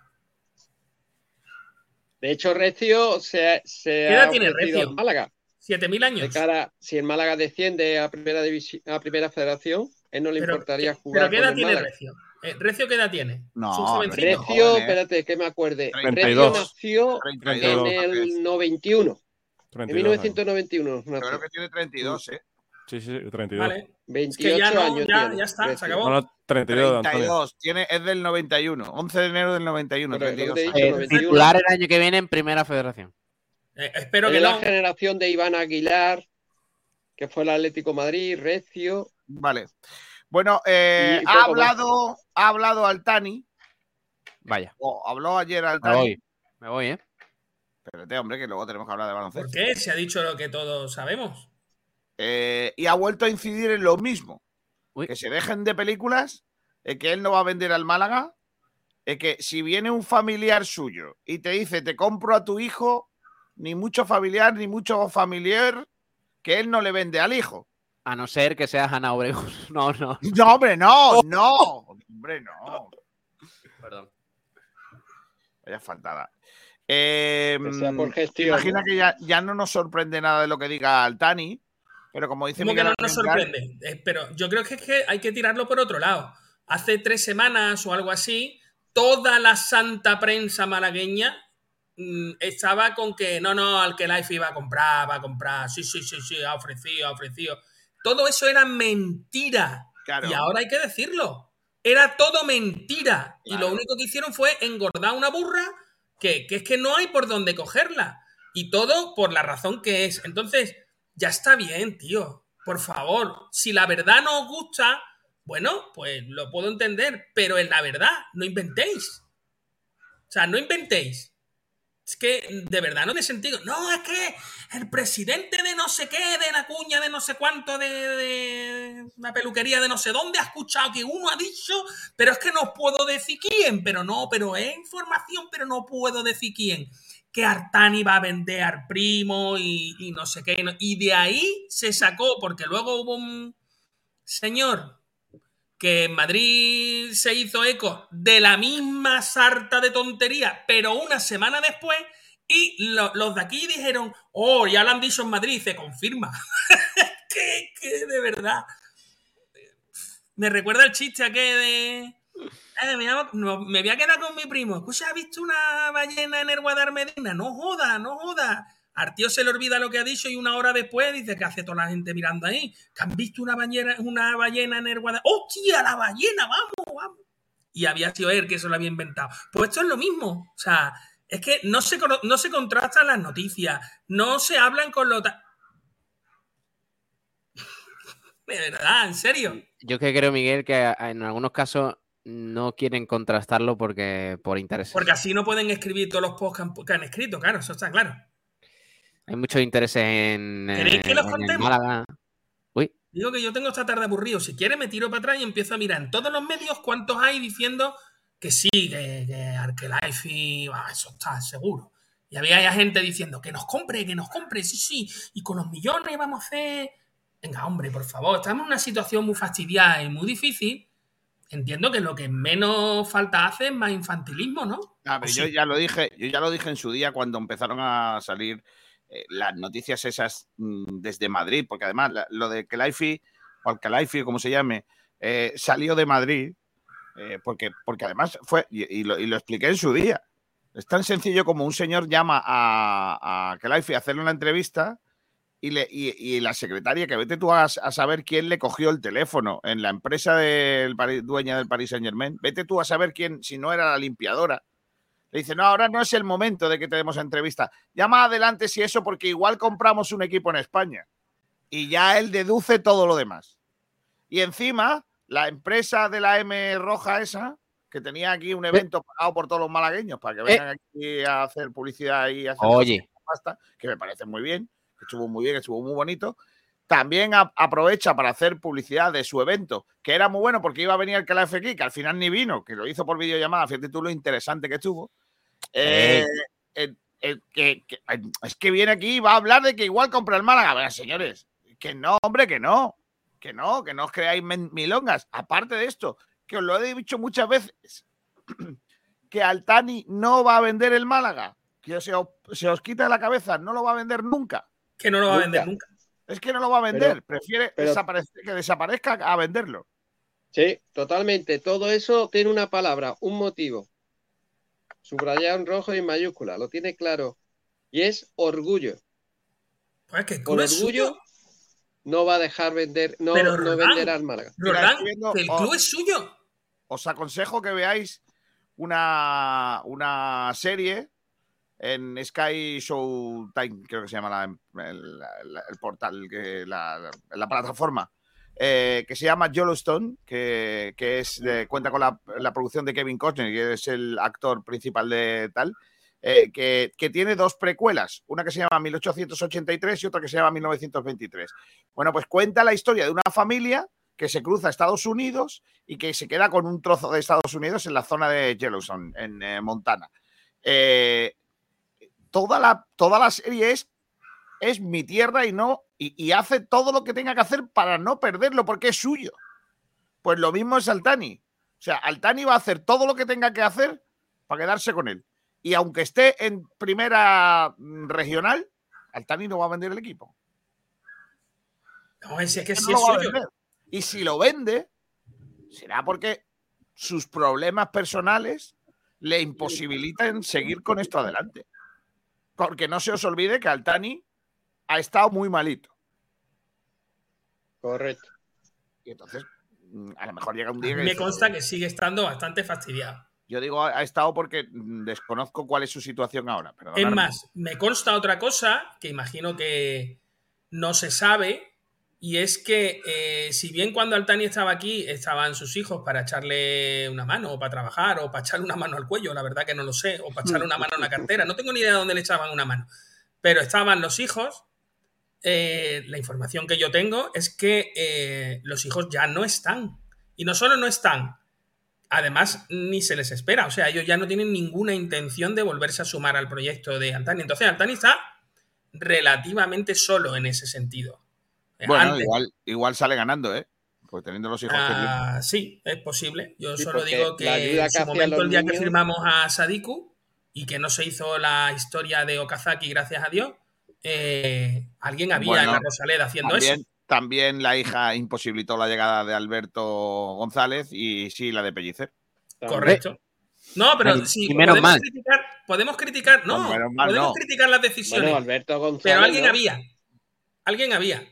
De hecho, Recio se, se ¿Qué ha edad tiene ofrecido Recio? al Málaga. ¿Siete mil De años? cara, si el Málaga desciende a primera división, a primera federación, él no le Pero, importaría ¿qué- jugar ¿Pero qué con edad el tiene Málaga. Recio? Eh, ¿Recio qué edad tiene? No, Es un hombre, jovencito. Recio, joven, ¿eh? espérate, que me acuerde. treinta y dos. Recio nació treinta y en dos. el noventa y uno. treinta En y dos años. mil novecientos noventa y uno Yo nació. creo que tiene treinta y dos, ¿eh? Sí, sí, treinta y dos. Vale. Es que veintiocho ya no, años ya, tiene. ya está, se Recio. acabó. No, no, treinta y dos, Antonio. treinta y dos. Tiene, es del noventa y uno. once de enero del noventa y uno. Pero es lo que treinta y dos te he años. dicho, Eh, noventa y uno. titular el año que viene en Primera Federación. Eh, espero Es que de la no. generación de Iván Aguilar, que fue el Atlético de Madrid, Recio. Vale. Bueno, eh, Y ha poco hablado, ha hablado Altani, Vaya, o habló ayer me Altani. voy. Me voy, ¿eh? Espérate, hombre, que luego tenemos que hablar de baloncesto. ¿Por qué? Se ha dicho lo que todos sabemos. Eh, y ha vuelto a incidir en lo mismo. Uy. Que se dejen de películas, eh, que él no va a vender al Málaga, eh, que si viene un familiar suyo y te dice te compro a tu hijo, ni mucho familiar ni mucho familiar, que él no le vende al hijo. A no ser que seas Ana Obregón. No, no. No, hombre, no, no. Hombre, no. Perdón. Vaya faltada. Eh, Que sea por gestión, imagina ¿no? que ya, ya no nos sorprende nada de lo que diga Altani, pero como dice ¿Cómo que Miguel no nos Almendral, sorprende? Eh, pero yo creo que es que hay que tirarlo por otro lado. Hace tres semanas o algo así, toda la santa prensa malagueña mm, estaba con que no, no, al que Life iba a comprar, va a comprar, sí, sí, sí, sí, ha ofrecido, ha ofrecido. Todo eso era mentira. Claro. Y ahora hay que decirlo. Era todo mentira. Claro. Y lo único que hicieron fue engordar una burra que, que es que no hay por dónde cogerla. Y todo por la razón que es. Entonces, ya está bien, tío. Por favor, si la verdad no os gusta, bueno, pues lo puedo entender. Pero en la verdad, no inventéis. O sea, no inventéis. Es que de verdad no tiene sentido. No, es que el presidente de no sé qué, de la cuña de no sé cuánto, de, de una peluquería de no sé dónde, ha escuchado que uno ha dicho, pero es que no puedo decir quién. Pero no, pero es información, pero no puedo decir quién. Que Artani va a vender al primo y, y no sé qué. Y de ahí se sacó, porque luego hubo un señor que en Madrid se hizo eco de la misma sarta de tontería, pero una semana después, y lo, los de aquí dijeron, oh, ya lo han dicho en Madrid, se confirma. que, que de verdad. Me recuerda el chiste aquel de... Eh, me, llamo, no, me voy a quedar con mi primo. Escucha, ¿has visto una ballena en el Guadalmedina? No joda, no joda. Al tío se le olvida lo que ha dicho y una hora después dice que hace toda la gente mirando ahí. Que han visto una ballena, una ballena en el Guadalmedina. ¡Hostia, la ballena! ¡Vamos, vamos! Y había sido él que eso lo había inventado. Pues esto es lo mismo. O sea, es que no se, no se contrastan las noticias. No se hablan con los... De verdad, en serio. Yo que creo, Miguel, que en algunos casos no quieren contrastarlo porque por intereses. Porque así no pueden escribir todos los posts que han, que han escrito, claro, eso está claro. Hay muchos intereses en, ¿Queréis que los en contemos? Málaga. Uy. Digo que yo tengo esta tarde aburrido. Si quieres me tiro para atrás y empiezo a mirar en todos los medios cuántos hay diciendo que sí, que, que Arquelife y ah, eso está seguro. Y había gente diciendo que nos compre, que nos compre, sí, sí, y con los millones vamos a hacer... Venga, hombre, por favor, estamos en una situación muy fastidiada y muy difícil. Entiendo que lo que menos falta hace es más infantilismo, ¿no? A ver, yo sí? ya lo dije, yo ya lo dije en su día cuando empezaron a salir eh, las noticias esas mmm, desde Madrid, porque además la, lo de Kelaifi, o Alcalaifi, como se llame, eh, salió de Madrid, eh, porque, porque además fue, y, y, lo, y lo expliqué en su día, es tan sencillo como un señor llama a, a Kelaifi a hacerle una entrevista y, le, y, y la secretaria, que vete tú a, a saber quién le cogió el teléfono en la empresa del, dueña del Paris Saint-Germain, vete tú a saber quién, si no era la limpiadora. Le dice, no, ahora no es el momento de que tenemos entrevista. Llama adelante si eso, porque igual compramos un equipo en España. Y ya él deduce todo lo demás. Y encima, la empresa de la M roja esa, que tenía aquí un evento ¿Eh? pagado por todos los malagueños para que vengan ¿Eh? aquí a hacer publicidad y hacer Oye. pasta, que me parece muy bien, que estuvo muy bien, que estuvo muy bonito. También a, aprovecha para hacer publicidad de su evento, que era muy bueno porque iba a venir el Kelaifi aquí, que al final ni vino, que lo hizo por videollamada. Fíjate tú lo interesante que estuvo. Eh, eh, eh, que, que, es que viene aquí y va a hablar de que igual compra el Málaga. A ver, señores, que no, hombre, que no. Que no, que no os creáis milongas. Aparte de esto, que os lo he dicho muchas veces, que Altani no va a vender el Málaga. Que se os, se os quita de la cabeza, no lo va a vender nunca. Que no lo va nunca. a vender nunca. Es que no lo va a vender, pero, prefiere pero, desaparecer, que desaparezca a venderlo. Sí, totalmente. Todo eso tiene una palabra, un motivo. Subrayado en rojo y en mayúscula, lo tiene claro. Y es orgullo. Pues que Con orgullo suyo. no va a dejar vender, no, pero, no Roldán, venderá al Málaga. Roldán, el club os, es suyo. Os aconsejo que veáis una, una serie en Sky Showtime, creo que se llama la, el, la, el portal, que, la, la plataforma, eh, que se llama Yellowstone, que, que es de, cuenta con la, la producción de Kevin Costner, que es el actor principal de tal, eh, que, que tiene dos precuelas, una que se llama mil ochocientos ochenta y tres y otra que se llama mil novecientos veintitrés. Bueno, pues cuenta la historia de una familia que se cruza a Estados Unidos y que se queda con un trozo de Estados Unidos en la zona de Yellowstone, en eh, Montana. Eh, Toda la, toda la serie es, es mi tierra y no y, y hace todo lo que tenga que hacer para no perderlo porque es suyo. Pues lo mismo es Altani. O sea, Altani va a hacer todo lo que tenga que hacer para quedarse con él. Y aunque esté en primera regional, Altani no va a vender el equipo. No, es que no sí es suyo. Y si lo vende, será porque sus problemas personales le imposibilitan seguir con esto adelante. Porque no se os olvide que Altani ha estado muy malito. Correcto. Y entonces a lo mejor llega un día A que mí me dice, consta que sigue estando bastante fastidiado. yo digo, ha estado porque desconozco cuál es su situación ahora. Es Perdonadme. más, me consta otra cosa que imagino que no se sabe, y es que eh, si bien cuando Altani estaba aquí estaban sus hijos para echarle una mano o para trabajar o para echarle una mano al cuello, la verdad que no lo sé, o para echarle una mano en la cartera, no tengo ni idea de dónde le echaban una mano, pero estaban los hijos. Eh, la información que yo tengo es que eh, los hijos ya no están, y no solo no están, además ni se les espera, o sea, ellos ya no tienen ninguna intención de volverse a sumar al proyecto de Altani. Entonces Altani está relativamente solo en ese sentido. Bueno, Antes- igual, igual sale ganando, ¿eh? Pues teniendo los hijos que tiene. Ah, sí, es posible. Yo Sí, solo porque digo la que ayuda en que su hacían momento, los el día que niños- firmamos a Sadiku y que no se hizo la historia de Okazaki, gracias a Dios, eh, alguien había Bueno, en la Rosaleda haciendo también, eso. También la hija imposibilitó la llegada de Alberto González y sí la de Pellicer. Correcto. No, pero Y- sí, y menos podemos mal. criticar, podemos criticar, no, No, menos mal, podemos no. criticar las decisiones. Bueno, Alberto González, pero alguien ¿no? había. Alguien había.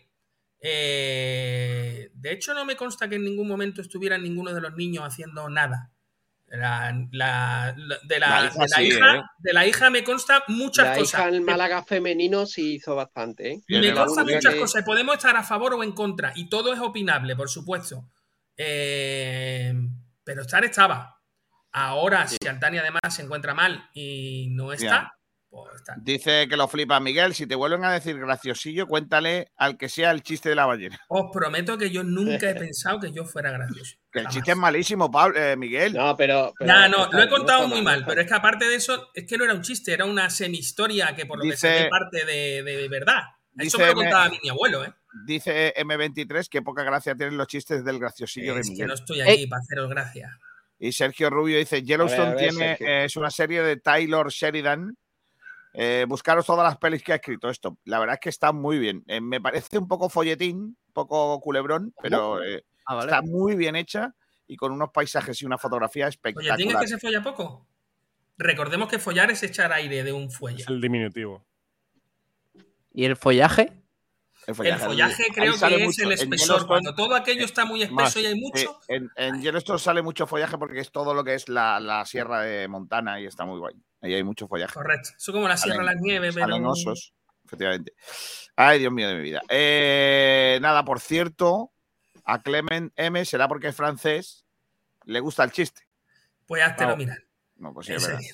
Eh, de hecho, no me consta que en ningún momento estuviera ninguno de los niños haciendo nada. La, la- la- de, la, La hija de la sí, hija, ¿eh? de la hija me consta muchas La cosas. hija en Málaga femenino sí hizo bastante, ¿eh? Me consta Única muchas que- cosas. Podemos estar a favor o en contra. Y todo es opinable, por supuesto. Eh, pero estar estaba. Ahora, si Altani además se encuentra mal y no está, pues está. Dice que lo flipa Miguel. Si te vuelven a decir graciosillo, cuéntale al que sea el chiste de la ballena. Os prometo que yo nunca he pensado que yo fuera gracioso. Que el chiste es malísimo, Pablo, eh, Miguel. No, pero. Ya, no, lo he contado muy mal, pero es que aparte de eso, es que no era un chiste, era una semi-historia que por lo que se Dice- ve parte de, de verdad. Eso dice me lo me- contaba mi abuelo, ¿eh? Dice eme veintitrés que poca gracia tienen los chistes del graciosillo de Es que Miguel. no estoy aquí para haceros gracia. Y Sergio Rubio dice, Yellowstone A ver, a ver, tiene, Sergio. eh, es una serie de Taylor Sheridan. Eh, buscaros todas las pelis que ha escrito esto. La verdad es que está muy bien. Eh, me parece un poco folletín, un poco culebrón, pero eh, Ah, vale. está muy bien hecha y con unos paisajes y una fotografía Oye, ¿tienes espectacular. que se folla poco? Recordemos que follar es echar aire de un fuelle. El diminutivo. ¿Y el follaje? El follaje creo que es el espesor. Cuando todo aquello está muy espeso y hay mucho. Eh, en, en Yellowstone sale mucho follaje porque es todo lo que es la, la sierra de Montana y está muy guay. Ahí hay mucho follaje. Correcto. Eso como la Sierra de Salen- las Nieves, pero. salen osos, efectivamente. Ay, Dios mío de mi vida. Eh, nada, por cierto, a Clement M, será porque es francés, le gusta el chiste. Pues hazte lo Bravo. mirar. No, pues sí, es Ese- verdad.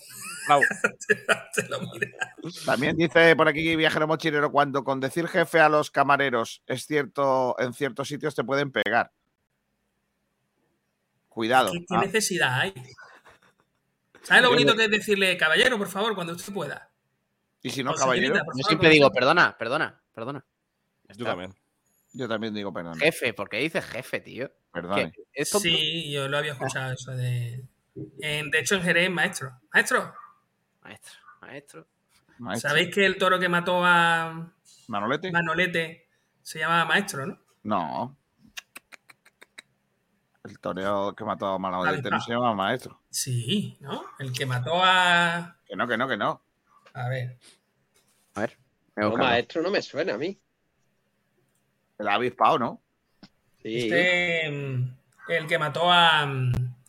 También dice por aquí Viajero Mochilero, cuando con decir jefe a los camareros es cierto, en ciertos sitios te pueden pegar. Cuidado. ¿Qué, qué Ah, necesidad hay? ¿Sabes lo bonito que es decirle, caballero, por favor, cuando usted pueda? y si no, O caballero. señorita, por Yo favor, siempre cuando digo, usted- perdona, perdona, perdona. Yo también. Yo también digo perdón. Jefe, ¿por qué dices jefe, tío? Perdone. ¿Qué? ¿Es tonto? Sí, yo lo había escuchado eso de. En- de hecho, en Jerez, maestro. Maestro, Maestro, maestro. Maestro. ¿sabéis que el toro que mató a ¿Manolete? Manolete se llama Maestro, no? No. El toreo que mató a Manolete no se llama maestro. Sí, ¿no? El que mató a. Que no, que no, que no. A ver. A ver. No, maestro no me suena a mí. El avispao, ¿no? Sí. Este. mm, El que mató a. mm,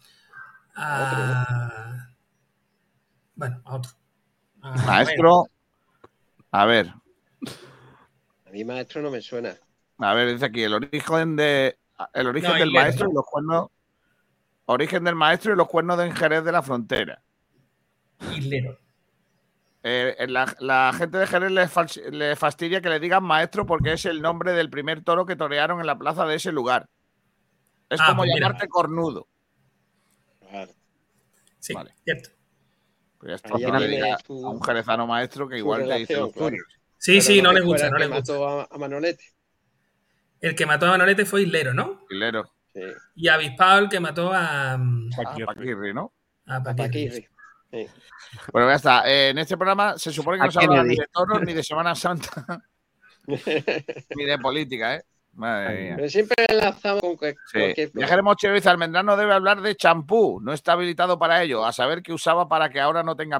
a bueno, a otro. A- Maestro. A ver. A mí maestro no me suena. A ver, dice aquí el origen de. El origen No, del Hilero, maestro ¿no? y los cuernos. Origen del maestro y los cuernos de Jerez de la Frontera. Islero. Eh, la, la gente de Jerez le, fals- le fastidia que le digan maestro porque es el nombre del primer toro que torearon en la plaza de ese lugar. Es Ah, como pues mira. llamarte cornudo. Sí, Vale. cierto. Pues ya está, Ahí ya no le tiene diga su- a un jerezano maestro que su igual te dice relación, los claro. tuyos. Sí, Pero sí, no le que gusta, fuera no el le que gusta. mató a, a Manolete. El que mató a Manolete fue Islero, ¿no? Hilero. Sí. Y Avispao el que mató a. mm, Ah, Paquirri, ¿no? a Paquirri. Paquirri. Sí. Bueno, ya está. Eh, en este programa se supone que no se ¿A habla Kennedy? ni de toros, ni de Semana Santa, ni de política, ¿eh? Madre mía. Pero siempre enlazamos con que- Sí. cualquier cosa. Viajero Mochilero dice, Almendrano debe hablar de champú. No está habilitado para ello. A saber qué usaba para que ahora no tenga pelo.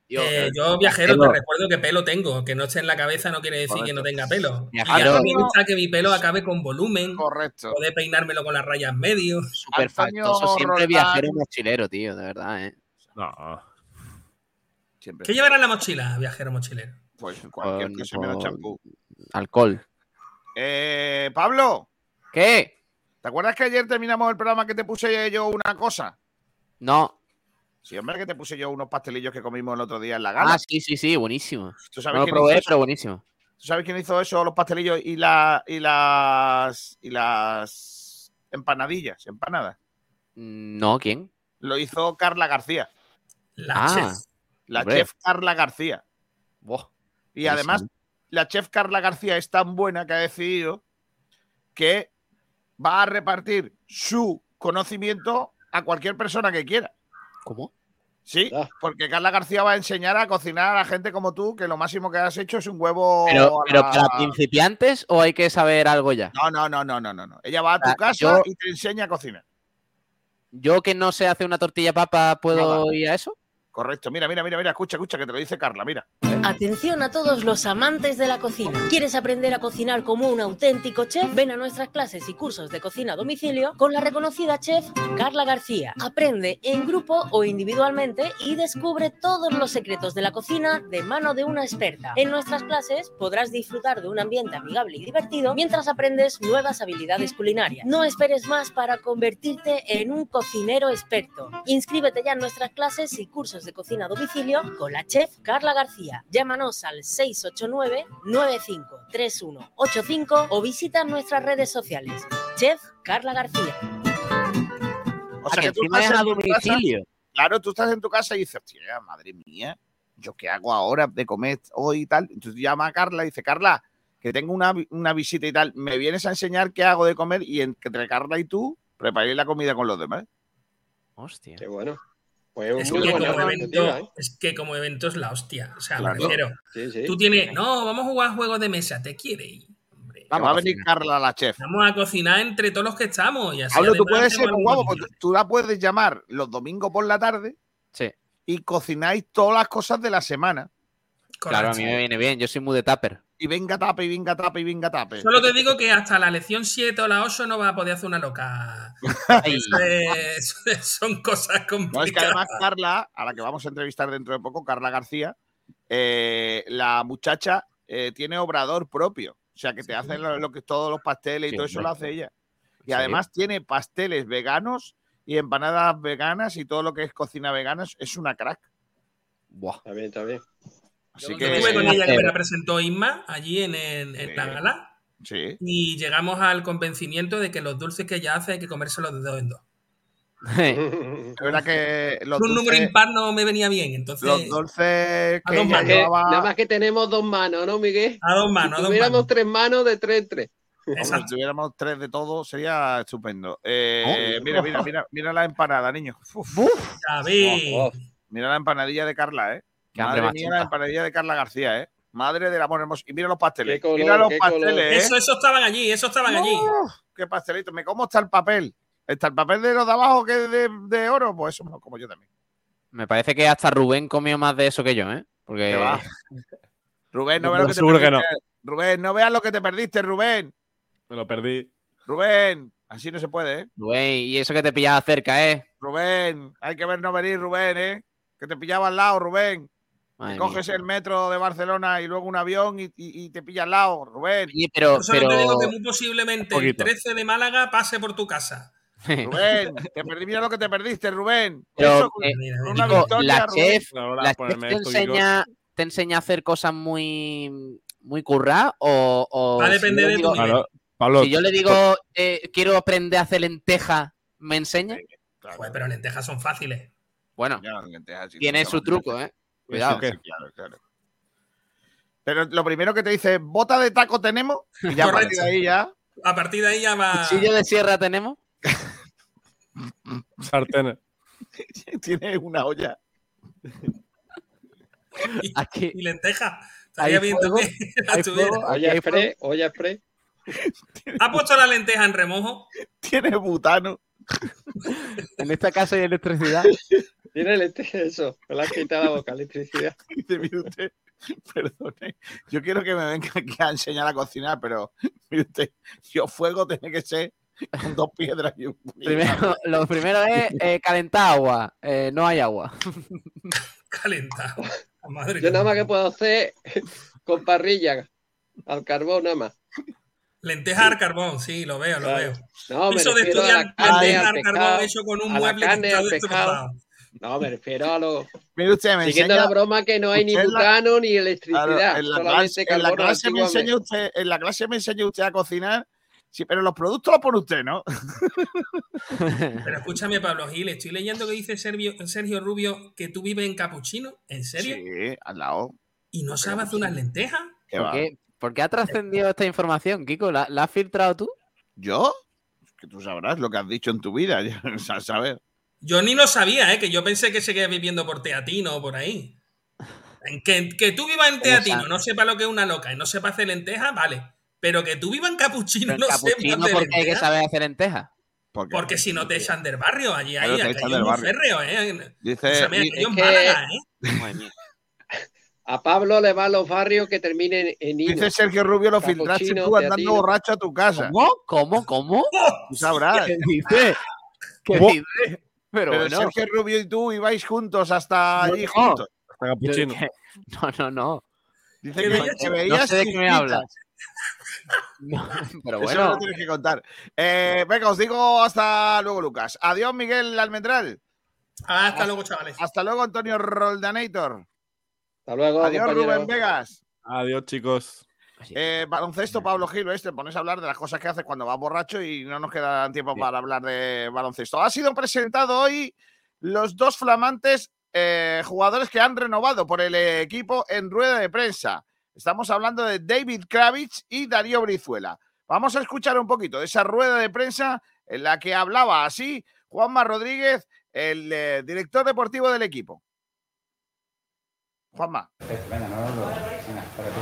Eh, yo, viajero, te recuerdo que pelo tengo. Que no esté en la cabeza no quiere decir que no tenga pelo. Viajero. Y me gusta que mi pelo acabe con volumen. Correcto. Poder peinármelo con las rayas medio. Súper faltoso. Siempre viajero mochilero, tío, de verdad, ¿eh? No. Siempre. ¿Qué llevará en la mochila, viajero mochilero? Pues cualquier Con- cosa menos con champú. Alcohol. Eh, Pablo, ¿Qué? ¿te acuerdas que ayer terminamos el programa que te puse yo una cosa? No. Sí, hombre, que te puse yo unos pastelillos que comimos el otro día en la gala. Ah, sí, sí, sí, buenísimo. ¿Tú No sabes lo quién probé, hizo eso? pero buenísimo. ¿Tú sabes quién hizo eso, los pastelillos y, la, y las y las empanadillas, empanadas? No, ¿quién? Lo hizo Carla García. La Ah, chef. La hombre. chef Carla García. Buah, Y además, buenísimo. la chef Carla García es tan buena que ha decidido que va a repartir su conocimiento a cualquier persona que quiera. ¿Cómo? Sí, porque Carla García va a enseñar a cocinar a gente como tú, que lo máximo que has hecho es un huevo. ¿Pero, a pero la- para principiantes o hay que saber algo ya? No, no, no, no, no, no, no. Ella va a tu Ah, casa yo- y te enseña a cocinar. ¿Yo que no sé hacer una tortilla papa puedo Nada. ir a eso? Correcto. Mira, mira, mira, mira, escucha, escucha, que te lo dice Carla, mira. Atención a todos los amantes de la cocina. ¿Quieres aprender a cocinar como un auténtico chef? Ven a nuestras clases y cursos de cocina a domicilio con la reconocida chef Carla García. Aprende en grupo o individualmente y descubre todos los secretos de la cocina de mano de una experta. En nuestras clases podrás disfrutar de un ambiente amigable y divertido mientras aprendes nuevas habilidades culinarias. No esperes más para convertirte en un cocinero experto. Inscríbete ya en nuestras clases y cursos de cocina a domicilio con la chef Carla García. Llámanos al seis ocho nueve, nueve cinco tres uno ocho cinco o visita nuestras redes sociales. Chef Carla García. O Ah, sea que que tú encima estás es a en tu casa- domicilio. Claro, tú estás en tu casa y dices, hostia, madre mía, ¿yo qué hago ahora de comer hoy y tal? Entonces llama a Carla y dice, Carla, que tengo una, vi- una visita y tal, ¿me vienes a enseñar qué hago de comer? Y entre Carla y tú, preparéis la comida con los demás. Hostia. Qué bueno. Pues Es muy que, buena como iniciativa, evento, ¿eh? es que como evento es la hostia. O sea, Claro. me refiero. Sí, sí. Tú tienes. No, vamos a jugar juegos de mesa. ¿Te quiere ir? Que va a venir Carla, la chef. Vamos a cocinar entre todos los que estamos. Y así Pablo, tú además puedes hacemos ser muy algo guapo, porque tú la puedes llamar los domingos por la tarde Sí. y cocináis todas las cosas de la semana. Claro, a mí me viene bien. Yo soy muy de tupper. Y venga tape, y venga tape, y venga tape. Solo te digo que hasta la lección siete o la ocho no vas a poder hacer una loca. Ay. Eso es- eso es- son cosas No, complicadas. es que además Carla, a la que vamos a entrevistar dentro de poco, Carla García, eh, la muchacha eh, tiene obrador propio. O sea, que te hace lo, lo que todos los pasteles y Sí, todo eso hombre. lo hace ella. Y Sí. además tiene pasteles veganos y empanadas veganas y todo lo que es cocina vegana. es- Es una crack. Buah. Está bien, está bien. Así Yo que estuve con ella que me la presentó Isma allí en, el- en la gala sí. y llegamos al convencimiento de que los dulces que ella hace hay que comérselos de dos en dos. Es verdad que los un número dulces, impar no me venía bien, entonces los dulces A que dos ella manos. Que- llevaba... nada más que tenemos dos manos, ¿no, Miguel? a dos manos, a Si dos tuviéramos manos. tres manos, de tres en tres. Hombre, Exacto. si tuviéramos tres de todo sería estupendo. Eh, Oh. mira, mira, mira, mira la empanada, niño. Uf, David. Oh, oh. mira la empanadilla de Carla, ¿eh? Qué hambre Madre más mía, chunga. la empanadilla de Carla García, ¿eh? Madre del amor hermoso. Y mira los pasteles. Qué color, mira los qué color. pasteles, ¿eh? Eso, eso estaban allí, eso estaban allí. ¡Uf! ¡Qué pastelito! ¿Me cómo está el papel? ¿Está el papel de los de abajo que es de, de oro? Pues eso me lo como yo también. Me parece que hasta Rubén comió más de eso que yo, ¿eh? Porque ¿Qué va? Rubén, no No, veas lo que te seguro que perdiste. Rubén, no veas lo que te perdiste, Rubén. Me lo perdí. Rubén, así no se puede, ¿eh? Rubén, y eso que te pillaba cerca, ¿eh? Rubén, hay que ver no venir, Rubén, ¿eh? Que te pillaba al lado, Rubén. Madre Que coges mía. el metro de Barcelona y luego un avión y, y- y te pilla al lado, Rubén. Oye, pero, Yo solo pero... te digo que muy posiblemente el poquito. trece de Málaga pase por tu casa. Rubén, te perdí, mira lo que te perdiste, Rubén. Pero, Eso con- eh, Mira, con mira. una Chico, victoria, la Rubén. chef, Ahora la chef ponerme te esto, enseña, te enseña a hacer cosas muy, muy curradas o, o Va a si depender yo le de tu digo- nivel. Claro, Pablo, Si yo le digo, eh, quiero aprender a hacer lentejas, ¿me enseña? Claro, Joder, pero lentejas son fáciles. Bueno, ya, lentejas, sí, tiene sí, su sí, truco, ¿eh? Cuidado. ¿qué? sí, claro, claro. Pero lo primero que te dice, bota de taco tenemos, y ya a partir de ahí ya. A partir de ahí ya va. ¿Cuchillo de sierra tenemos? sartenes. Tiene una olla. Y, Aquí, y lentejas. ¿Hay Estaría bien fuego? también que la ¿Hay tuviera. fuego? Aquí Olla hay express, olla express. ¿Ha puesto la lenteja en remojo? Tiene butano. En esta casa hay electricidad. Tiene electricidad, eso, me la ha quitado la boca, electricidad. Dice, mire usted, perdone, yo quiero que me venga aquí a enseñar a cocinar, pero mire usted, yo fuego tiene que ser con dos piedras y un puño. Primero, lo primero es eh, calentar agua. Eh, no hay agua. Calentar. Madre Yo nada más que puedo hacer con parrilla, al carbón nada más. Lentejas al carbón, sí, lo veo, lo Claro. veo. No, me Eso de refiero a estudiar la carne, lentejas al al carbón pescado, hecho con un a la mueble carne, que al está pescado. destrozado. No, me refiero a los... Mire usted, me Siguiendo enseña... la broma que no hay ni usted la- butano ni electricidad, Claro, en la solamente clase, en la carbón clase me enseña antiguamente. usted, en la clase me enseña usted a cocinar, sí, pero los productos los pone usted, ¿no? Pero escúchame, Pablo Gil, estoy leyendo que dice Sergio, Sergio Rubio que tú vives en Capuchino. ¿En serio? Sí, al lado. ¿Y no sabes hacer unas lentejas? ¿Por qué, ¿Por qué ha trascendido esta información, Kiko? ¿La, la has filtrado tú? ¿Yo? Que tú sabrás lo que has dicho en tu vida, ya, a saber. Yo ni lo sabía, ¿eh? Que yo pensé que seguía viviendo por Teatino o por ahí. Que, que tú vivas en Teatino, no sepa lo que es una loca y no sepa hacer lentejas, vale. Pero que tú vivas en Capuchino, Pero en no Capuchino, sepas hacer ¿por qué hay que lentejas. saber hacer lentejas? Porque si no te echan del barrio, allí Claro, hay, te aquí echan hay del un barrio. férreo, ¿eh? Dice- Escúchame, di- aquello es en que- Málaga, ¿eh? Madre mía. A Pablo le va a los barrios que terminen en Ino. Dice Sergio Rubio, lo filtraste Capuchino, tú andando Teatino. borracho a tu casa. ¿Cómo? ¿Cómo? ¿Cómo? Tú sabrás. ¿Qué dices? ¿Qué ¿Cómo? dices? Pero, Pero bueno. Sergio Rubio y tú ibais juntos hasta allí No, juntos. Hasta Capuchino. No, no, no. Dice Que que, veías- que veías No sé de qué me chispitas. hablas. No, pero Eso me bueno. lo tienes que contar. Eh, venga, os digo hasta luego, Lucas. Adiós, Miguel Almendral. Hasta luego, chavales. Hasta luego, Antonio Roldanator. Hasta luego, Adiós, compañero. Rubén Vegas. Adiós, chicos. Eh, baloncesto, Pablo Gil, ¿ves? Te pones a hablar de las cosas que haces cuando vas borracho y no nos queda tiempo para hablar de baloncesto. Ha sido presentado hoy los dos flamantes eh, jugadores que han renovado por el equipo en rueda de prensa. Estamos hablando de David Kravitz y Darío Brizuela. Vamos a escuchar un poquito de esa rueda de prensa en la que hablaba así Juanma Rodríguez, el eh, director deportivo del equipo. Juanma. Venga, no, no, no. Venga, espérate.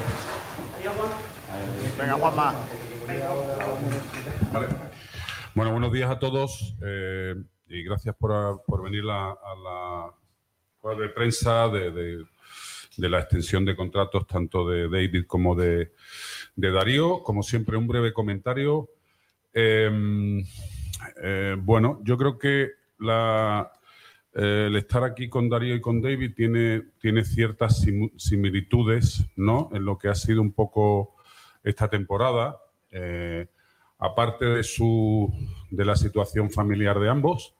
Venga, Juanma. Vale. Bueno, buenos días a todos eh, y gracias por, por venir a, a la rueda de prensa de, de, de la extensión de contratos tanto de David como de, de Darío. Como siempre, un breve comentario. Eh, eh, bueno, yo creo que la, eh, el estar aquí con Darío y con David tiene, tiene ciertas sim- similitudes, ¿no?, en lo que ha sido un poco esta temporada. Eh, aparte de, su, de la situación familiar de ambos,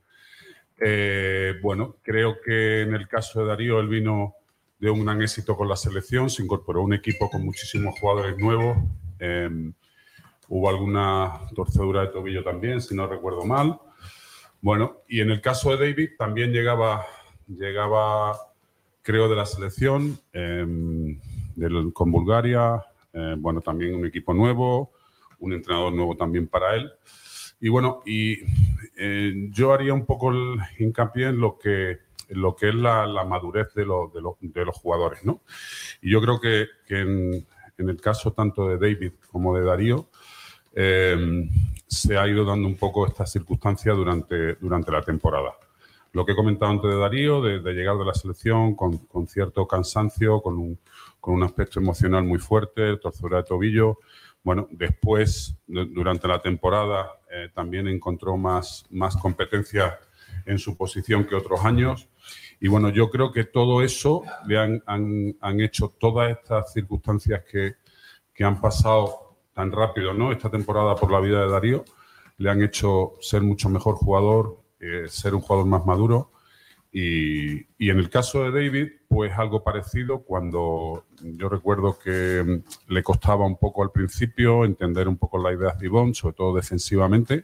eh, bueno, creo que en el caso de Darío él vino de un gran éxito con la selección, se incorporó a un equipo con muchísimos jugadores nuevos, eh, hubo alguna torcedura de tobillo también, si no recuerdo mal. Bueno, y en el caso de David también llegaba, llegaba creo, de la selección, eh, del, con Bulgaria, eh, bueno, también un equipo nuevo, un entrenador nuevo también para él. Y bueno, y eh, yo haría un poco el hincapié en lo que, en lo que es la, la madurez de, lo, de, lo, de los jugadores, ¿no? Y yo creo que, que en, en el caso tanto de David como de Darío, eh, se ha ido dando un poco esta circunstancia durante, durante la temporada. Lo que he comentado antes de Darío, de, de llegar de la selección con, con cierto cansancio, con un, con un aspecto emocional muy fuerte, torcedura de tobillo. Bueno, después, de, durante la temporada, eh, también encontró más, más competencia en su posición que otros años. Y bueno, yo creo que todo eso le han, han, han hecho todas estas circunstancias que, que han pasado tan rápido, ¿no?, esta temporada por la vida de Darío, le han hecho ser mucho mejor jugador, eh, ser un jugador más maduro. Y, y en el caso de David, pues algo parecido, cuando yo recuerdo que le costaba un poco al principio entender un poco la idea de Ivonne, sobre todo defensivamente.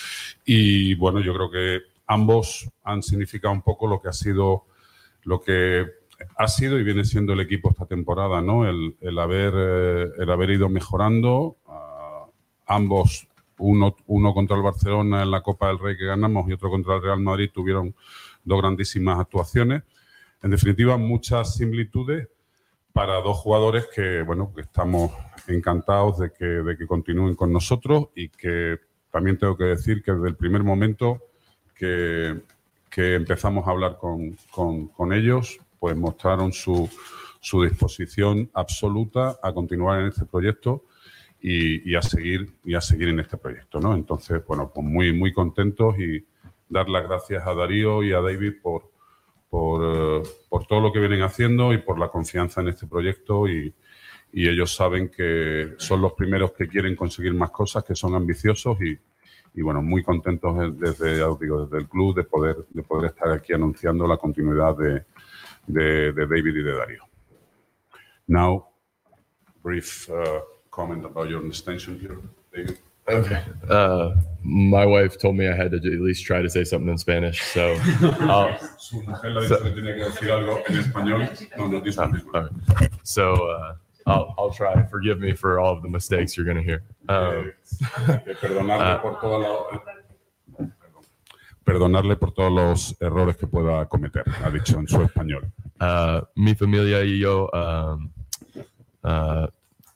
Y bueno, yo creo que ambos han significado un poco lo que ha sido, lo que ha sido y viene siendo el equipo esta temporada, ¿no? El, el, haber, eh, el haber ido mejorando, uh, ambos, uno, uno contra el Barcelona en la Copa del Rey que ganamos y otro contra el Real Madrid, tuvieron dos grandísimas actuaciones. En definitiva, muchas similitudes para dos jugadores que, bueno, que estamos encantados de que, de que continúen con nosotros y que también tengo que decir que desde el primer momento que, que empezamos a hablar con, con, con ellos, pues mostraron su, su disposición absoluta a continuar en este proyecto y, y, a, seguir, y a seguir en este proyecto, ¿no? Entonces, bueno, pues muy, muy contentos y dar las gracias a Darío y a David por, por, por todo lo que vienen haciendo y por la confianza en este proyecto y, y ellos saben que son los primeros que quieren conseguir más cosas, que son ambiciosos y, y bueno, muy contentos desde, digo, desde el club de poder, de poder estar aquí anunciando la continuidad de, de, de David y de Darío. Now, brief uh, comment about your extension here, David. Okay. Uh, my wife told me I had to at least try to say something in Spanish, so. I'll, Su mujer le dice que tiene que decir algo en español. No, no dice lo mismo. all right. So uh, I'll, I'll try. Forgive me for all of the mistakes you're going to hear. Um, Que perdonarle por toda la- perdonarle por todos los errores que pueda cometer, ha dicho en su español. Uh, mi familia y yo, um, uh,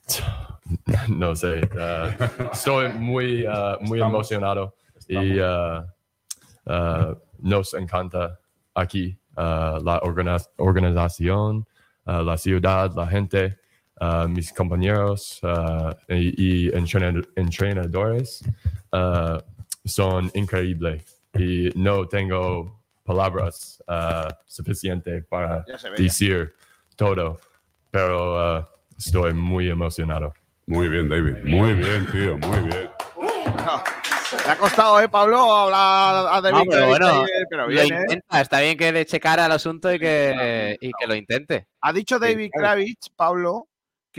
no sé, uh, estoy muy, uh, muy emocionado y uh, uh, nos encanta aquí uh, la organiz- organización, uh, la ciudad, la gente, uh, mis compañeros uh, y, y entrenad- entrenadores uh, son increíbles y no tengo palabras uh, suficientes para Ya se ve, decir todo, pero uh, estoy muy emocionado. Muy bien, David. Muy bien, tío. Muy bien. No, le ha costado, ¿eh, Pablo? Hablar a David. No, pero David, bueno, David, pero lo bien, ¿eh? intenta. Está bien que le eche cara al asunto y que, y que lo intente. Ha dicho David claro. Kravitz, Pablo,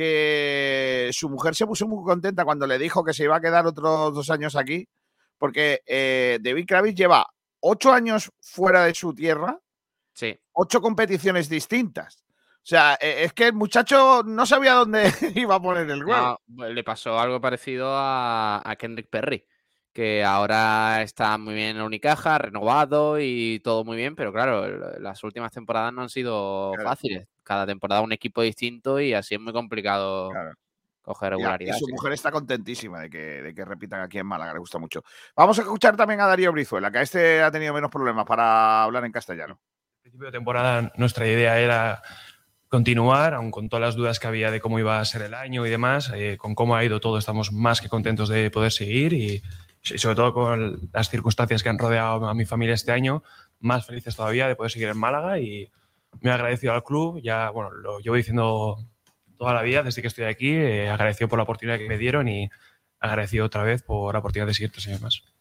que su mujer se puso muy contenta cuando le dijo que se iba a quedar otros dos años aquí, porque eh, David Kravitz lleva ocho años fuera de su tierra, sí. ocho competiciones distintas. O sea, eh, es que el muchacho no sabía dónde iba a poner el huevo. No, le pasó algo parecido a, a Kendrick Perry, que ahora está muy bien en la Unicaja, renovado y todo muy bien, pero claro, el- las últimas temporadas no han sido Claro. fáciles. Cada temporada un equipo distinto y así es muy complicado coger Ya, regularidad. y su sí. mujer está contentísima de que, de que repitan aquí en Málaga, le gusta mucho. Vamos a escuchar también a Darío Brizuela, que a este ha tenido menos problemas para hablar en castellano. principio de temporada nuestra idea era continuar, aun con todas las dudas que había de cómo iba a ser el año y demás, eh, con cómo ha ido todo estamos más que contentos de poder seguir y, y sobre todo con las circunstancias que han rodeado a mi familia este año, más felices todavía de poder seguir en Málaga y me he agradecido al club, ya bueno, lo llevo diciendo toda la vida desde que estoy aquí, eh, agradecido por la oportunidad que me dieron y agradecido otra vez por la oportunidad de seguir tres años más.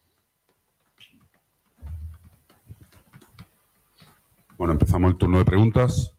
Bueno, empezamos el turno de preguntas.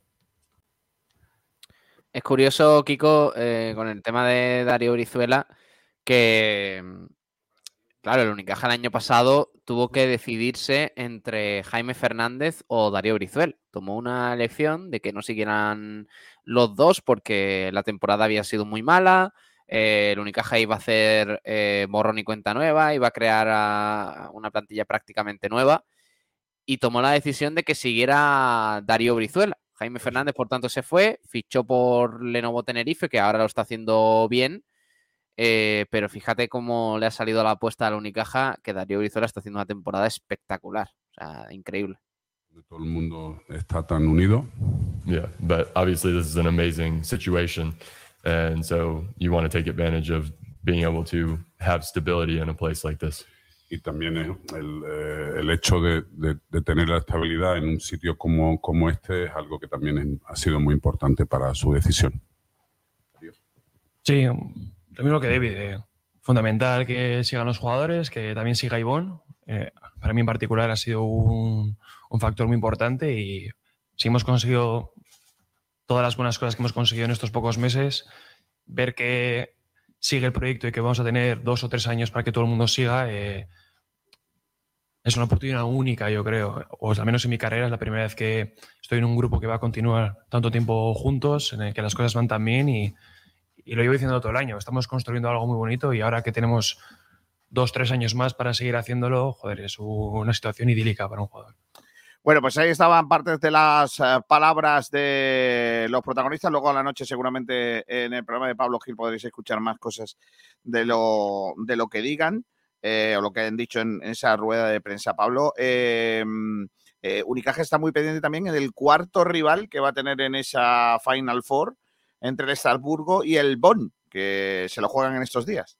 Es curioso, Kiko, eh, con el tema de Darío Brizuela, que, claro, el Unicaja el año pasado tuvo que decidirse entre Jaime Fernández o Darío Brizuela. Tomó una elección de que no siguieran los dos porque la temporada había sido muy mala, eh, el Unicaja iba a hacer eh, borrón y cuenta nueva, iba a crear a una plantilla prácticamente nueva y tomó la decisión de que siguiera Darío Brizuela. Jaime Fernández, por tanto, se fue, fichó por Lenovo Tenerife, que ahora lo está haciendo bien, eh, pero fíjate cómo le ha salido la apuesta a la Unicaja, que Darío Brizuela está haciendo una temporada espectacular, o sea, increíble. Todo el mundo está tan unido. Yeah, but obviously this is an amazing situation, and so you want to take advantage of being able to have stability in a place like this. Y también es el, eh, el hecho de, de, de tener la estabilidad en un sitio como, como este es algo que también es- ha sido muy importante para su decisión. Sí, lo mismo que David. eh, fundamental que sigan los jugadores, que también siga Ivonne. Eh, para mí en particular ha sido un, un factor muy importante y si hemos conseguido todas las buenas cosas que hemos conseguido en estos pocos meses, ver que sigue el proyecto y que vamos a tener dos o tres años para que todo el mundo siga, eh, es una oportunidad única, yo creo. O al menos en mi carrera es la primera vez que estoy en un grupo que va a continuar tanto tiempo juntos, en el que las cosas van tan bien y, y lo llevo diciendo todo el año. Estamos construyendo algo muy bonito y ahora que tenemos dos, tres años más para seguir haciéndolo, joder, es una situación idílica para un jugador. Bueno, pues ahí estaban partes de las eh, palabras de los protagonistas. Luego a la noche seguramente en el programa de Pablo Gil podréis escuchar más cosas de lo, de lo que digan eh, o lo que han dicho en, en esa rueda de prensa. Pablo, eh, Eh, Unicaja está muy pendiente también en el cuarto rival que va a tener en esa Final Four entre el Estrasburgo y el Bonn, que se lo juegan en estos días.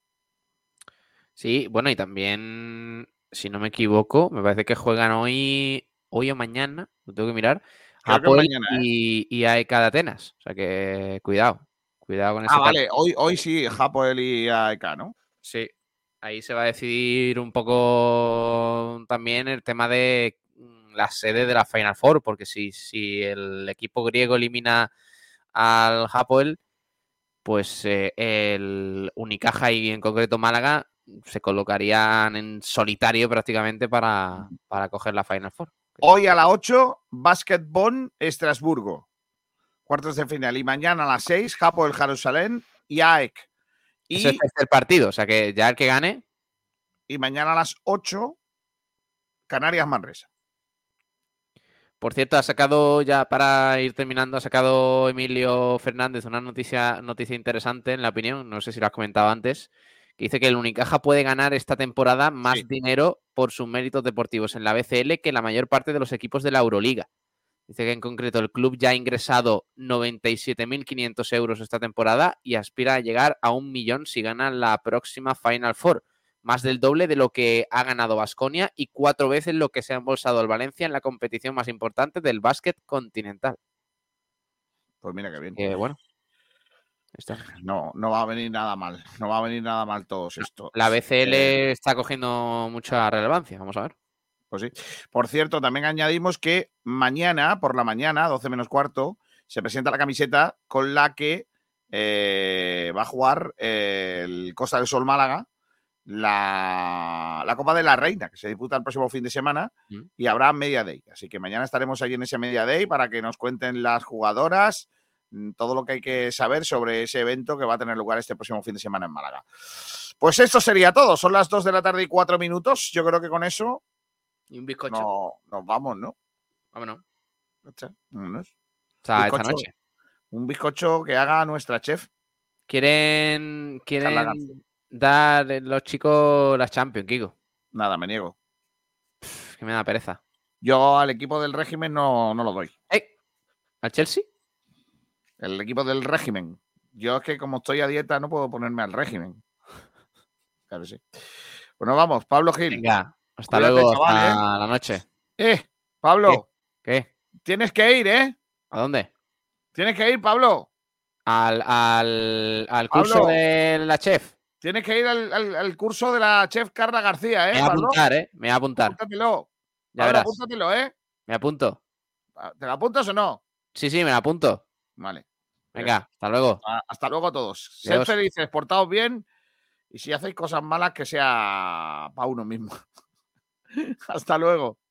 Sí, bueno, y también, si no me equivoco, me parece que juegan hoy, hoy o mañana, lo tengo que mirar, Creo que Hapoel mañana, ¿eh? y, y A E K de Atenas. O sea que cuidado, cuidado con ese Ah, vale, partido. hoy, hoy sí, Hapoel y A E K, ¿no? Sí, ahí se va a decidir un poco también el tema de la sede de la Final Four, porque si, si el equipo griego elimina al Hapoel, pues eh, el Unicaja y en concreto Málaga se colocarían en solitario prácticamente para, para coger la Final Four. Hoy a las ocho, Basket Bonn, Estrasburgo. Cuartos de final. Y mañana a las seis, Hapoel Jerusalén y A E K. Y, Ese es el tercer partido, o sea que ya el que gane. Y mañana a las ocho, Canarias Manresa. Por cierto, ha sacado, ya para ir terminando, ha sacado Emilio Fernández una noticia, noticia interesante, en la opinión, no sé si lo has comentado antes, que dice que el Unicaja puede ganar esta temporada más Sí. dinero por sus méritos deportivos en la B C L que la mayor parte de los equipos de la Euroliga. Dice que en concreto el club ya ha ingresado noventa y siete mil quinientos euros esta temporada y aspira a llegar a un millón si gana la próxima Final Four. Más del doble de lo que ha ganado Baskonia y cuatro veces lo que se ha embolsado el Valencia en la competición más importante del básquet continental. Pues mira qué bien. Que bueno. Está. No, no va a venir nada mal. No va a venir nada mal todos estos. La B C L Eh, está cogiendo mucha relevancia. Vamos a ver. Pues sí. Por cierto, también añadimos que mañana, por la mañana, doce menos cuarto, se presenta la camiseta con la que eh, va a jugar eh, el Costa del Sol Málaga la, la Copa de la Reina, que se disputa el próximo fin de semana Mm. y habrá Media Day. Así que mañana estaremos ahí en ese Media Day para que nos cuenten las jugadoras, mm, todo lo que hay que saber sobre ese evento que va a tener lugar este próximo fin de semana en Málaga. Pues esto sería todo. Son las dos de la tarde y cuatro minutos. Yo creo que con eso Y un bizcocho. no, nos vamos, ¿no? Vámonos. Vámonos. O sea, esta Bizcocho. noche. Un bizcocho que haga nuestra chef. Quieren, Carla García. quieren dar los chicos las Champions, Kiko. Nada, me niego. Es que me da pereza. Yo al equipo del régimen no, no lo doy. ¿Eh? ¿Al Chelsea? El equipo del régimen. Yo es que como estoy a dieta no puedo ponerme al régimen. Claro que sí. Bueno, vamos, Pablo Gil. Venga, hasta Cuídate, luego, chaval, hasta la noche. Eh, Pablo. ¿Qué? Tienes que ir, ¿eh? ¿A dónde? Tienes que ir, Pablo. Al, al, al curso Pablo. de la chef. Tienes que ir al, al- al curso de la chef Carla García, ¿eh, Me voy a Pablo? apuntar, ¿eh? Me voy a apuntar. Apúntatelo. Ya Pablo, verás. apúntatelo, ¿eh? Me apunto. ¿Te lo apuntas o no? Sí, sí, me la apunto. Vale. Venga, hasta luego. Ah, Hasta luego a todos. Sed Adiós. felices, portaos bien y si hacéis cosas malas que sea para uno mismo. Hasta luego.